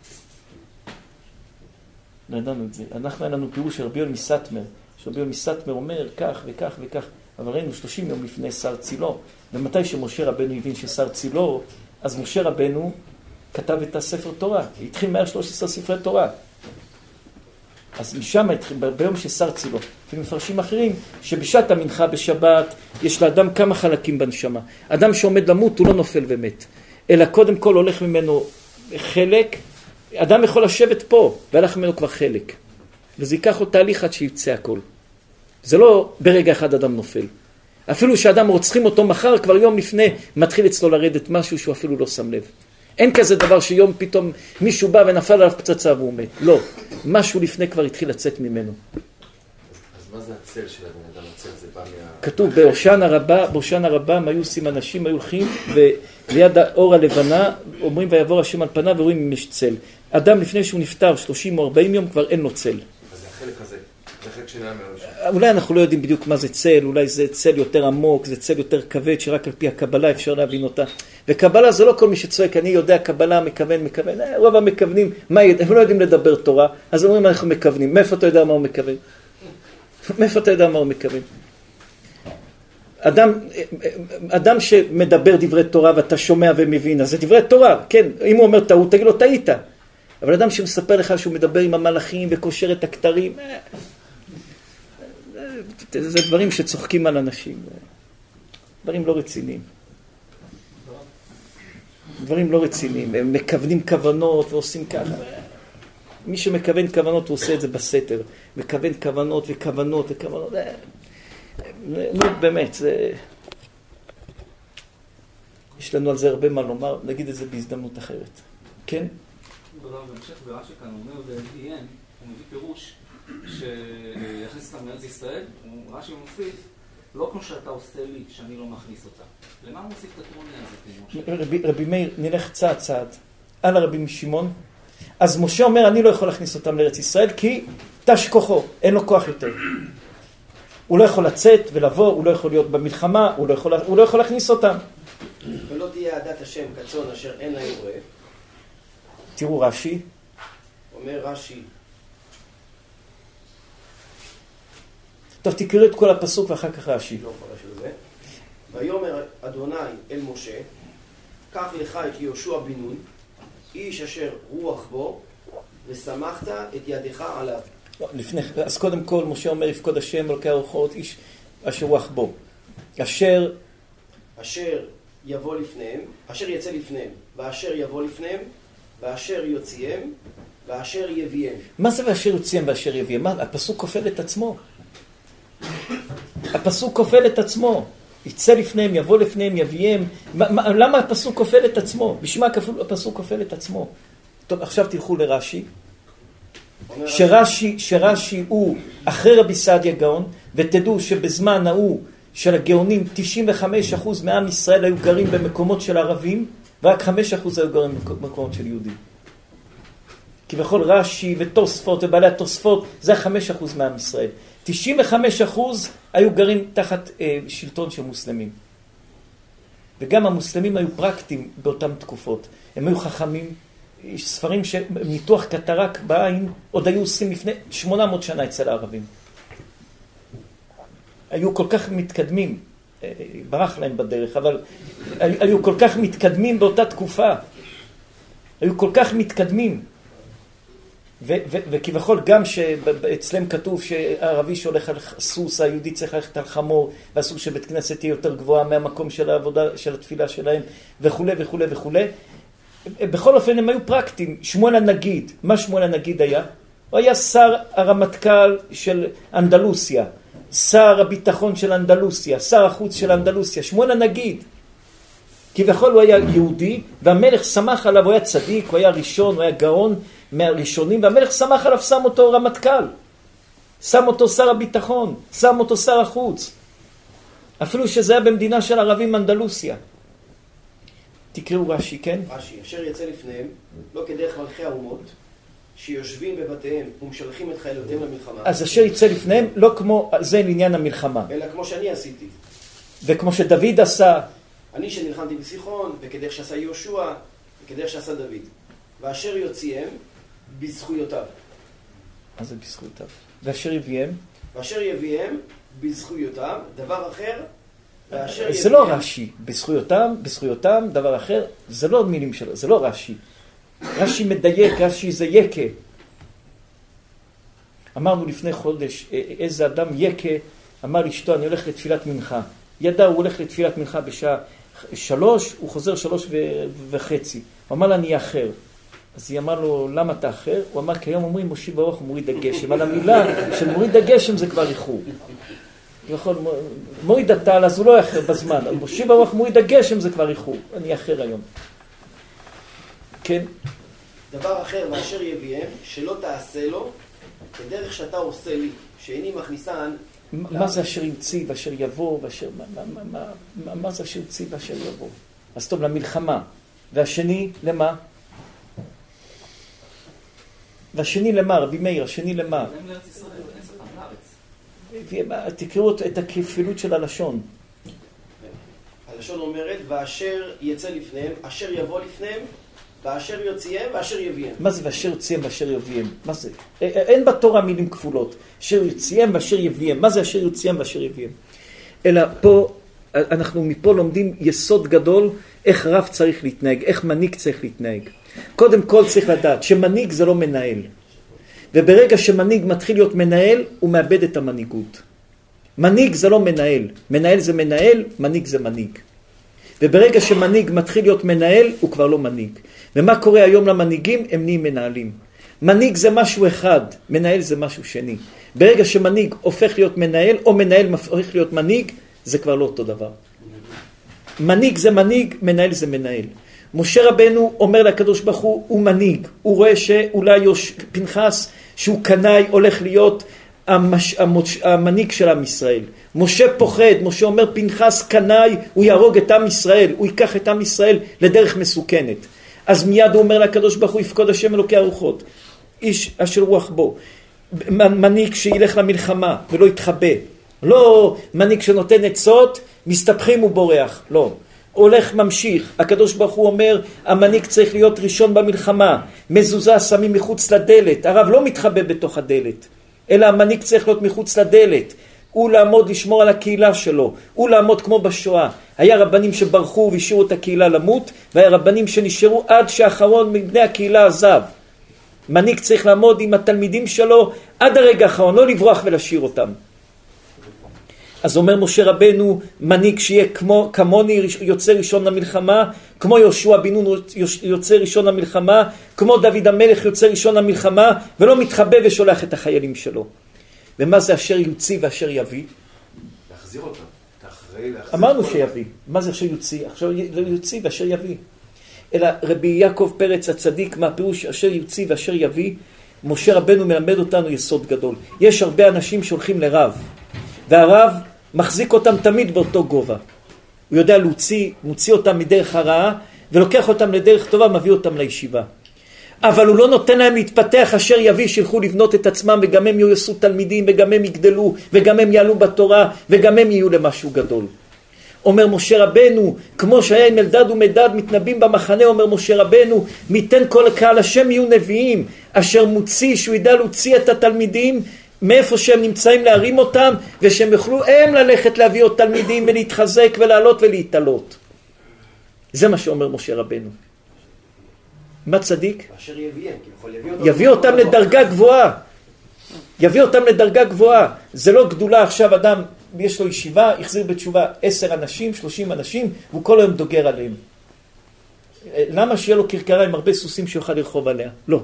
לא ידענו את זה. אנחנו היה לנו פירוש של רבי יואל מסטמר, שרבי יואל מסטמר אומר כך וכך וכך, אבל ראינו שלושים יום לפני שר צילו, ומתי שמשה רבנו הבין ששר צילו, אז משה רבנו כתב את הספר תורה, התחיל מהר שלוש עשרה ספרי תורה. אז משם התחיל, ביום ששר צילו, ומפרשים אחרים, שבשעת המנחה בשבת, יש לאדם כמה חלקים בנשמה. אדם שעומד למות, הוא לא נופל ומת, אלא קודם כל הולך ממנו חלק, אדם יכול לשבת פה, והלך ממנו כבר חלק. וזה ייקח עוד תהליך עד שיצא הכל. זה לא ברגע אחד אדם נופל. אפילו שאדם רוצחים אותו מחר, כבר יום לפני, מתחיל אצלו לרדת משהו שהוא אפילו לא שם לב. אין כזה דבר שיום פתאום מישהו בא ונפל עליו פצצה והוא מת. לא. משהו לפני כבר התחיל לצאת ממנו. אז מה זה הצל של הבן אדם? הצל זה בא מה... כתוב בהושענא רבה, בהושענא רבה, היו עושים אנשים, היו הולכים, וליד האור הלבנה, אומרים ויעבור השם על פניו, ורואים אם יש צל. אדם לפני שהוא נפטר שלושים או ארבעים יום, כבר אין לו צל. אז זה החלק הזה. זה החלק שנהיה מראש. אולי אנחנו לא יודעים בדיוק מה זה צל, אולי זה צל יותר עמוק, זה צל יותר כבד, שרק על פי הקבלה אפשר להבין אותה. וקבלה זה לא כל מי שצועק, אני יודע קבלה, מכוון, מכוון. רוב המכוונים, מה, הם לא יודעים לדבר תורה, אז אומרים אנחנו מכוונים. מאיפה אתה יודע מה הוא מכוון? מאיפה אתה יודע מה הוא מכוון? אדם, אדם שמדבר דברי תורה ואתה שומע ומבין, אז זה דברי תורה, כן, אם הוא אומר טעות, תגיד לו, טעית. אבל אדם שמספר לך שהוא מדבר עם המלאכים וקושר את הכתרים, זה דברים שצוחקים על אנשים. דברים לא רציניים. דברים לא רציניים. הם מכוונים כוונות ועושים ככה. מי שמכוון כוונות הוא עושה את זה בסתר. מכוון כוונות וכוונות וכוונות. נו, באמת, זה... יש לנו על זה הרבה מה לומר, נגיד את זה בהזדמנות אחרת. כן? תודה, בהמשך ברש"י כאן אומר ועיין, הוא מביא פירוש שיכניס אותם לארץ ישראל, רש"י מוסיף, לא כמו שאתה עושה לי, שאני לא מכניס אותה. למה הוא מוסיף את הטרוניה הזאת? רבי, רבי מאיר, נלך צעד צעד. על הרבי שמעון. אז משה אומר, אני לא יכול להכניס אותם לארץ ישראל, כי תש כוחו, אין לו כוח יותר. הוא לא יכול לצאת ולבוא, הוא לא יכול להיות במלחמה, הוא לא יכול, הוא לא יכול להכניס אותם. ולא תהיה עדת השם כצאן אשר אין להם רועה. תראו רש"י. אומר רש"י. טוב, תקראו את כל הפסוק ואחר כך רש"י. לא פרש על זה. ויאמר אדוני אל משה, קח לך את יהושע בן נון, איש אשר רוח בו, ושמחת את ידך עליו. לפני, אז קודם כל משה אומר יפקוד השם אלוקי הרוחות איש אשר רוח בו. אשר אשר יבוא לפניהם, אשר יצא לפניהם, ואשר יבוא לפניהם, ואשר יוציאם, ואשר יביאם. מה זה ואשר יוציאם ואשר יביאם? מה? הפסוק כופל את עצמו. הפסוק כופל את עצמו. יצא לפניהם, יבוא לפניהם, יביאם. מה, מה, למה הפסוק כופל את עצמו? בשביל מה הפסוק כופל את עצמו? טוב, עכשיו תלכו לרש"י. שרש"י, שרש"י הוא אחרי רבי סעדיה גאון, ותדעו שבזמן ההוא של הגאונים תשעים וחמישה אחוז מעם ישראל היו גרים במקומות של ערבים, ורק חמישה אחוז היו גרים במקומות של יהודים. כי בכל רש"י ותוספות ובעלי התוספות זה חמישה אחוז מעם ישראל. תשעים וחמישה אחוז היו גרים תחת אה, שלטון של מוסלמים. וגם המוסלמים היו פרקטיים באותן תקופות. הם היו חכמים. יש ספרים שניתוח קטרק בעין עוד היו עושים לפני שמונה מאות שנה אצל הערבים. היו כל כך מתקדמים, ברח להם בדרך, אבל היו כל כך מתקדמים באותה תקופה. היו כל כך מתקדמים. ו- ו- וכביכול גם שאצלם כתוב שהערבי שהולך על סוס, היהודי צריך ללכת על חמור, ואסור שבית כנסת יהיה יותר גבוהה מהמקום של העבודה, של התפילה שלהם, וכו' וכו' וכו'. בכל אופן הם היו פרקטיים. שמואל הנגיד, מה שמואל הנגיד היה? הוא היה שר הרמטכ"ל של אנדלוסיה, שר הביטחון של אנדלוסיה, שר החוץ של אנדלוסיה, שמואל הנגיד. כביכול הוא היה יהודי, והמלך שמח עליו, הוא היה צדיק, הוא היה ראשון, הוא היה גאון מהראשונים, והמלך שמח עליו, שם אותו רמטכ"ל, שם אותו שר הביטחון, שם אותו שר החוץ. אפילו שזה היה במדינה של ערבים אנדלוסיה. תקראו רש"י, כן? רש"י, אשר יצא לפניהם, לא כדרך מלכי האומות, שיושבים בבתיהם ומשלחים את חיילותיהם למלחמה. אז אשר יצא לפניהם, לא כמו, זה לעניין המלחמה. אלא כמו שאני עשיתי. וכמו שדוד עשה. אני שנלחמתי בסיחון, וכדרך שעשה יהושע, וכדרך שעשה דוד. ואשר יוציאם, בזכויותיו. מה זה בזכויותיו? ואשר יביאם? ואשר יביאם, בזכויותיו, דבר אחר, ואשר זה לא רש"י, בזכויותם, בזכויותם, דבר אחר, זה לא מילים שלו, זה לא רש"י. רש"י מדייק, רש"י זה יקה. אמרנו לפני חודש, איזה אדם יקה, אמר לאשתו, אני הולך לתפילת מנחה. ידע, הוא הולך לתפילת מנחה בשעה שלוש, הוא חוזר שלוש וחצי. הוא אמר לה, אני אחר. אז היא אמר לו, למה אתה אחר? הוא אמר, כי היום אומרים, מושיב ברוך מוריד הגשם. על המילה של מוריד הגשם זה כבר איחור. יכול, מוריד הטל, אז הוא לא אחר בזמן. אבל מושיב ברוך מוריד הגשם זה כבר איחור. אני אחר היום. כן? דבר אחר, ואשר יביאם, שלא תעשה לו, כדרך שאתה עושה לי, שאיני מכניסן... מה זה אשר יוציא ואשר יבוא ואשר... מה זה אשר יוציא ואשר יבוא? אז טוב, למלחמה. והשני, למה? והשני למה? רבי מאיר, השני למה? תקראו את הכפילות של הלשון. הלשון אומרת, ואשר יצא לפניהם, אשר יבוא לפניהם, ואשר יוציאם, ואשר יביאם. מה זה ואשר יוציאם ואשר יביאם? מה זה? אין בתורה מילים כפולות. אשר יוציאם ואשר יביאם. מה זה אשר יוציאם ואשר יביאם? אלא פה, אנחנו מפה לומדים יסוד גדול, איך רב צריך להתנהג, איך מנהיג צריך להתנהג. קודם כל צריך לדעת שמנהיג זה לא מנהל. וברגע שמנהיג מתחיל להיות מנהל, הוא מאבד את המנהיגות. מנהיג זה לא מנהל. מנהל זה מנהל, מנהיג זה מנהיג. וברגע שמנהיג מתחיל להיות מנהל, הוא כבר לא מנהיג. ומה קורה היום למנהיגים? הם נהיים מנהלים. מנהיג זה משהו אחד, מנהל זה משהו שני. ברגע שמנהיג הופך להיות מנהל, או מנהל הופך להיות מנהיג, זה כבר לא אותו דבר. מנהיג זה מנהיג, מנהל זה מנהל. משה רבנו אומר לקדוש ברוך הוא, הוא מנהיג. הוא רואה שאולי יוש... פנחס, שהוא קנאי, הולך להיות המש... המש... המנהיג של עם ישראל. משה פוחד, משה אומר פנחס קנאי, הוא יהרוג את עם ישראל, הוא ייקח את עם ישראל לדרך מסוכנת. אז מיד הוא אומר לקדוש ברוך הוא, יפקוד השם אלוקי הרוחות, איש אשר רוח בו. מנהיג שילך למלחמה ולא יתחבא. לא מנהיג שנותן עצות, מסתבכים ובורח. לא. הולך ממשיך. הקדוש ברוך הוא אומר, המנהיג צריך להיות ראשון במלחמה. מזוזה שמים מחוץ לדלת. הרב לא מתחבא בתוך הדלת. אלא המנהיג צריך להיות מחוץ לדלת. הוא לעמוד לשמור על הקהילה שלו. הוא לעמוד כמו בשואה. היה רבנים שברחו והשאירו את הקהילה למות, והיה רבנים שנשארו עד שאחרון מבני הקהילה עזב. מנהיג צריך לעמוד עם התלמידים שלו עד הרגע האחרון, לא לברוח ולהשאיר אותם. אז אומר משה רבנו, מנהיג שיהיה כמו, כמוני יוצא ראשון למלחמה, כמו יהושע בן נון יוצא ראשון למלחמה, כמו דוד המלך יוצא ראשון למלחמה, ולא מתחבא ושולח את החיילים שלו. ומה זה אשר יוציא ואשר יביא? להחזיר אותם. תאחרי להחזיר. אמרנו שיביא. מה זה אשר יוציא? עכשיו יוציא ואשר יביא. אלא רבי יעקב פרץ הצדיק, מהפירוש אשר יוציא ואשר יביא, משה רבנו מלמד אותנו יסוד גדול. יש הרבה אנשים שהולכים לרב, והרב מחזיק אותם תמיד באותו גובה. הוא יודע להוציא, מוציא אותם מדרך הרעה, ולוקח אותם לדרך טובה, מביא אותם לישיבה. אבל הוא לא נותן להם להתפתח אשר יביא, שילכו לבנות את עצמם, וגם הם יעשו תלמידים, וגם הם יגדלו, וגם הם יעלו בתורה, וגם הם יהיו למשהו גדול. אומר משה רבנו, כמו שהיה עם אלדד ומדד מתנבאים במחנה, אומר משה רבנו, מיתן כל קהל השם יהיו נביאים, אשר מוציא, שהוא ידע להוציא את התלמידים, מאיפה שהם נמצאים להרים אותם, ושהם יוכלו הם ללכת להביא עוד תלמידים, ולהתחזק ולעלות ולהתעלות. זה מה שאומר משה רבנו. מה צדיק? אשר יביאם, יביא, יביא אותם לדרגה גבוהה. יביא אותם לדרגה גבוהה. זה לא גדולה עכשיו אדם, יש לו ישיבה, החזיר בתשובה עשר אנשים, שלושים אנשים, והוא כל היום דוגר עליהם. למה שיהיה לו קרקרה עם הרבה סוסים שיוכל לרחוב עליה? לא.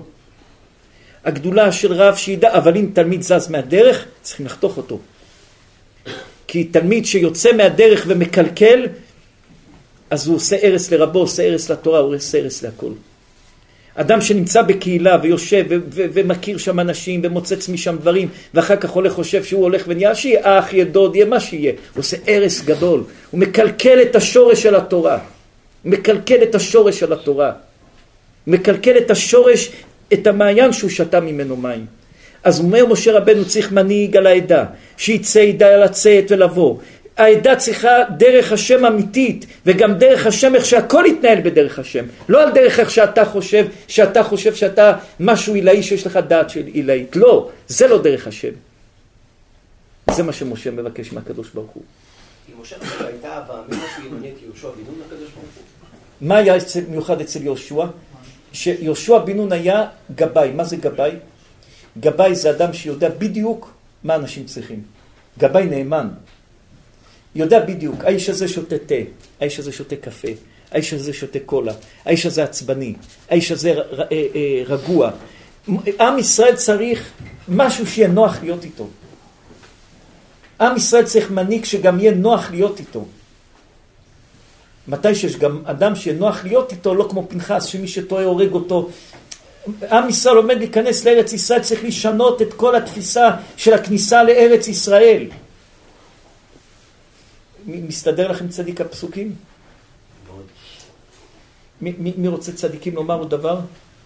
הגדולה של רב שידע, אבל אם תלמיד זז מהדרך, צריכים לחתוך אותו. כי תלמיד שיוצא מהדרך ומקלקל, אז הוא עושה ערס לרבו, עושה ערס לתורה, הוא עושה ערס להכל. אדם שנמצא בקהילה ויושב ו- ו- ומכיר שם אנשים ומוצץ משם דברים, ואחר כך הולך חושב שהוא הולך ונהיה שיהיה אח, יהיה דוד, יהיה מה שיהיה. הוא עושה ערס גדול. הוא מקלקל את השורש של התורה. הוא מקלקל את השורש של התורה. הוא מקלקל את השורש, את המעיין שהוא שתה ממנו מים. אז אומר משה רבנו, צריך מנהיג על העדה, שיצא ידע לצאת ולבוא. העדה צריכה דרך השם אמיתית, וגם דרך השם איך שהכל יתנהל בדרך השם. לא על דרך איך שאתה חושב, שאתה חושב שאתה משהו עילאי, שיש לך דעת של עילאית. לא, זה לא דרך השם. זה מה שמשה מבקש מהקדוש ברוך הוא. אם משה רבנו הייתה אבא, ממה שהוא ימנה את יהושע בן נון לקדוש ברוך הוא? מה היה מיוחד אצל יהושע? שיהושע בן נון היה גבאי. מה זה גבאי? גבאי זה אדם שיודע בדיוק מה אנשים צריכים. גבאי נאמן. יודע בדיוק, האיש הזה שותה תה, האיש הזה שותה קפה, האיש הזה שותה קולה, האיש הזה עצבני, האיש הזה רגוע. עם ישראל צריך משהו שיהיה נוח להיות איתו. עם ישראל צריך מנהיג שגם יהיה נוח להיות איתו. מתי שיש גם אדם שיהיה נוח להיות איתו, לא כמו פנחס, שמי שטועה הורג אותו. עם ישראל עומד להיכנס לארץ ישראל, צריך לשנות את כל התפיסה של הכניסה לארץ ישראל. מסתדר לכם צדיק הפסוקים? מי, מי, מי רוצה צדיקים לומר עוד דבר?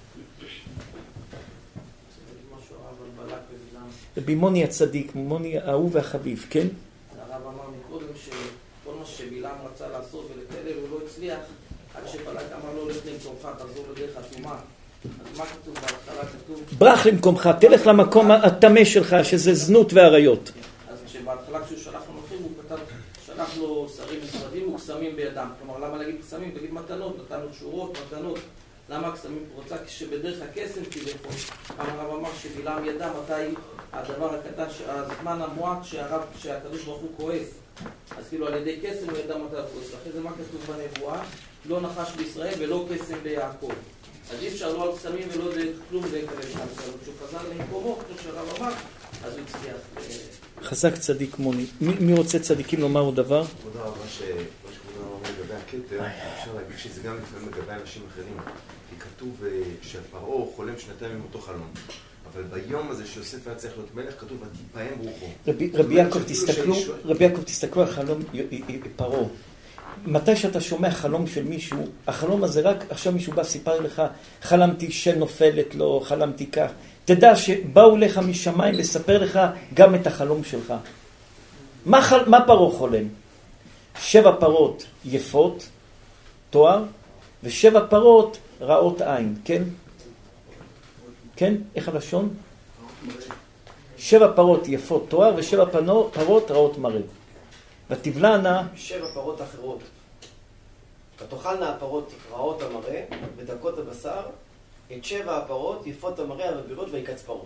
בימוני הצדיק, בימוני האהוב והחביב, כן? הרב אמר מקודם שכל מה שבלעם רצה לעשות ולתלל הוא לא הצליח, עד שבלק אמר לו לפני תורך תחזור לדרך התאומה. אז מה כתוב בהתחלה? כתוב ברח למקומך, תלך למקום הטמא שלך שזה זנות ועריות. אז שבהתחלה כשהוא שלח לו נוחים הוא כתב שלח לו שרים משרדים וקסמים בידם. כלומר, למה להגיד קסמים? תגיד מתנות, נתנו שורות, מתנות. למה הקסמים פרוצה? כשבדרך הקסם כביכול, הרב אמר שבלעם ידע מתי הדבר הקטן, הזמן המועט שהרב, שהקדוש ברוך הוא כועס. אז כאילו על ידי קסם הוא ידע מתי הוא כועס. אחרי זה מה כתוב בנבואה? לא נחש בישראל ולא קסם ביעקב. אז אי אפשר לא על קסמים ולא כלום להיכנס למקום. כשהוא חזר למקומו, כמו שהרב אמר, אז הוא הצליח. חזק צדיק מוני. מי רוצה צדיקים לומר עוד דבר? כבוד הרב, מה שכבוד הרב אומר לגבי הכתר, אפשר להגיד שזה גם לפעמים לגבי אנשים אחרים. כי כתוב שהפרעה חולם שנתיים עם אותו חלום. אבל ביום הזה שיוסף היה צריך להיות מלך, כתוב ותיפעם רוחו. רבי יעקב, תסתכלו, רבי יעקב, תסתכלו על חלום פרעה. מתי שאתה שומע חלום של מישהו, החלום הזה רק עכשיו מישהו בא סיפר לך, חלמתי שנופלת לו, חלמתי כך. תדע שבאו לך משמיים לספר לך גם את החלום שלך. מה, חל... מה פרעה חולם? שבע פרות יפות, תואר, ושבע פרות רעות עין, כן? כן? איך הלשון? שבע פרות יפות תואר ושבע פרות רעות מראה. ותבלענה שבע פרות אחרות. ותאכלנה הפרות רעות המראה ודקות הבשר, את שבע הפרות יפות המראה המבירות ויקץ פרות.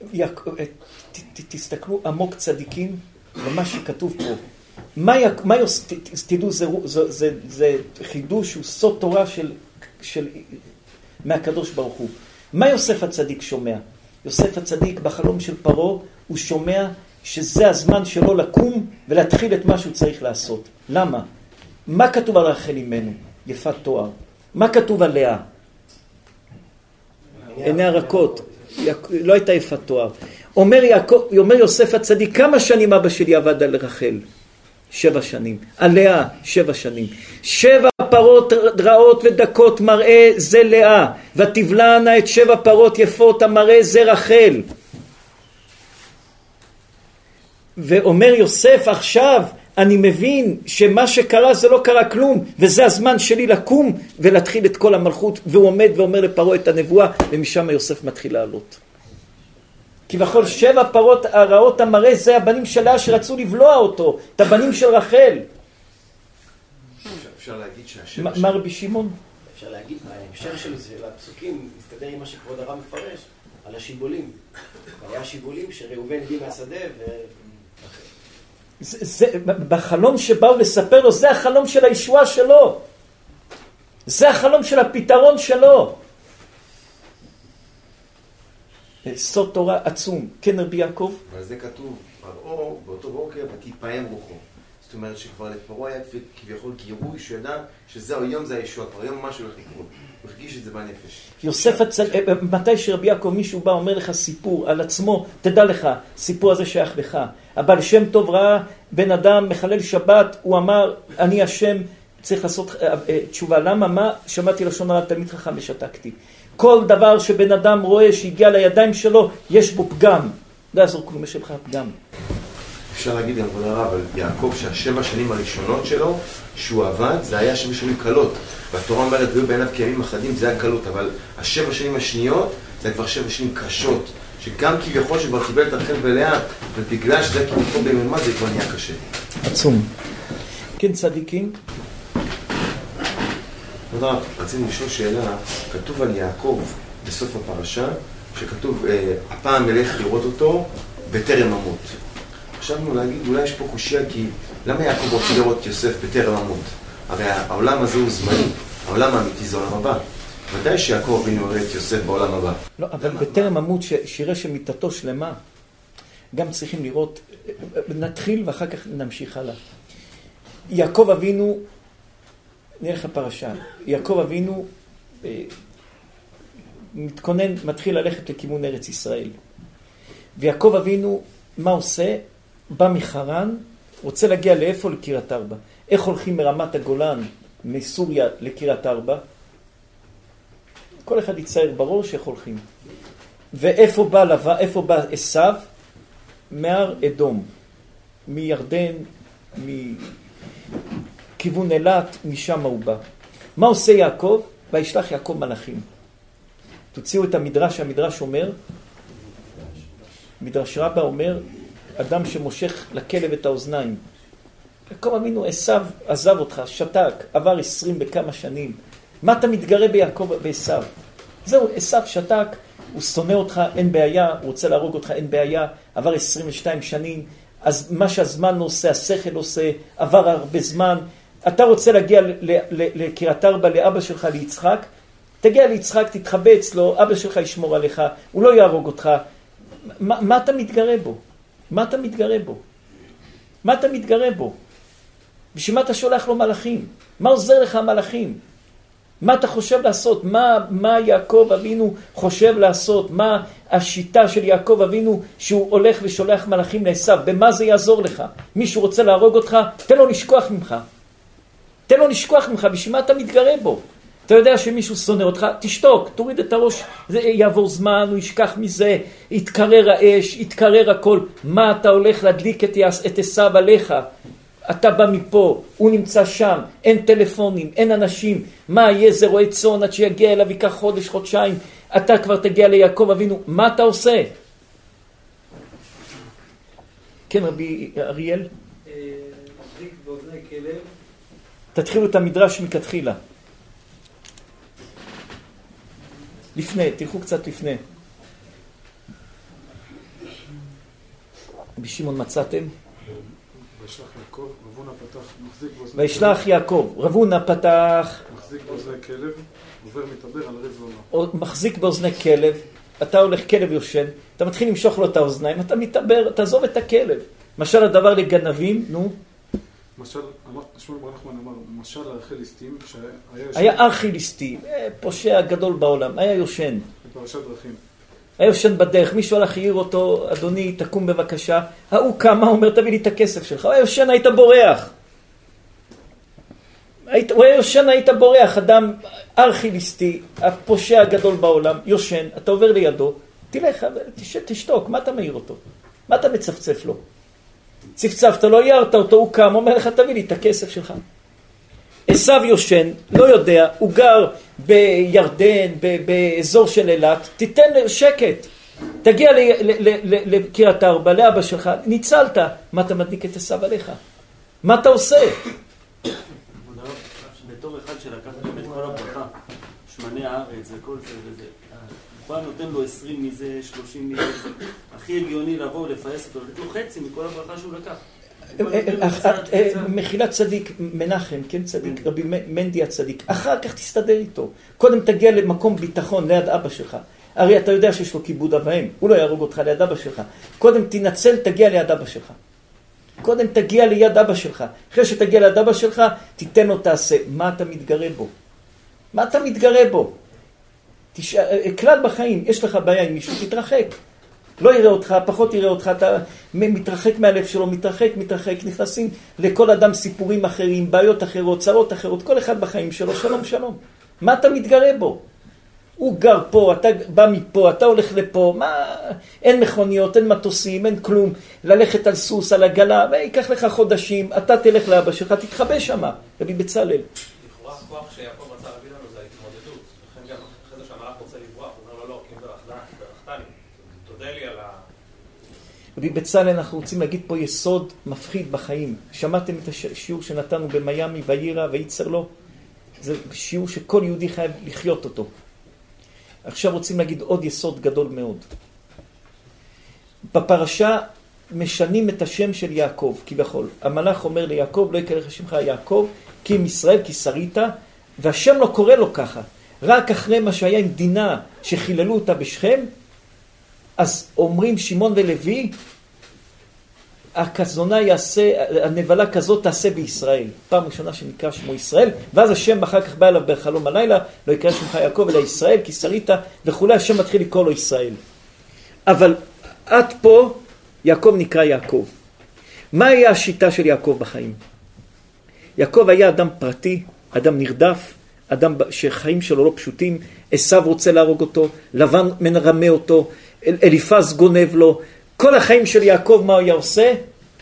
תסתכלו עמוק צדיקים למה שכתוב פה. מה תדעו, זה חידוש, הוא סוד תורה של מהקדוש ברוך הוא. מה יוסף הצדיק שומע? יוסף הצדיק בחלום של פרעה הוא שומע שזה הזמן שלו לקום ולהתחיל את מה שהוא צריך לעשות. למה? מה כתוב על רחל אימנו? יפת תואר. מה כתוב על לאה? עיני הרכות. לא הייתה יפת תואר. אומר, יעקב, אומר יוסף הצדיק, כמה שנים אבא שלי עבד על רחל? שבע שנים. על לאה, שבע שנים. שבע פרות רעות ודקות מראה זה לאה. ותבלענה את שבע פרות יפות המראה זה רחל. ואומר יוסף, עכשיו אני מבין שמה שקרה זה לא קרה כלום, וזה הזמן שלי לקום ולהתחיל את כל המלכות. והוא עומד ואומר לפרעה את הנבואה, ומשם יוסף מתחיל לעלות. כי בכל שבע פרות הרעות המראה זה הבנים שלה שרצו לבלוע אותו, את הבנים של רחל. אפשר להגיד שהשבע... מה רבי שמעון? אפשר להגיד, ההמשך של הפסוקים מסתדר עם מה שכבוד הרב מפרש, על השיבולים. היה שיבולים שראובן הביא מהשדה ו... זה, זה, בחלום שבאו לספר לו, זה החלום של הישועה שלו. זה החלום של הפתרון שלו. סוד תורה עצום. כן, רבי יעקב? אבל זה כתוב, פרעה באותו בוקר ותיפעם רוחו. זאת אומרת שכבר לפרעה היה כביכול גירוי שידע שזהו יום זה הישועה, כבר יום משהו הולך לקרות. הוא הרגיש את זה בנפש. יוסף הצל... מתי שרבי יעקב מישהו בא אומר לך סיפור על עצמו, תדע לך, סיפור הזה שייך לך. אבל שם טוב ראה בן אדם מחלל שבת, הוא אמר אני השם צריך לעשות תשובה. למה? מה? שמעתי לשון הרע תלמיד חכם ושתקתי. כל דבר שבן אדם רואה שהגיע לידיים שלו יש בו פגם. לא יעזור כלום, יש לך פגם. אפשר להגיד גם כבוד הרב על יעקב שהשבע שנים הראשונות שלו שהוא עבד זה היה שבע שנים קלות, והתורה אומרת והיו בעיניו כימים אחדים, זה היה קלות, אבל השבע שנים השניות זה כבר שבע שנים קשות, שגם כביכול שכבר קיבל את רחל ולאה, ובגלל שזה כאילו פה בממד זה כבר נהיה קשה. עצום. כן צדיקים? כבוד הרב, רצינו לשאול שאלה, כתוב על יעקב בסוף הפרשה שכתוב הפעם מלך לראות אותו בטרם המות. חשבנו להגיד, אולי יש פה קושיה, כי למה יעקב רוצה לראות יוסף בטרם המות? הרי העולם הזה הוא זמני, העולם האמיתי זה עולם הבא. ודאי שיעקב אבינו יראה את יוסף בעולם הבא. לא, אבל בטרם המות שיראה שמיטתו שלמה, גם צריכים לראות, נתחיל ואחר כך נמשיך הלאה. יעקב אבינו, נלך לפרשה, יעקב אבינו מתכונן, מתחיל ללכת לכיוון ארץ ישראל. ויעקב אבינו, מה עושה? בא מחרן, רוצה להגיע לאיפה? לקריית ארבע. איך הולכים מרמת הגולן, מסוריה לקריית ארבע? כל אחד יצייר בראש איך הולכים. ואיפה בא לבה, איפה בא עשיו? מהר אדום, מירדן, מכיוון אילת, משם הוא בא. מה עושה יעקב? וישלח יעקב מלאכים. תוציאו את המדרש, המדרש אומר, מדרש רבה אומר, אדם שמושך לכלב את האוזניים. יעקב אבינו, עשיו עזב אותך, שתק, עבר עשרים בכמה שנים. מה אתה מתגרה ביעקב, בעשיו? זהו, עשיו שתק, הוא שונא אותך, אין בעיה, הוא רוצה להרוג אותך, אין בעיה, עבר עשרים ושתיים שנים, אז מה שהזמן לא עושה, השכל עושה, עבר הרבה זמן, אתה רוצה להגיע לקריית ארבע, לאבא שלך, ליצחק, תגיע ליצחק, תתחבא אצלו, אבא שלך ישמור עליך, הוא לא יהרוג אותך. מה, מה אתה מתגרה בו? מה אתה מתגרה בו? מה אתה מתגרה בו? בשביל מה אתה שולח לו מלאכים? מה עוזר לך המלאכים? מה אתה חושב לעשות? מה, מה יעקב אבינו חושב לעשות? מה השיטה של יעקב אבינו שהוא הולך ושולח מלאכים לעשיו? במה זה יעזור לך? מישהו רוצה להרוג אותך? תן לו לשכוח ממך. תן לו לשכוח ממך, בשביל מה אתה מתגרה בו? אתה יודע שמישהו שונא אותך, תשתוק, תוריד את הראש, זה יעבור זמן, הוא ישכח מזה, יתקרר האש, יתקרר הכל. מה אתה הולך להדליק את, את עשיו עליך? אתה בא מפה, הוא נמצא שם, אין טלפונים, אין אנשים, מה יהיה זה רואה צאן עד שיגיע אליו, ייקח חודש, חודשיים, אתה כבר תגיע ליעקב אבינו, מה אתה עושה? כן, רבי אריאל? מחזיק באוזני כלב. תתחילו את המדרש מכתחילה. לפני, תלכו קצת לפני. בשמעון מצאתם? וישלח יעקב, רבונה פתח, מחזיק באוזני כלב. וישלח יעקב, רבונה פתח. מחזיק באוזני כלב, עובר מתעבר על רב זונה. מחזיק באוזני כלב, אתה הולך כלב יושן, אתה מתחיל למשוך לו את האוזניים, אתה מתעבר, תעזוב את הכלב. משל הדבר לגנבים, נו. משל, שמואל בר נחמן אמר, משל הארכיליסטים, שהיה... היה ארכיליסטים, פושע גדול בעולם, היה יושן. בפרשת דרכים. היה יושן בדרך, מישהו הלך העיר אותו, אדוני, תקום בבקשה. ההוא קם, הוא אומר, תביא לי את הכסף שלך. הוא היה יושן, היית בורח. היית, הוא היה יושן, היית בורח, אדם ארכיליסטי, הפושע הגדול בעולם, יושן, אתה עובר לידו, תלך, תש, תשתוק, מה אתה מעיר אותו? מה אתה מצפצף לו? צפצפת, לא יערת אותו, הוא קם, אומר לך, תביא לי את הכסף שלך. עשיו יושן, לא יודע, הוא גר בירדן, באזור של אילת, תיתן שקט. תגיע לקריית ארבע, לאבא שלך, ניצלת. מה אתה מדליק את עשיו עליך? מה אתה עושה? בתור אחד שלקח את כל הברכה, שמני הארץ וכל זה וזה, הוא נותן לו עשרים מזה, שלושים מזה, הכי הגיוני לבוא ולפייס אותו, לתת לו חצי מכל הברכה שהוא לקח. מחילת צדיק, מנחם, כן צדיק, רבי מנדי הצדיק, אחר כך תסתדר איתו. קודם תגיע למקום ביטחון ליד אבא שלך. הרי אתה יודע שיש לו כיבוד אב ואם, הוא לא יהרוג אותך ליד אבא שלך. קודם תנצל, תגיע ליד אבא שלך. קודם תגיע ליד אבא שלך. אחרי שתגיע ליד אבא שלך, תיתן לו תעשה. מה אתה מתגרה בו? מה אתה מתגרה בו? תש... כלל בחיים, יש לך בעיה עם מישהו, תתרחק. לא יראה אותך, פחות יראה אותך, אתה מתרחק מהלב שלו, מתרחק, מתרחק, נכנסים לכל אדם סיפורים אחרים, בעיות אחרות, צרות אחרות, כל אחד בחיים שלו, שלום, שלום. מה אתה מתגרה בו? הוא גר פה, אתה בא מפה, אתה הולך לפה, מה? אין מכוניות, אין מטוסים, אין כלום, ללכת על סוס, על עגלה, ויקח לך חודשים, אתה תלך לאבא שלך, תתחבא שמה, רבי בצלאל. לכאורה הכוח שיעקב רצה להביא לנו זה ההתמודדות, לכן גם אחרי זה שהמלאך רוצה לברוח, הוא אומר לו לא, כי אם ברכתני, תודה לי על ה... רבי בצלאל, אנחנו רוצים להגיד פה יסוד מפחיד בחיים. שמעתם את השיעור שנתנו במיימי, ויירא וייצר לו? זה שיעור שכל יהודי חייב לחיות אותו. עכשיו רוצים להגיד עוד יסוד גדול מאוד. בפרשה משנים את השם של יעקב, כביכול. המלאך אומר ליעקב, לא יקרא לך שמך יעקב, כי עם ישראל, כי שרית, והשם לא קורא לו ככה. רק אחרי מה שהיה עם דינה, שחיללו אותה בשכם, אז אומרים שמעון ולוי, הכזונה יעשה, הנבלה כזאת תעשה בישראל. פעם ראשונה שנקרא שמו ישראל, ואז השם אחר כך בא אליו בחלום הלילה, לא יקרא שמך יעקב אלא ישראל, כי שרית וכולי, השם מתחיל לקרוא לו ישראל. אבל עד פה יעקב נקרא יעקב. מה היה השיטה של יעקב בחיים? יעקב היה אדם פרטי, אדם נרדף, אדם שחיים שלו לא פשוטים, עשיו רוצה להרוג אותו, לבן מרמה אותו, אליפז גונב לו, כל החיים של יעקב מה הוא היה עושה?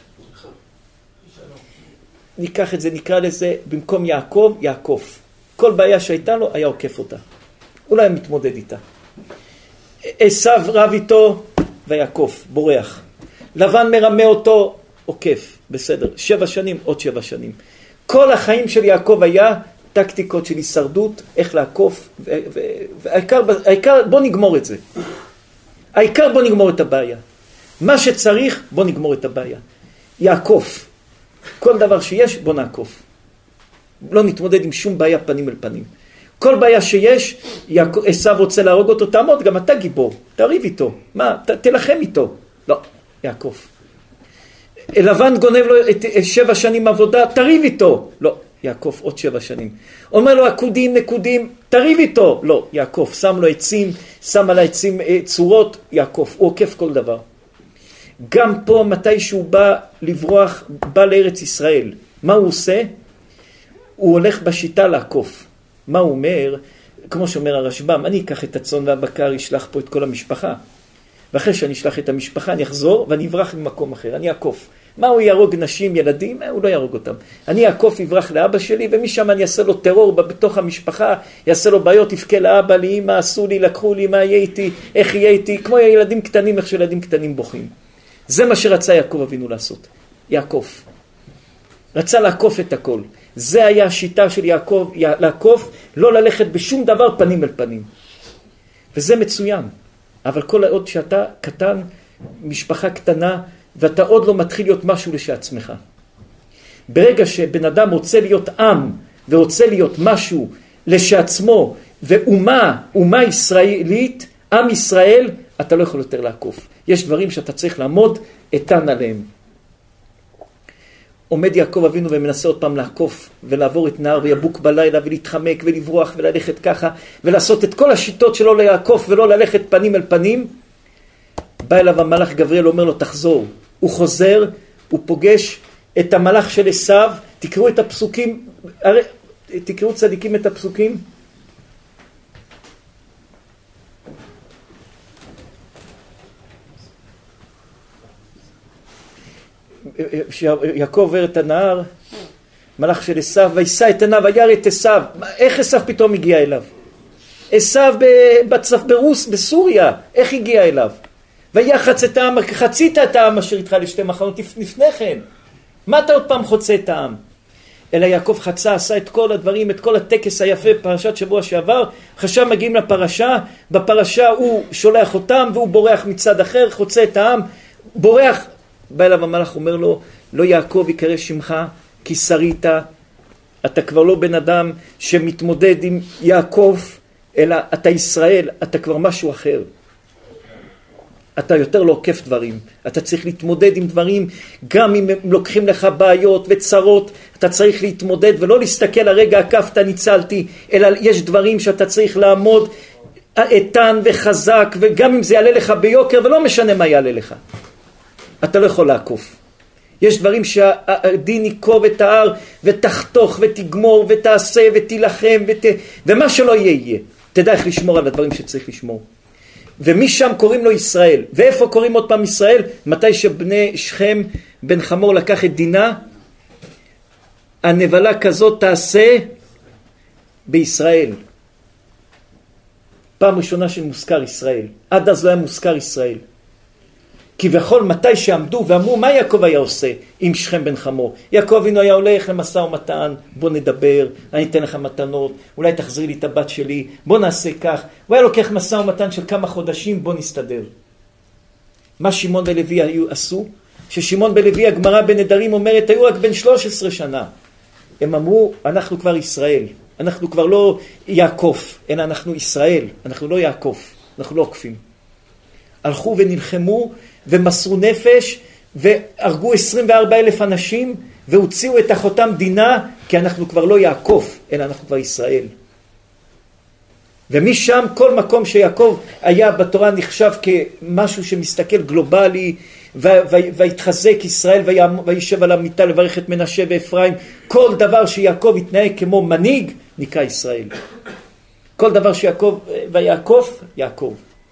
ניקח את זה, נקרא לזה, במקום יעקב, יעקב. כל בעיה שהייתה לו, היה עוקף אותה. אולי היה מתמודד איתה. עשיו רב איתו, ויעקב, בורח. לבן מרמה אותו, עוקף, בסדר. שבע שנים, עוד שבע שנים. כל החיים של יעקב היה טקטיקות של הישרדות, איך לעקוף, והעיקר, העיקר, בוא נגמור את זה. העיקר בוא נגמור את הבעיה. מה שצריך, בוא נגמור את הבעיה. יעקוף. כל דבר שיש, בוא נעקוף. לא נתמודד עם שום בעיה פנים אל פנים. כל בעיה שיש, עשיו רוצה להרוג אותו, תעמוד, גם אתה גיבור, תריב איתו. מה? ת, תלחם איתו. לא, יעקוף. לבן גונב לו את שבע שנים עבודה, תריב איתו. לא, יעקוף עוד שבע שנים. אומר לו, עקודים, נקודים, תריב איתו. לא, יעקוף. שם לו עצים, שם על העצים צורות, יעקוף. הוא עוקף כל דבר. גם פה, מתי שהוא בא לברוח, בא לארץ ישראל. מה הוא עושה? הוא הולך בשיטה לעקוף. מה הוא אומר? כמו שאומר הרשב"ם, אני אקח את הצאן והבקר, אשלח פה את כל המשפחה. ואחרי שאני אשלח את המשפחה, אני אחזור ואני אברח ממקום אחר, אני אעקוף. מה הוא יהרוג נשים, ילדים? הוא לא יהרוג אותם. אני אעקוף, יברח לאבא שלי, ומשם אני אעשה לו טרור בתוך המשפחה, יעשה לו בעיות, יפקה לאבא, לאמא, עשו לי, לקחו לי, מה יהיה איתי, איך יהיה איתי, כמו ילדים קטנים, איך שילדים קטנים בוכים. זה מה שרצה יעקב אבינו לעשות. יעקוף. רצה לעקוף את הכל. זה היה השיטה של יעקב, לעקוף, לא ללכת בשום דבר פנים אל פנים. וזה מצוין. אבל כל עוד שאתה קטן, משפחה קטנה, ואתה עוד לא מתחיל להיות משהו לשעצמך. ברגע שבן אדם רוצה להיות עם, ורוצה להיות משהו לשעצמו, ואומה, אומה ישראלית, עם ישראל, אתה לא יכול יותר לעקוף. יש דברים שאתה צריך לעמוד איתן עליהם. עומד יעקב אבינו ומנסה עוד פעם לעקוף ולעבור את נהר ויבוק בלילה ולהתחמק ולברוח וללכת ככה ולעשות את כל השיטות שלו לעקוף ולא ללכת פנים אל פנים. בא אליו המלאך גבריאל, אומר לו תחזור. הוא חוזר, הוא פוגש את המלאך של עשיו. תקראו את הפסוקים, הרי, תקראו צדיקים את הפסוקים. שיעקב עובר את הנהר, מלאך של עשיו, וישא את עיניו, וירא את עשיו. איך עשיו פתאום הגיע אליו? עשיו בצף ברוס, בסוריה, איך הגיע אליו? ויחץ את העם, חצית את העם אשר איתך לשתי מחנות לפני כן. מה אתה עוד פעם חוצה את העם? אלא יעקב חצה, עשה את כל הדברים, את כל הטקס היפה, פרשת שבוע שעבר. עכשיו מגיעים לפרשה, בפרשה הוא שולח אותם והוא בורח מצד אחר, חוצה את העם, בורח. בא אליו המלאך, אומר לו, לא יעקב יקרא שמך, כי שרית. אתה כבר לא בן אדם שמתמודד עם יעקב, אלא אתה ישראל, אתה כבר משהו אחר. אתה יותר לא עוקף דברים. אתה צריך להתמודד עם דברים, גם אם הם לוקחים לך בעיות וצרות, אתה צריך להתמודד ולא להסתכל הרגע עקפת, ניצלתי, אלא יש דברים שאתה צריך לעמוד איתן וחזק, וגם אם זה יעלה לך ביוקר, ולא משנה מה יעלה לך. אתה לא יכול לעקוף. יש דברים שהדין יקוב את ההר ותחתוך ותגמור ותעשה ותילחם ות... ומה שלא יהיה יהיה. תדע איך לשמור על הדברים שצריך לשמור. ומשם קוראים לו ישראל. ואיפה קוראים עוד פעם ישראל? מתי שבני שכם בן חמור לקח את דינה, הנבלה כזאת תעשה בישראל. פעם ראשונה שמוזכר ישראל. עד אז לא היה מוזכר ישראל. כי בכל מתי שעמדו ואמרו, מה יעקב היה עושה עם שכם בן חמור? יעקב אבינו היה הולך למשא ומתן, בוא נדבר, אני אתן לך מתנות, אולי תחזרי לי את הבת שלי, בוא נעשה כך. הוא היה לוקח משא ומתן של כמה חודשים, בוא נסתדר. מה שמעון ולוי היו, עשו? ששמעון ולוי, הגמרא בנדרים אומרת, היו רק בן שלוש עשרה שנה. הם אמרו, אנחנו כבר ישראל, אנחנו כבר לא יעקב, אלא אנחנו ישראל, אנחנו לא יעקב, אנחנו לא עוקפים. הלכו ונלחמו ומסרו נפש והרגו עשרים וארבעה אלף אנשים והוציאו את אחותם דינה, כי אנחנו כבר לא יעקב, אלא אנחנו כבר ישראל. ומשם כל מקום שיעקב היה בתורה נחשב כמשהו שמסתכל גלובלי, והתחזק ישראל וישב על המיטה לברך את מנשה ואפרים. כל דבר שיעקב התנהג כמו מנהיג נקרא ישראל. כל דבר שיעקב ויעקב, יעקב.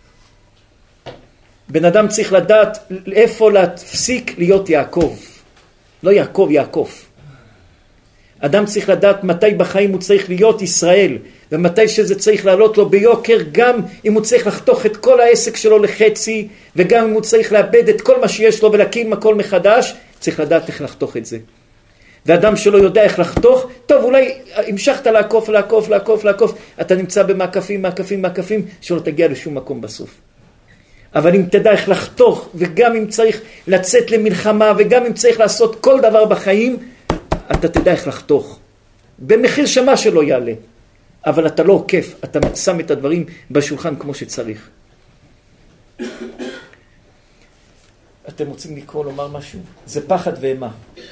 בן אדם צריך לדעת איפה להפסיק להיות יעקב. לא יעקב, יעקב. אדם צריך לדעת מתי בחיים הוא צריך להיות ישראל, ומתי שזה צריך לעלות לו ביוקר, גם אם הוא צריך לחתוך את כל העסק שלו לחצי, וגם אם הוא צריך לאבד את כל מה שיש לו ולהקים הכל מחדש, צריך לדעת איך לחתוך את זה. ואדם שלא יודע איך לחתוך, טוב, אולי המשכת לעקוף, לעקוף, לעקוף, לעקוף, אתה נמצא במעקפים, מעקפים, מעקפים, שלא תגיע לשום מקום בסוף. אבל אם תדע איך לחתוך, וגם אם צריך לצאת למלחמה, וגם אם צריך לעשות כל דבר בחיים, אתה תדע איך לחתוך. במחיר שמה שלא יעלה. אבל אתה לא עוקף, אתה שם את הדברים בשולחן כמו שצריך. אתם רוצים לקרוא לומר משהו? זה פחד ואימה.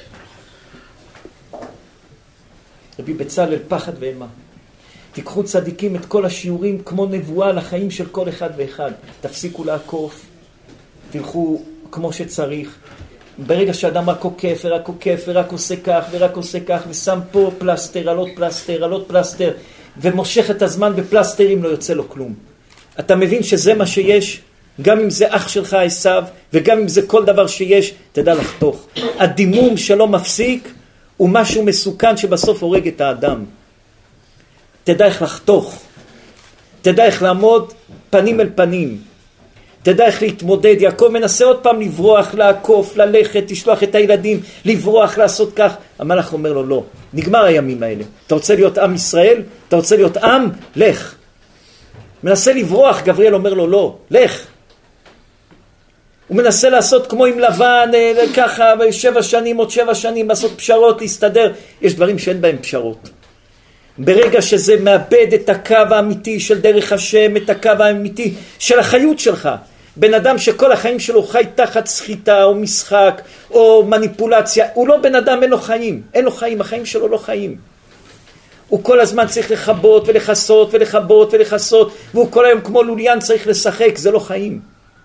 רבי בצלאל, פחד ואימה. תיקחו צדיקים את כל השיעורים כמו נבואה לחיים של כל אחד ואחד. תפסיקו לעקוף, תלכו כמו שצריך. ברגע שאדם רק עוקף ורק עוקף ורק עושה כך ורק עושה כך ושם פה פלסטר, על עוד פלסטר, על עוד פלסטר ומושך את הזמן בפלסטרים, לא יוצא לו כלום. אתה מבין שזה מה שיש? גם אם זה אח שלך עשיו וגם אם זה כל דבר שיש, תדע לחתוך. הדימום שלא מפסיק הוא משהו מסוכן שבסוף הורג את האדם. תדע איך לחתוך, תדע איך לעמוד פנים אל פנים, תדע איך להתמודד. יעקב מנסה עוד פעם לברוח, לעקוף, ללכת, לשלוח את הילדים, לברוח, לעשות כך. המלאך אומר לו לא, נגמר הימים האלה. אתה רוצה להיות עם ישראל? אתה רוצה להיות עם? לך. מנסה לברוח, גבריאל אומר לו לא, לך. הוא מנסה לעשות כמו עם לבן, ככה, שבע שנים, עוד שבע שנים, לעשות פשרות, להסתדר. יש דברים שאין בהם פשרות. ברגע שזה מאבד את הקו האמיתי של דרך השם, את הקו האמיתי של החיות שלך, בן אדם שכל החיים שלו חי תחת סחיטה או משחק או מניפולציה, הוא לא בן אדם, אין לו חיים, אין לו חיים, החיים שלו לא חיים. הוא כל הזמן צריך לחבות ולחסות ולחבות ולחסות, והוא כל היום כמו לוליין צריך לשחק, זה לא חיים.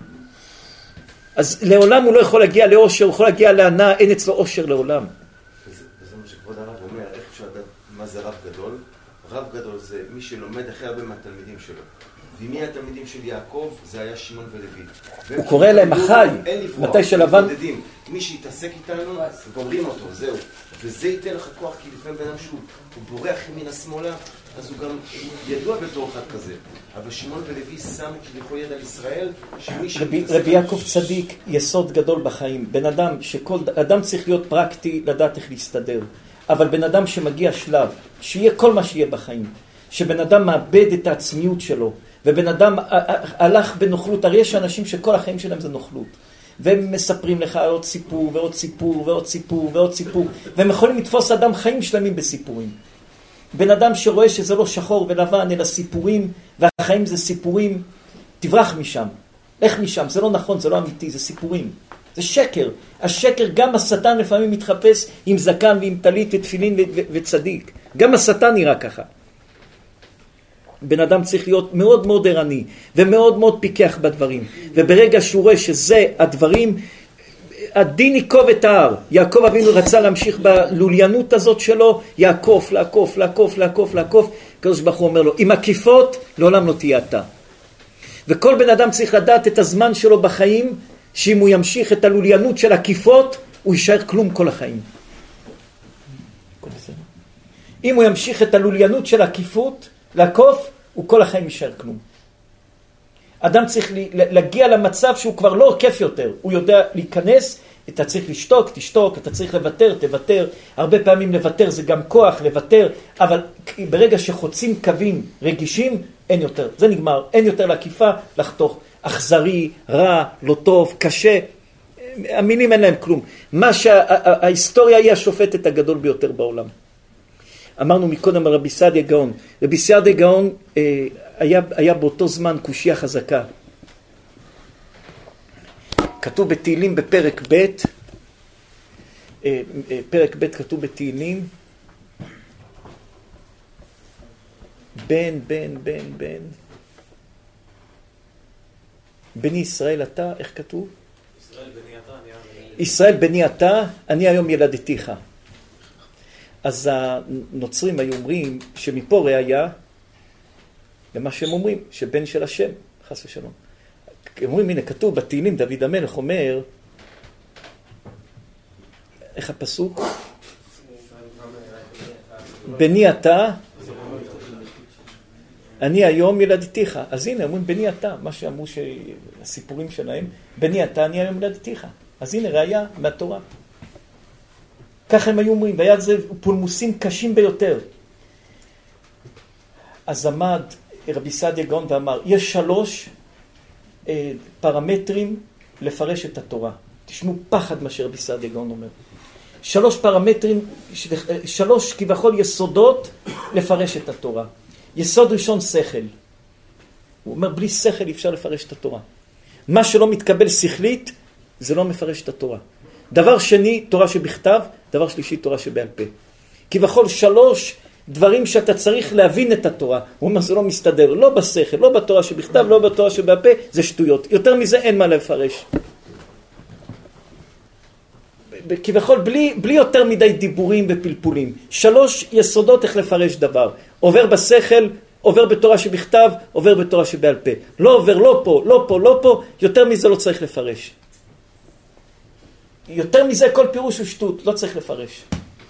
אז לעולם הוא לא יכול להגיע לאושר, הוא יכול להגיע להנאה, אין אצלו אושר לעולם. וזה, וזה מה שכבוד הרב אומר, איך אפשר לדעת מה זה רב גדול? רב גדול זה מי שלומד הכי הרבה מהתלמידים שלו. ומי התלמידים של יעקב? זה היה שמעון ולוי. הוא קורא להם החי, מתי שלבן... מי שיתעסק איתנו, גומרים אותו, זהו. וזה ייתן לך כוח, כי לפעמים בן אדם שהוא בורח מן השמאלה, אז הוא גם ידוע בתור אחד כזה. אבל שמעון ולוי שם כביכול יד על ישראל, שמי שיתעסק... רבי יעקב צדיק, יסוד גדול בחיים. בן אדם שכל... אדם צריך להיות פרקטי, לדעת איך להסתדר. אבל בן אדם שמגיע שלב, שיהיה כל מה שיהיה בחיים, שבן אדם מאבד את העצמיות שלו, ובן אדם הלך בנוכלות, הרי יש אנשים שכל החיים שלהם זה נוכלות, והם מספרים לך עוד סיפור ועוד סיפור ועוד סיפור ועוד סיפור, והם יכולים לתפוס אדם חיים שלמים בסיפורים. בן אדם שרואה שזה לא שחור ולבן, אלא סיפורים, והחיים זה סיפורים, תברח משם, לך משם, זה לא נכון, זה לא אמיתי, זה סיפורים. זה שקר. השקר, גם השטן לפעמים מתחפש עם זקן ועם טלית ותפילין ו- ו- וצדיק. גם השטן נראה ככה. בן אדם צריך להיות מאוד מאוד ערני ומאוד מאוד פיקח בדברים. וברגע שהוא רואה שזה הדברים, הדין יעקב את ההר. יעקב אבינו רצה להמשיך בלוליינות הזאת שלו, יעקוף, לעקוף, לעקוף, לעקוף, לעקוף. הקדוש ברוך הוא אומר לו, עם עקיפות לעולם לא תהיה אתה. וכל בן אדם צריך לדעת את הזמן שלו בחיים, שאם הוא ימשיך את הלוליינות של עקיפות, הוא יישאר כלום כל החיים. אם הוא ימשיך את הלוליינות של עקיפות, לעקוף, הוא כל החיים יישאר כלום. אדם צריך להגיע למצב שהוא כבר לא עוקף יותר. הוא יודע להיכנס, אתה צריך לשתוק, תשתוק, אתה צריך לוותר, תוותר. הרבה פעמים לוותר זה גם כוח, לוותר. אבל ברגע שחוצים קווים רגישים, אין יותר. זה נגמר. אין יותר לעקיפה, לחתוך. אכזרי, רע, לא טוב, קשה. המילים אין להם כלום. מה שההיסטוריה היא השופטת הגדול ביותר בעולם. אמרנו מקודם על רבי סעדיה גאון. רבי סעדיה גאון אה, היה, היה באותו זמן קושיה חזקה. כתוב בתהילים בפרק ב', אה, אה, פרק ב' כתוב בתהילים, בן, בן, בן, בן, בני ישראל אתה, איך כתוב? ישראל בני אתה, אני... ישראל בני אתה, אני היום ילדתיך. אז הנוצרים היו אומרים שמפה ראיה למה שהם אומרים, שבן של השם, חס ושלום. הם אומרים, הנה כתוב בתהילים, דוד המלך אומר, איך הפסוק? בני אתה, אני היום ילדתיך. אז הנה, אומרים בני אתה, מה שאמרו שהסיפורים שלהם, בני אתה, אני היום ילדתיך. אז הנה ראיה מהתורה. ככה הם היו אומרים, והיה זה פולמוסים קשים ביותר. אז עמד רבי סעדיה גאון ואמר, יש שלוש אה, פרמטרים לפרש את התורה. תשמעו פחד מה שרבי סעדיה גאון אומר. שלוש פרמטרים, שלוש כביכול יסודות לפרש את התורה. יסוד ראשון, שכל. הוא אומר, בלי שכל אי אפשר לפרש את התורה. מה שלא מתקבל שכלית, זה לא מפרש את התורה. דבר שני, תורה שבכתב, דבר שלישי, תורה שבעל פה. כביכול שלוש דברים שאתה צריך להבין את התורה. הוא אומר, זה לא מסתדר, לא בשכל, לא בתורה שבכתב, לא בתורה שבעל פה, זה שטויות. יותר מזה אין מה לפרש. כביכול בלי, בלי יותר מדי דיבורים ופלפולים. שלוש יסודות איך לפרש דבר. עובר בשכל, עובר בתורה שבכתב, עובר בתורה שבעל פה. לא עובר, לא פה, לא פה, לא פה, יותר מזה לא צריך לפרש. יותר מזה כל פירוש הוא שטות, לא צריך לפרש.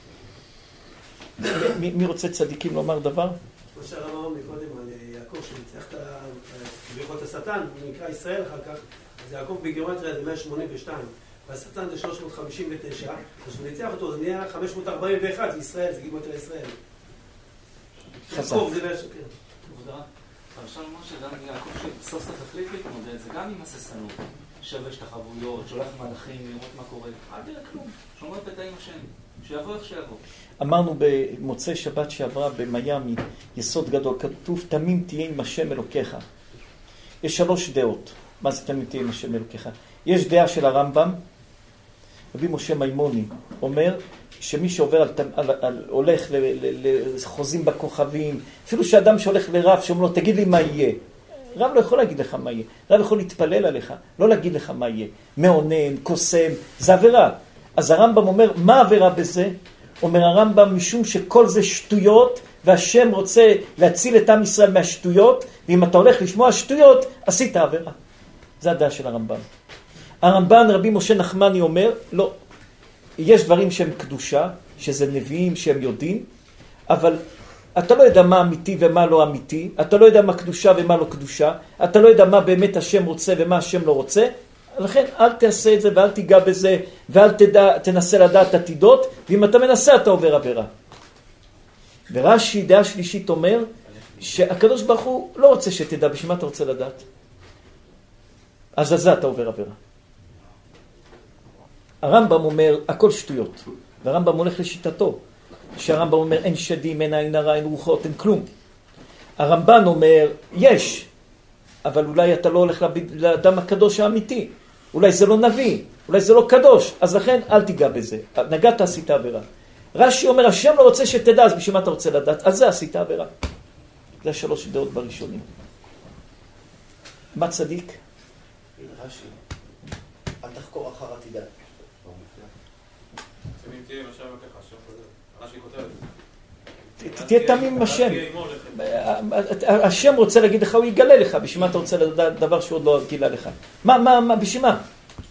מי, מי רוצה צדיקים לומר דבר? כמו שהרב אמר מקודם על יעקב שניצח את כביכול השטן, הוא נקרא ישראל אחר כך, אז יעקב בגימטריה זה מאה שמונים ושתיים, והשטן זה שלוש מאות חמישים ותשע, אז כשהוא ניצח אותו זה נהיה חמש מאות ארבעים ואחת, זה ישראל, זה גימטריה ישראל. חזק. יעקב זה מאה שקר. תודה. אפשר לומר שגם יעקב שסוף סוף החליט להתמודד, זה גם עם הססנות, שבש תחבויות, שולח מלאכים, לראות מה קורה, אל תראה כלום, שומר פתאים השם, שיבוא איך שיבוא. אמרנו במוצאי שבת שעברה במיימי, יסוד גדול, כתוב תמים תהיה עם השם אלוקיך. יש שלוש דעות. מה זה תמים תהיה עם השם אלוקיך? יש דעה של הרמב"ם, רבי משה מימוני, אומר שמי שעובר על, על, על הולך לחוזים בכוכבים, אפילו שאדם שהולך לרב שאומר לו תגיד לי מה יהיה. רב לא יכול להגיד לך מה יהיה. רב יכול להתפלל עליך, לא להגיד לך מה יהיה. מעונן, קוסם, זה עבירה. אז הרמב"ם אומר, מה עבירה בזה? אומר הרמב"ם, משום שכל זה שטויות, והשם רוצה להציל את עם ישראל מהשטויות, ואם אתה הולך לשמוע שטויות, עשית עבירה. זה הדעה של הרמב"ם. הרמב"ן, רבי משה נחמני אומר, לא, יש דברים שהם קדושה, שזה נביאים שהם יודעים, אבל אתה לא יודע מה אמיתי ומה לא אמיתי, אתה לא יודע מה קדושה ומה לא קדושה, אתה לא יודע מה באמת השם רוצה ומה השם לא רוצה, לכן אל תעשה את זה ואל תיגע בזה ואל תדע, תנסה לדעת עתידות, ואם אתה מנסה אתה עובר עבירה. ורש"י, דעה שלישית אומר, שהקדוש ברוך הוא לא רוצה שתדע, בשביל מה אתה רוצה לדעת? אז אז אתה עובר עבירה. הרמב"ם אומר, הכל שטויות, והרמב"ם הולך לשיטתו, שהרמב"ם אומר, אין שדים, אין עין הרע, אין רוחות, אין כלום. הרמב"ן אומר, יש, אבל אולי אתה לא הולך לאדם הקדוש האמיתי, אולי זה לא נביא, אולי זה לא קדוש, אז לכן אל תיגע בזה, נגעת עשית עבירה. רש"י אומר, השם לא רוצה שתדע, אז בשביל מה אתה רוצה לדעת? אז זה עשית עבירה. זה השלוש דעות בראשונים. מה צדיק? רש"י, אל תחקור אחר עתידה. תהיה תמים עם השם. השם רוצה להגיד לך, הוא יגלה לך, בשביל מה אתה רוצה לדעת דבר שהוא עוד לא גילה לך. מה, מה, מה, בשביל מה?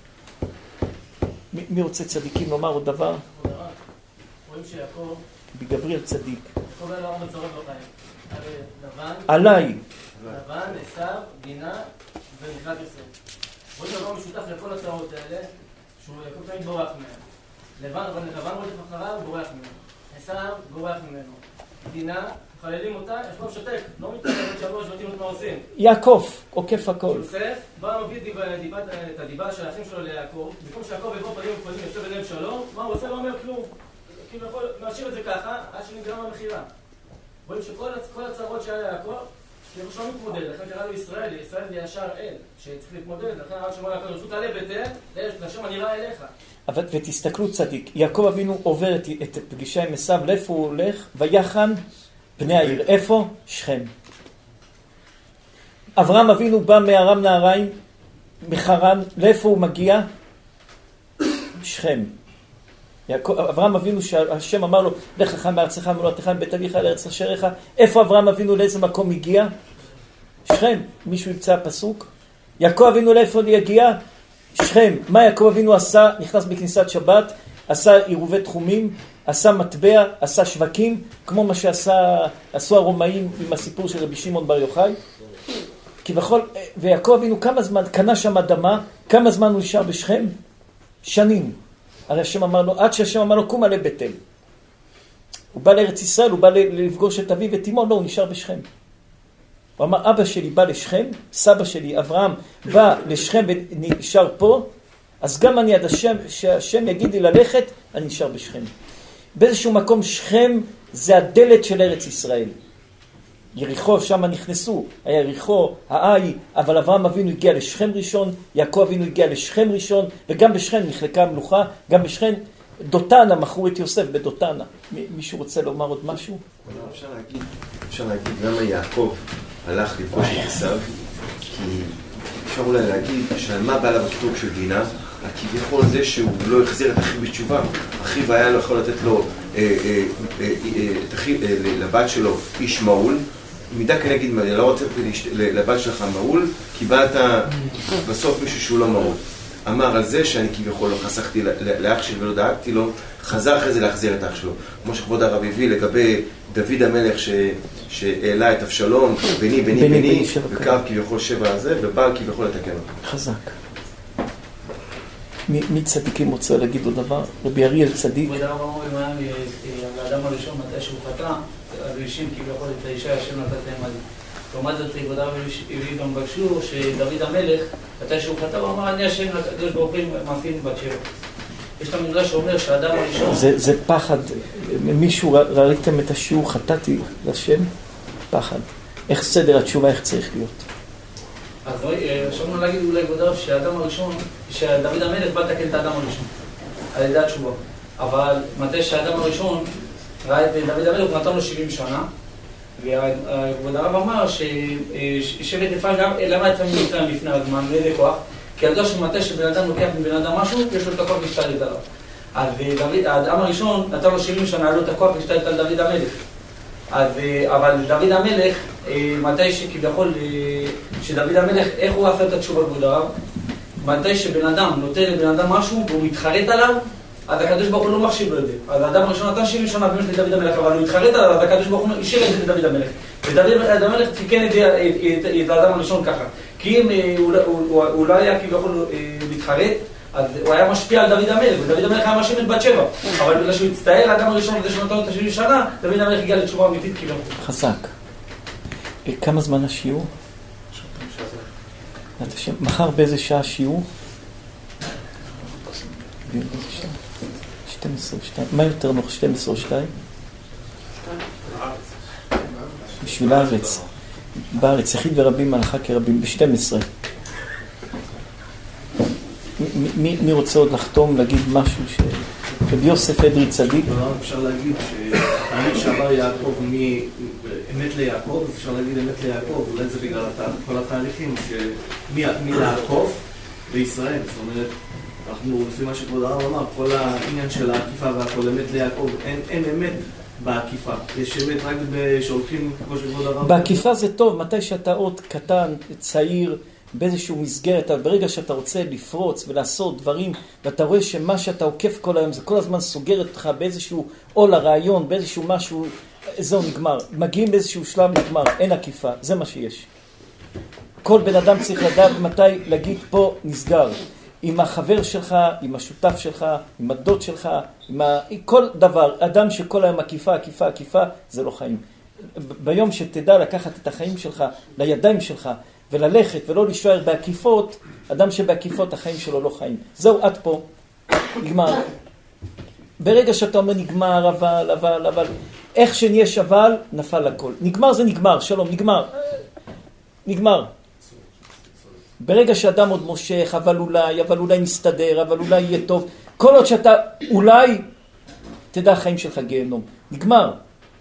מי רוצה צדיקים לומר עוד דבר? רואים שיעקב... בגבריאל צדיק. יעקב היה לו ארבע צרות בחיים. לבן... עליי. לבן, עשיו, דינה ומחלת יוסף. רואים דבר משותף לכל הצרות האלה, שהוא יעקב תמיד בורח מהם. לבן, אבל לבן רואה את אחריו, הוא בורח ממנו. עשיו, בורח ממנו. דינה, חללים אותה, יש לו שתק, לא מתקדם עוד שלוש ואותים את מה עושים. יעקב, עוקף הכל. יוסף, בא מביא את הדיבה של האחים שלו ליעקב, במקום שיעקב יבוא פנים ופנים יוצא ביניהם שלום, מה הוא עושה? לא אומר כלום. כאילו יכול להשאיר את זה ככה, עד שנגרם המחירה. רואים שכל הצרות שהיה יעקב, כאילו שלא מתמודד, לכן קרא לו ישראל, ישראל זה ישר אל, שצריך להתמודד, לכן הרב שאומר לקדוש, הוא תעלה ותן, לשם הנראה אליך. אבל ותסתכלו צדיק, יעקב אבינו עובר את, את פגישה עם עשיו, לאיפה הוא הולך? ויחן בני העיר. איפה? שכם. אברהם אבינו בא מארם נהריים, מחרן, לאיפה הוא מגיע? שכם. יעקב, אברהם אבינו שהשם אמר לו, לך לך מארצך ומולדתך מבית אביך לארץ אשריך, איפה אברהם אבינו לאיזה מקום הגיע? שכם. מישהו ימצא הפסוק? יעקב אבינו לאיפה יגיע? שכם. מה יעקב אבינו עשה? נכנס בכניסת שבת, עשה עירובי תחומים, עשה מטבע, עשה שווקים, כמו מה שעשו הרומאים עם הסיפור של רבי שמעון בר יוחאי. כבכל, ויעקב אבינו כמה זמן, קנה שם אדמה, כמה זמן הוא נשאר בשכם? שנים. הרי השם אמר לו, עד שהשם אמר לו, קום עלה בית אל. הוא בא לארץ ישראל, הוא בא לפגוש את אביו ואת אמו, לא, הוא נשאר בשכם. הוא אמר, אבא שלי בא לשכם, סבא שלי, אברהם, בא לשכם ונשאר פה, אז גם אני עד השם, שהשם יגיד לי ללכת, אני נשאר בשכם. באיזשהו מקום שכם זה הדלת של ארץ ישראל. יריחו, שם נכנסו, היה יריחו, האי, אבל אברהם אבינו הגיע לשכם ראשון, יעקב אבינו הגיע לשכם ראשון, וגם בשכם נחלקה המלוכה, גם בשכם דותנה, מכרו את יוסף בדותנה. מישהו רוצה לומר עוד משהו? אפשר להגיד, אפשר להגיד למה יעקב הלך לפגוש את עשיו, כי אפשר אולי להגיד שעל מה בא לה בכתוב של דינה, כביכול זה שהוא לא החזיר את אחיו בתשובה. אחיו היה לא יכול לתת לו, את אחיו, לבת שלו איש מעול, מידה כנגד מה, לא רוצה לבת שלך מעול, קיבלת בסוף מישהו שהוא לא מעול. אמר על זה שאני כביכול לא חסכתי לאח שלי ולא דאגתי לו, חזר אחרי זה להחזיר את אח שלו. כמו שכבוד הרב הביא לגבי דוד המלך שהעלה את אבשלום, בני, בני, בני, וקרב כביכול שבע הזה, ובא כביכול לתקן אותו. חזק. מי צדיקים רוצה להגיד עוד דבר? רבי אריאל צדיק. כבוד הרב אמרו, אם היה לאדם הראשון מתי שהוא חטא, הראשים כביכול את האישה השם נתת להם על זה. לעומת זאת, כבוד הרב הביא גם בקשור שדוד המלך, מתי שהוא חטא, הוא אמר, אני השם לקדוש ברוך הוא מאפין בת שבע. יש את המדרש שאומר שהאדם הראשון... זה פחד. מישהו ראיתם את השיעור חטאתי לשם? פחד. איך סדר התשובה, איך צריך להיות? אז אפשרנו להגיד אולי כבוד הרב שהאדם הראשון, שדוד המלך בא לתקן את האדם הראשון, על ידי התשובה. אבל מתי שהאדם הראשון ראה את דוד המלך, הוא נתן לו שבעים שנה, וכבוד הרב אמר ששבט אפרים גם, למה יצא ממצרים לפני הזמן, לידי כוח? כי ידוע שמתי שבן אדם לוקח מבן אדם משהו, יש לו את הכוח להשתלט עליו. אז האדם הראשון נתן לו שבעים שנה, היה לו את הכוח להשתלט על דוד המלך. אז, אבל דוד המלך, מתי שכביכול, שדוד המלך, איך הוא עשה את התשובה כבוד הרב? מתי שבן אדם נותן לבן אדם משהו והוא מתחרט עליו, אז הקדוש ברוך הוא לא מחשיב לו את זה. אז האדם הראשון נתן שבעים שנה באמת לדוד המלך, אבל הוא התחרט עליו, אז הקדוש ברוך הוא אישר את זה לדוד המלך. ודוד המלך תיקן את האדם הראשון ככה. כי אם הוא לא היה כביכול מתחרט, אז הוא היה משפיע על דוד המלך, ודוד המלך היה משאיר את בת שבע. אבל בגלל שהוא הצטער, האדם הראשון הזה שנתן לו את השבעים שנה, דוד המלך הגיע לתשובה אמיתית כביכול. חזק. כמה זמן השיעור? מחר באיזה שעה השיעור? שתים עשרה או שתיים. מה יותר נוח, שתים עשרה או שתיים? בשביל הארץ. בארץ, יחיד ורבים מלאכה כרבים, ב-שתים עשרה. מי, מי רוצה עוד לחתום, להגיד משהו ש... רבי יוסף אדרי צדיק? אפשר להגיד שהאמת שעבר יעקב מאמת ליעקב, אפשר להגיד אמת ליעקב, אולי זה בגלל כל התהליכים, שמי ליעקב בישראל, זאת אומרת, אנחנו, לפי מה שכבוד הרב אמר, כל העניין של העקיפה והכל אמת ליעקב, אין, אין אמת בעקיפה. יש אמת רק שהולכים, כמו שכבוד הרב... בעקיפה זה טוב, מתי שאתה עוד קטן, צעיר, באיזשהו מסגרת, אבל ברגע שאתה רוצה לפרוץ ולעשות דברים, ואתה רואה שמה שאתה עוקף כל היום, זה כל הזמן סוגר אותך באיזשהו עול הרעיון, באיזשהו משהו, זהו נגמר. מגיעים באיזשהו שלב נגמר, אין עקיפה, זה מה שיש. כל בן אדם צריך לדעת מתי להגיד פה נסגר. עם החבר שלך, עם השותף שלך, עם הדוד שלך, עם ה... כל דבר, אדם שכל היום עקיפה, עקיפה, עקיפה, זה לא חיים. ביום שתדע לקחת את החיים שלך לידיים שלך, וללכת ולא להישאר בעקיפות, אדם שבעקיפות החיים שלו לא חיים. זהו, עד פה, נגמר. ברגע שאתה אומר נגמר, אבל, אבל, אבל, איך שניש אבל, נפל הכל. נגמר זה נגמר, שלום, נגמר. נגמר. ברגע שאדם עוד מושך, אבל אולי, אבל אולי מסתדר, אבל אולי יהיה טוב. כל עוד שאתה אולי, תדע החיים שלך גיהנום. נגמר.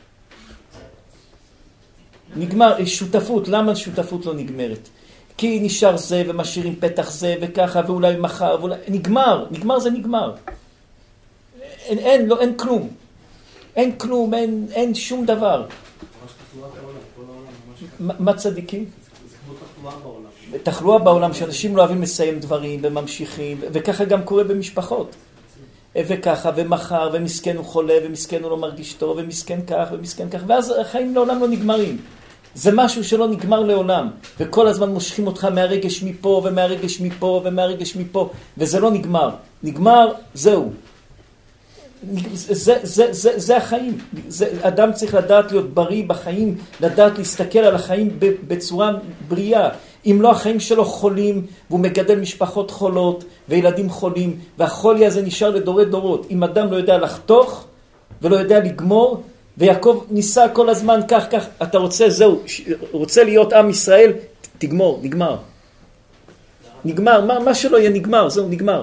נגמר, שותפות, למה שותפות לא נגמרת? כי נשאר זה ומשאירים פתח זה וככה ואולי מחר ואולי... נגמר, נגמר זה נגמר. אין, אין, לא, אין כלום. אין כלום, אין, אין שום דבר. מה צדיקים? זה כמו תחלואה בעולם. תחלואה בעולם, שאנשים לא אוהבים לסיים דברים וממשיכים, וככה גם קורה במשפחות. וככה, ומחר, ומסכן הוא חולה, ומסכן הוא לא מרגיש טוב, ומסכן כך, ומסכן כך, ואז החיים לעולם לא נגמרים. זה משהו שלא נגמר לעולם, וכל הזמן מושכים אותך מהרגש מפה, ומהרגש מפה, ומהרגש מפה, וזה לא נגמר. נגמר, זהו. זה, זה, זה, זה החיים. זה, אדם צריך לדעת להיות בריא בחיים, לדעת להסתכל על החיים בצורה בריאה. אם לא, החיים שלו חולים, והוא מגדל משפחות חולות, וילדים חולים, והחולי הזה נשאר לדורי דורות. אם אדם לא יודע לחתוך, ולא יודע לגמור, ויעקב ניסה כל הזמן כך, כך, אתה רוצה, זהו, רוצה להיות עם ישראל, תגמור, נגמר. נגמר, מה, מה שלא יהיה נגמר, זהו, נגמר.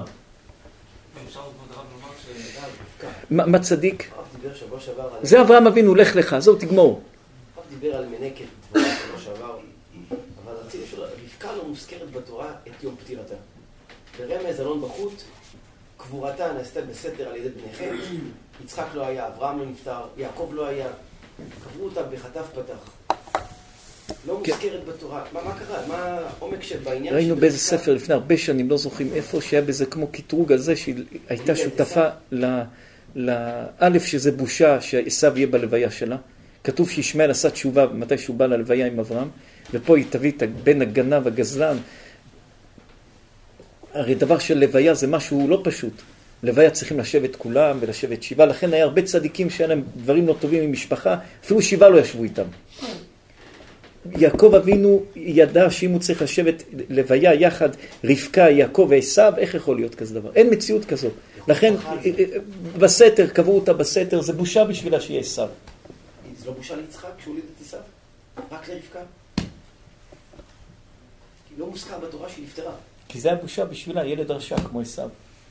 מה, מה צדיק? זה אברהם אבינו, הולך לך, זהו, תגמור. הרב דיבר על מנקת דברה שבוע שעבר, אבל רציתי לשאול, רבקה לא מוזכרת בתורה את יום פטירתה. ברמז אלון בחוט, קבורתה נעשתה בסתר על ידי בניכם, יצחק לא היה, אברהם לא נפטר, יעקב לא היה, קברו אותה בחטף פתח. לא מוזכרת בתורה. מה, מה קרה? מה העומק שבעניין? ראינו באיזה ספר לפני הרבה שנים, לא זוכרים איפה, שהיה בזה כמו קטרוג הזה, שהיא הייתה שותפה לאלף שזה בושה שעשיו יהיה בלוויה שלה. כתוב שישמעאל עשה תשובה מתי שהוא בא ללוויה עם אברהם, ופה היא תביא את בין הגנב הגזלן. הרי דבר של לוויה זה משהו לא פשוט. לוויה צריכים לשבת כולם ולשבת שבעה, לכן היה הרבה צדיקים שהיה להם דברים לא טובים עם משפחה, אפילו שבעה לא ישבו איתם. יעקב אבינו ידע שאם הוא צריך לשבת לוויה יחד, רבקה, יעקב ועשיו, איך יכול להיות כזה דבר? אין מציאות כזו. לכן בסתר, קבעו אותה בסתר, זה בושה בשבילה שיהיה עשיו. זה לא בושה ליצחק כשהוא הוליד את עשיו? רק לרבקה? כי לא מוזכר בתורה שהיא נפטרה. כי זה היה בושה בשבילה, ילד רשע כמו עשיו.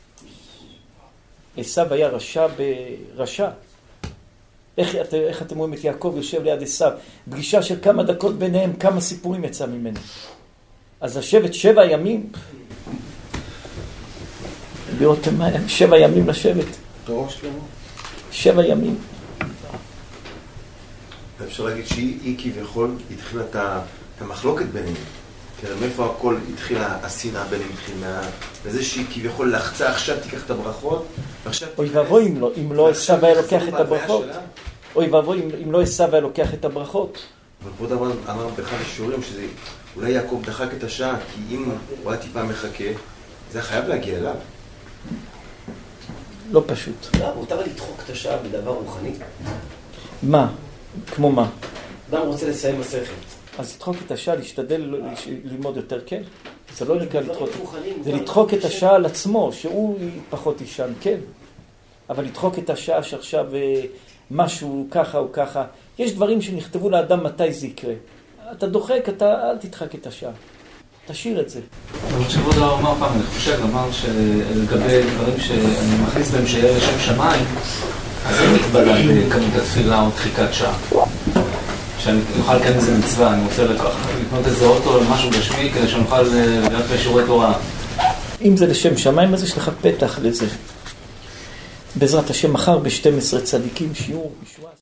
עשיו היה רשע ברשע. איך, איך אתם רואים את יעקב יושב ליד עשיו? פגישה של כמה דקות ביניהם, כמה סיפורים יצא ממנו. אז לשבת שבע ימים, לראות מה הם, שבע ימים לשבת. תורה שלמה. שבע ימים. אפשר להגיד שהיא כביכול התחילה את המחלוקת ביניהם. תראה, מאיפה הכל התחילה, השנאה ביניהם התחילה, וזה שהיא כביכול לחצה, עכשיו תיקח את הברכות, ועכשיו... אוי ואבוי אם לא, אם לא עשיו היה לוקח את הברכות. אוי ואבוי אם לא עשיו היה לוקח את הברכות. אבל כבוד אמר באחד השיעורים שזה, אולי יעקב דחק את השעה, כי אם הוא היה טיפה מחכה, זה חייב להגיע אליו. לא פשוט. לא, מותר לדחוק את השעה בדבר רוחני? מה? כמו מה? אדם רוצה לסיים מסכת. אז לדחוק את השעה, להשתדל ללמוד יותר, כן? זה לא נקרא לדחוק, זה לדחוק את השעה על עצמו, שהוא פחות ישן, כן. אבל לדחוק את השעה שעכשיו משהו ככה או ככה, יש דברים שנכתבו לאדם מתי זה יקרה. אתה דוחק, אתה אל תדחק את השעה. תשאיר את זה. אבל כשבוד הרב אמר פעם, אני חושב, אמר שלגבי דברים שאני מכניס בהם שיהיה לשם שמיים, אז אין מגבלה בכמות התפילה או דחיקת שעה. שאני אוכל לקיים איזה מצווה, אני רוצה לקנות איזה אוטו או משהו גשמי כדי שאני אוכל להיות בשיעורי תורה. אם זה לשם שמיים, אז יש לך פתח לזה. בעזרת השם מחר ב-שתים עשרה צדיקים שיעור.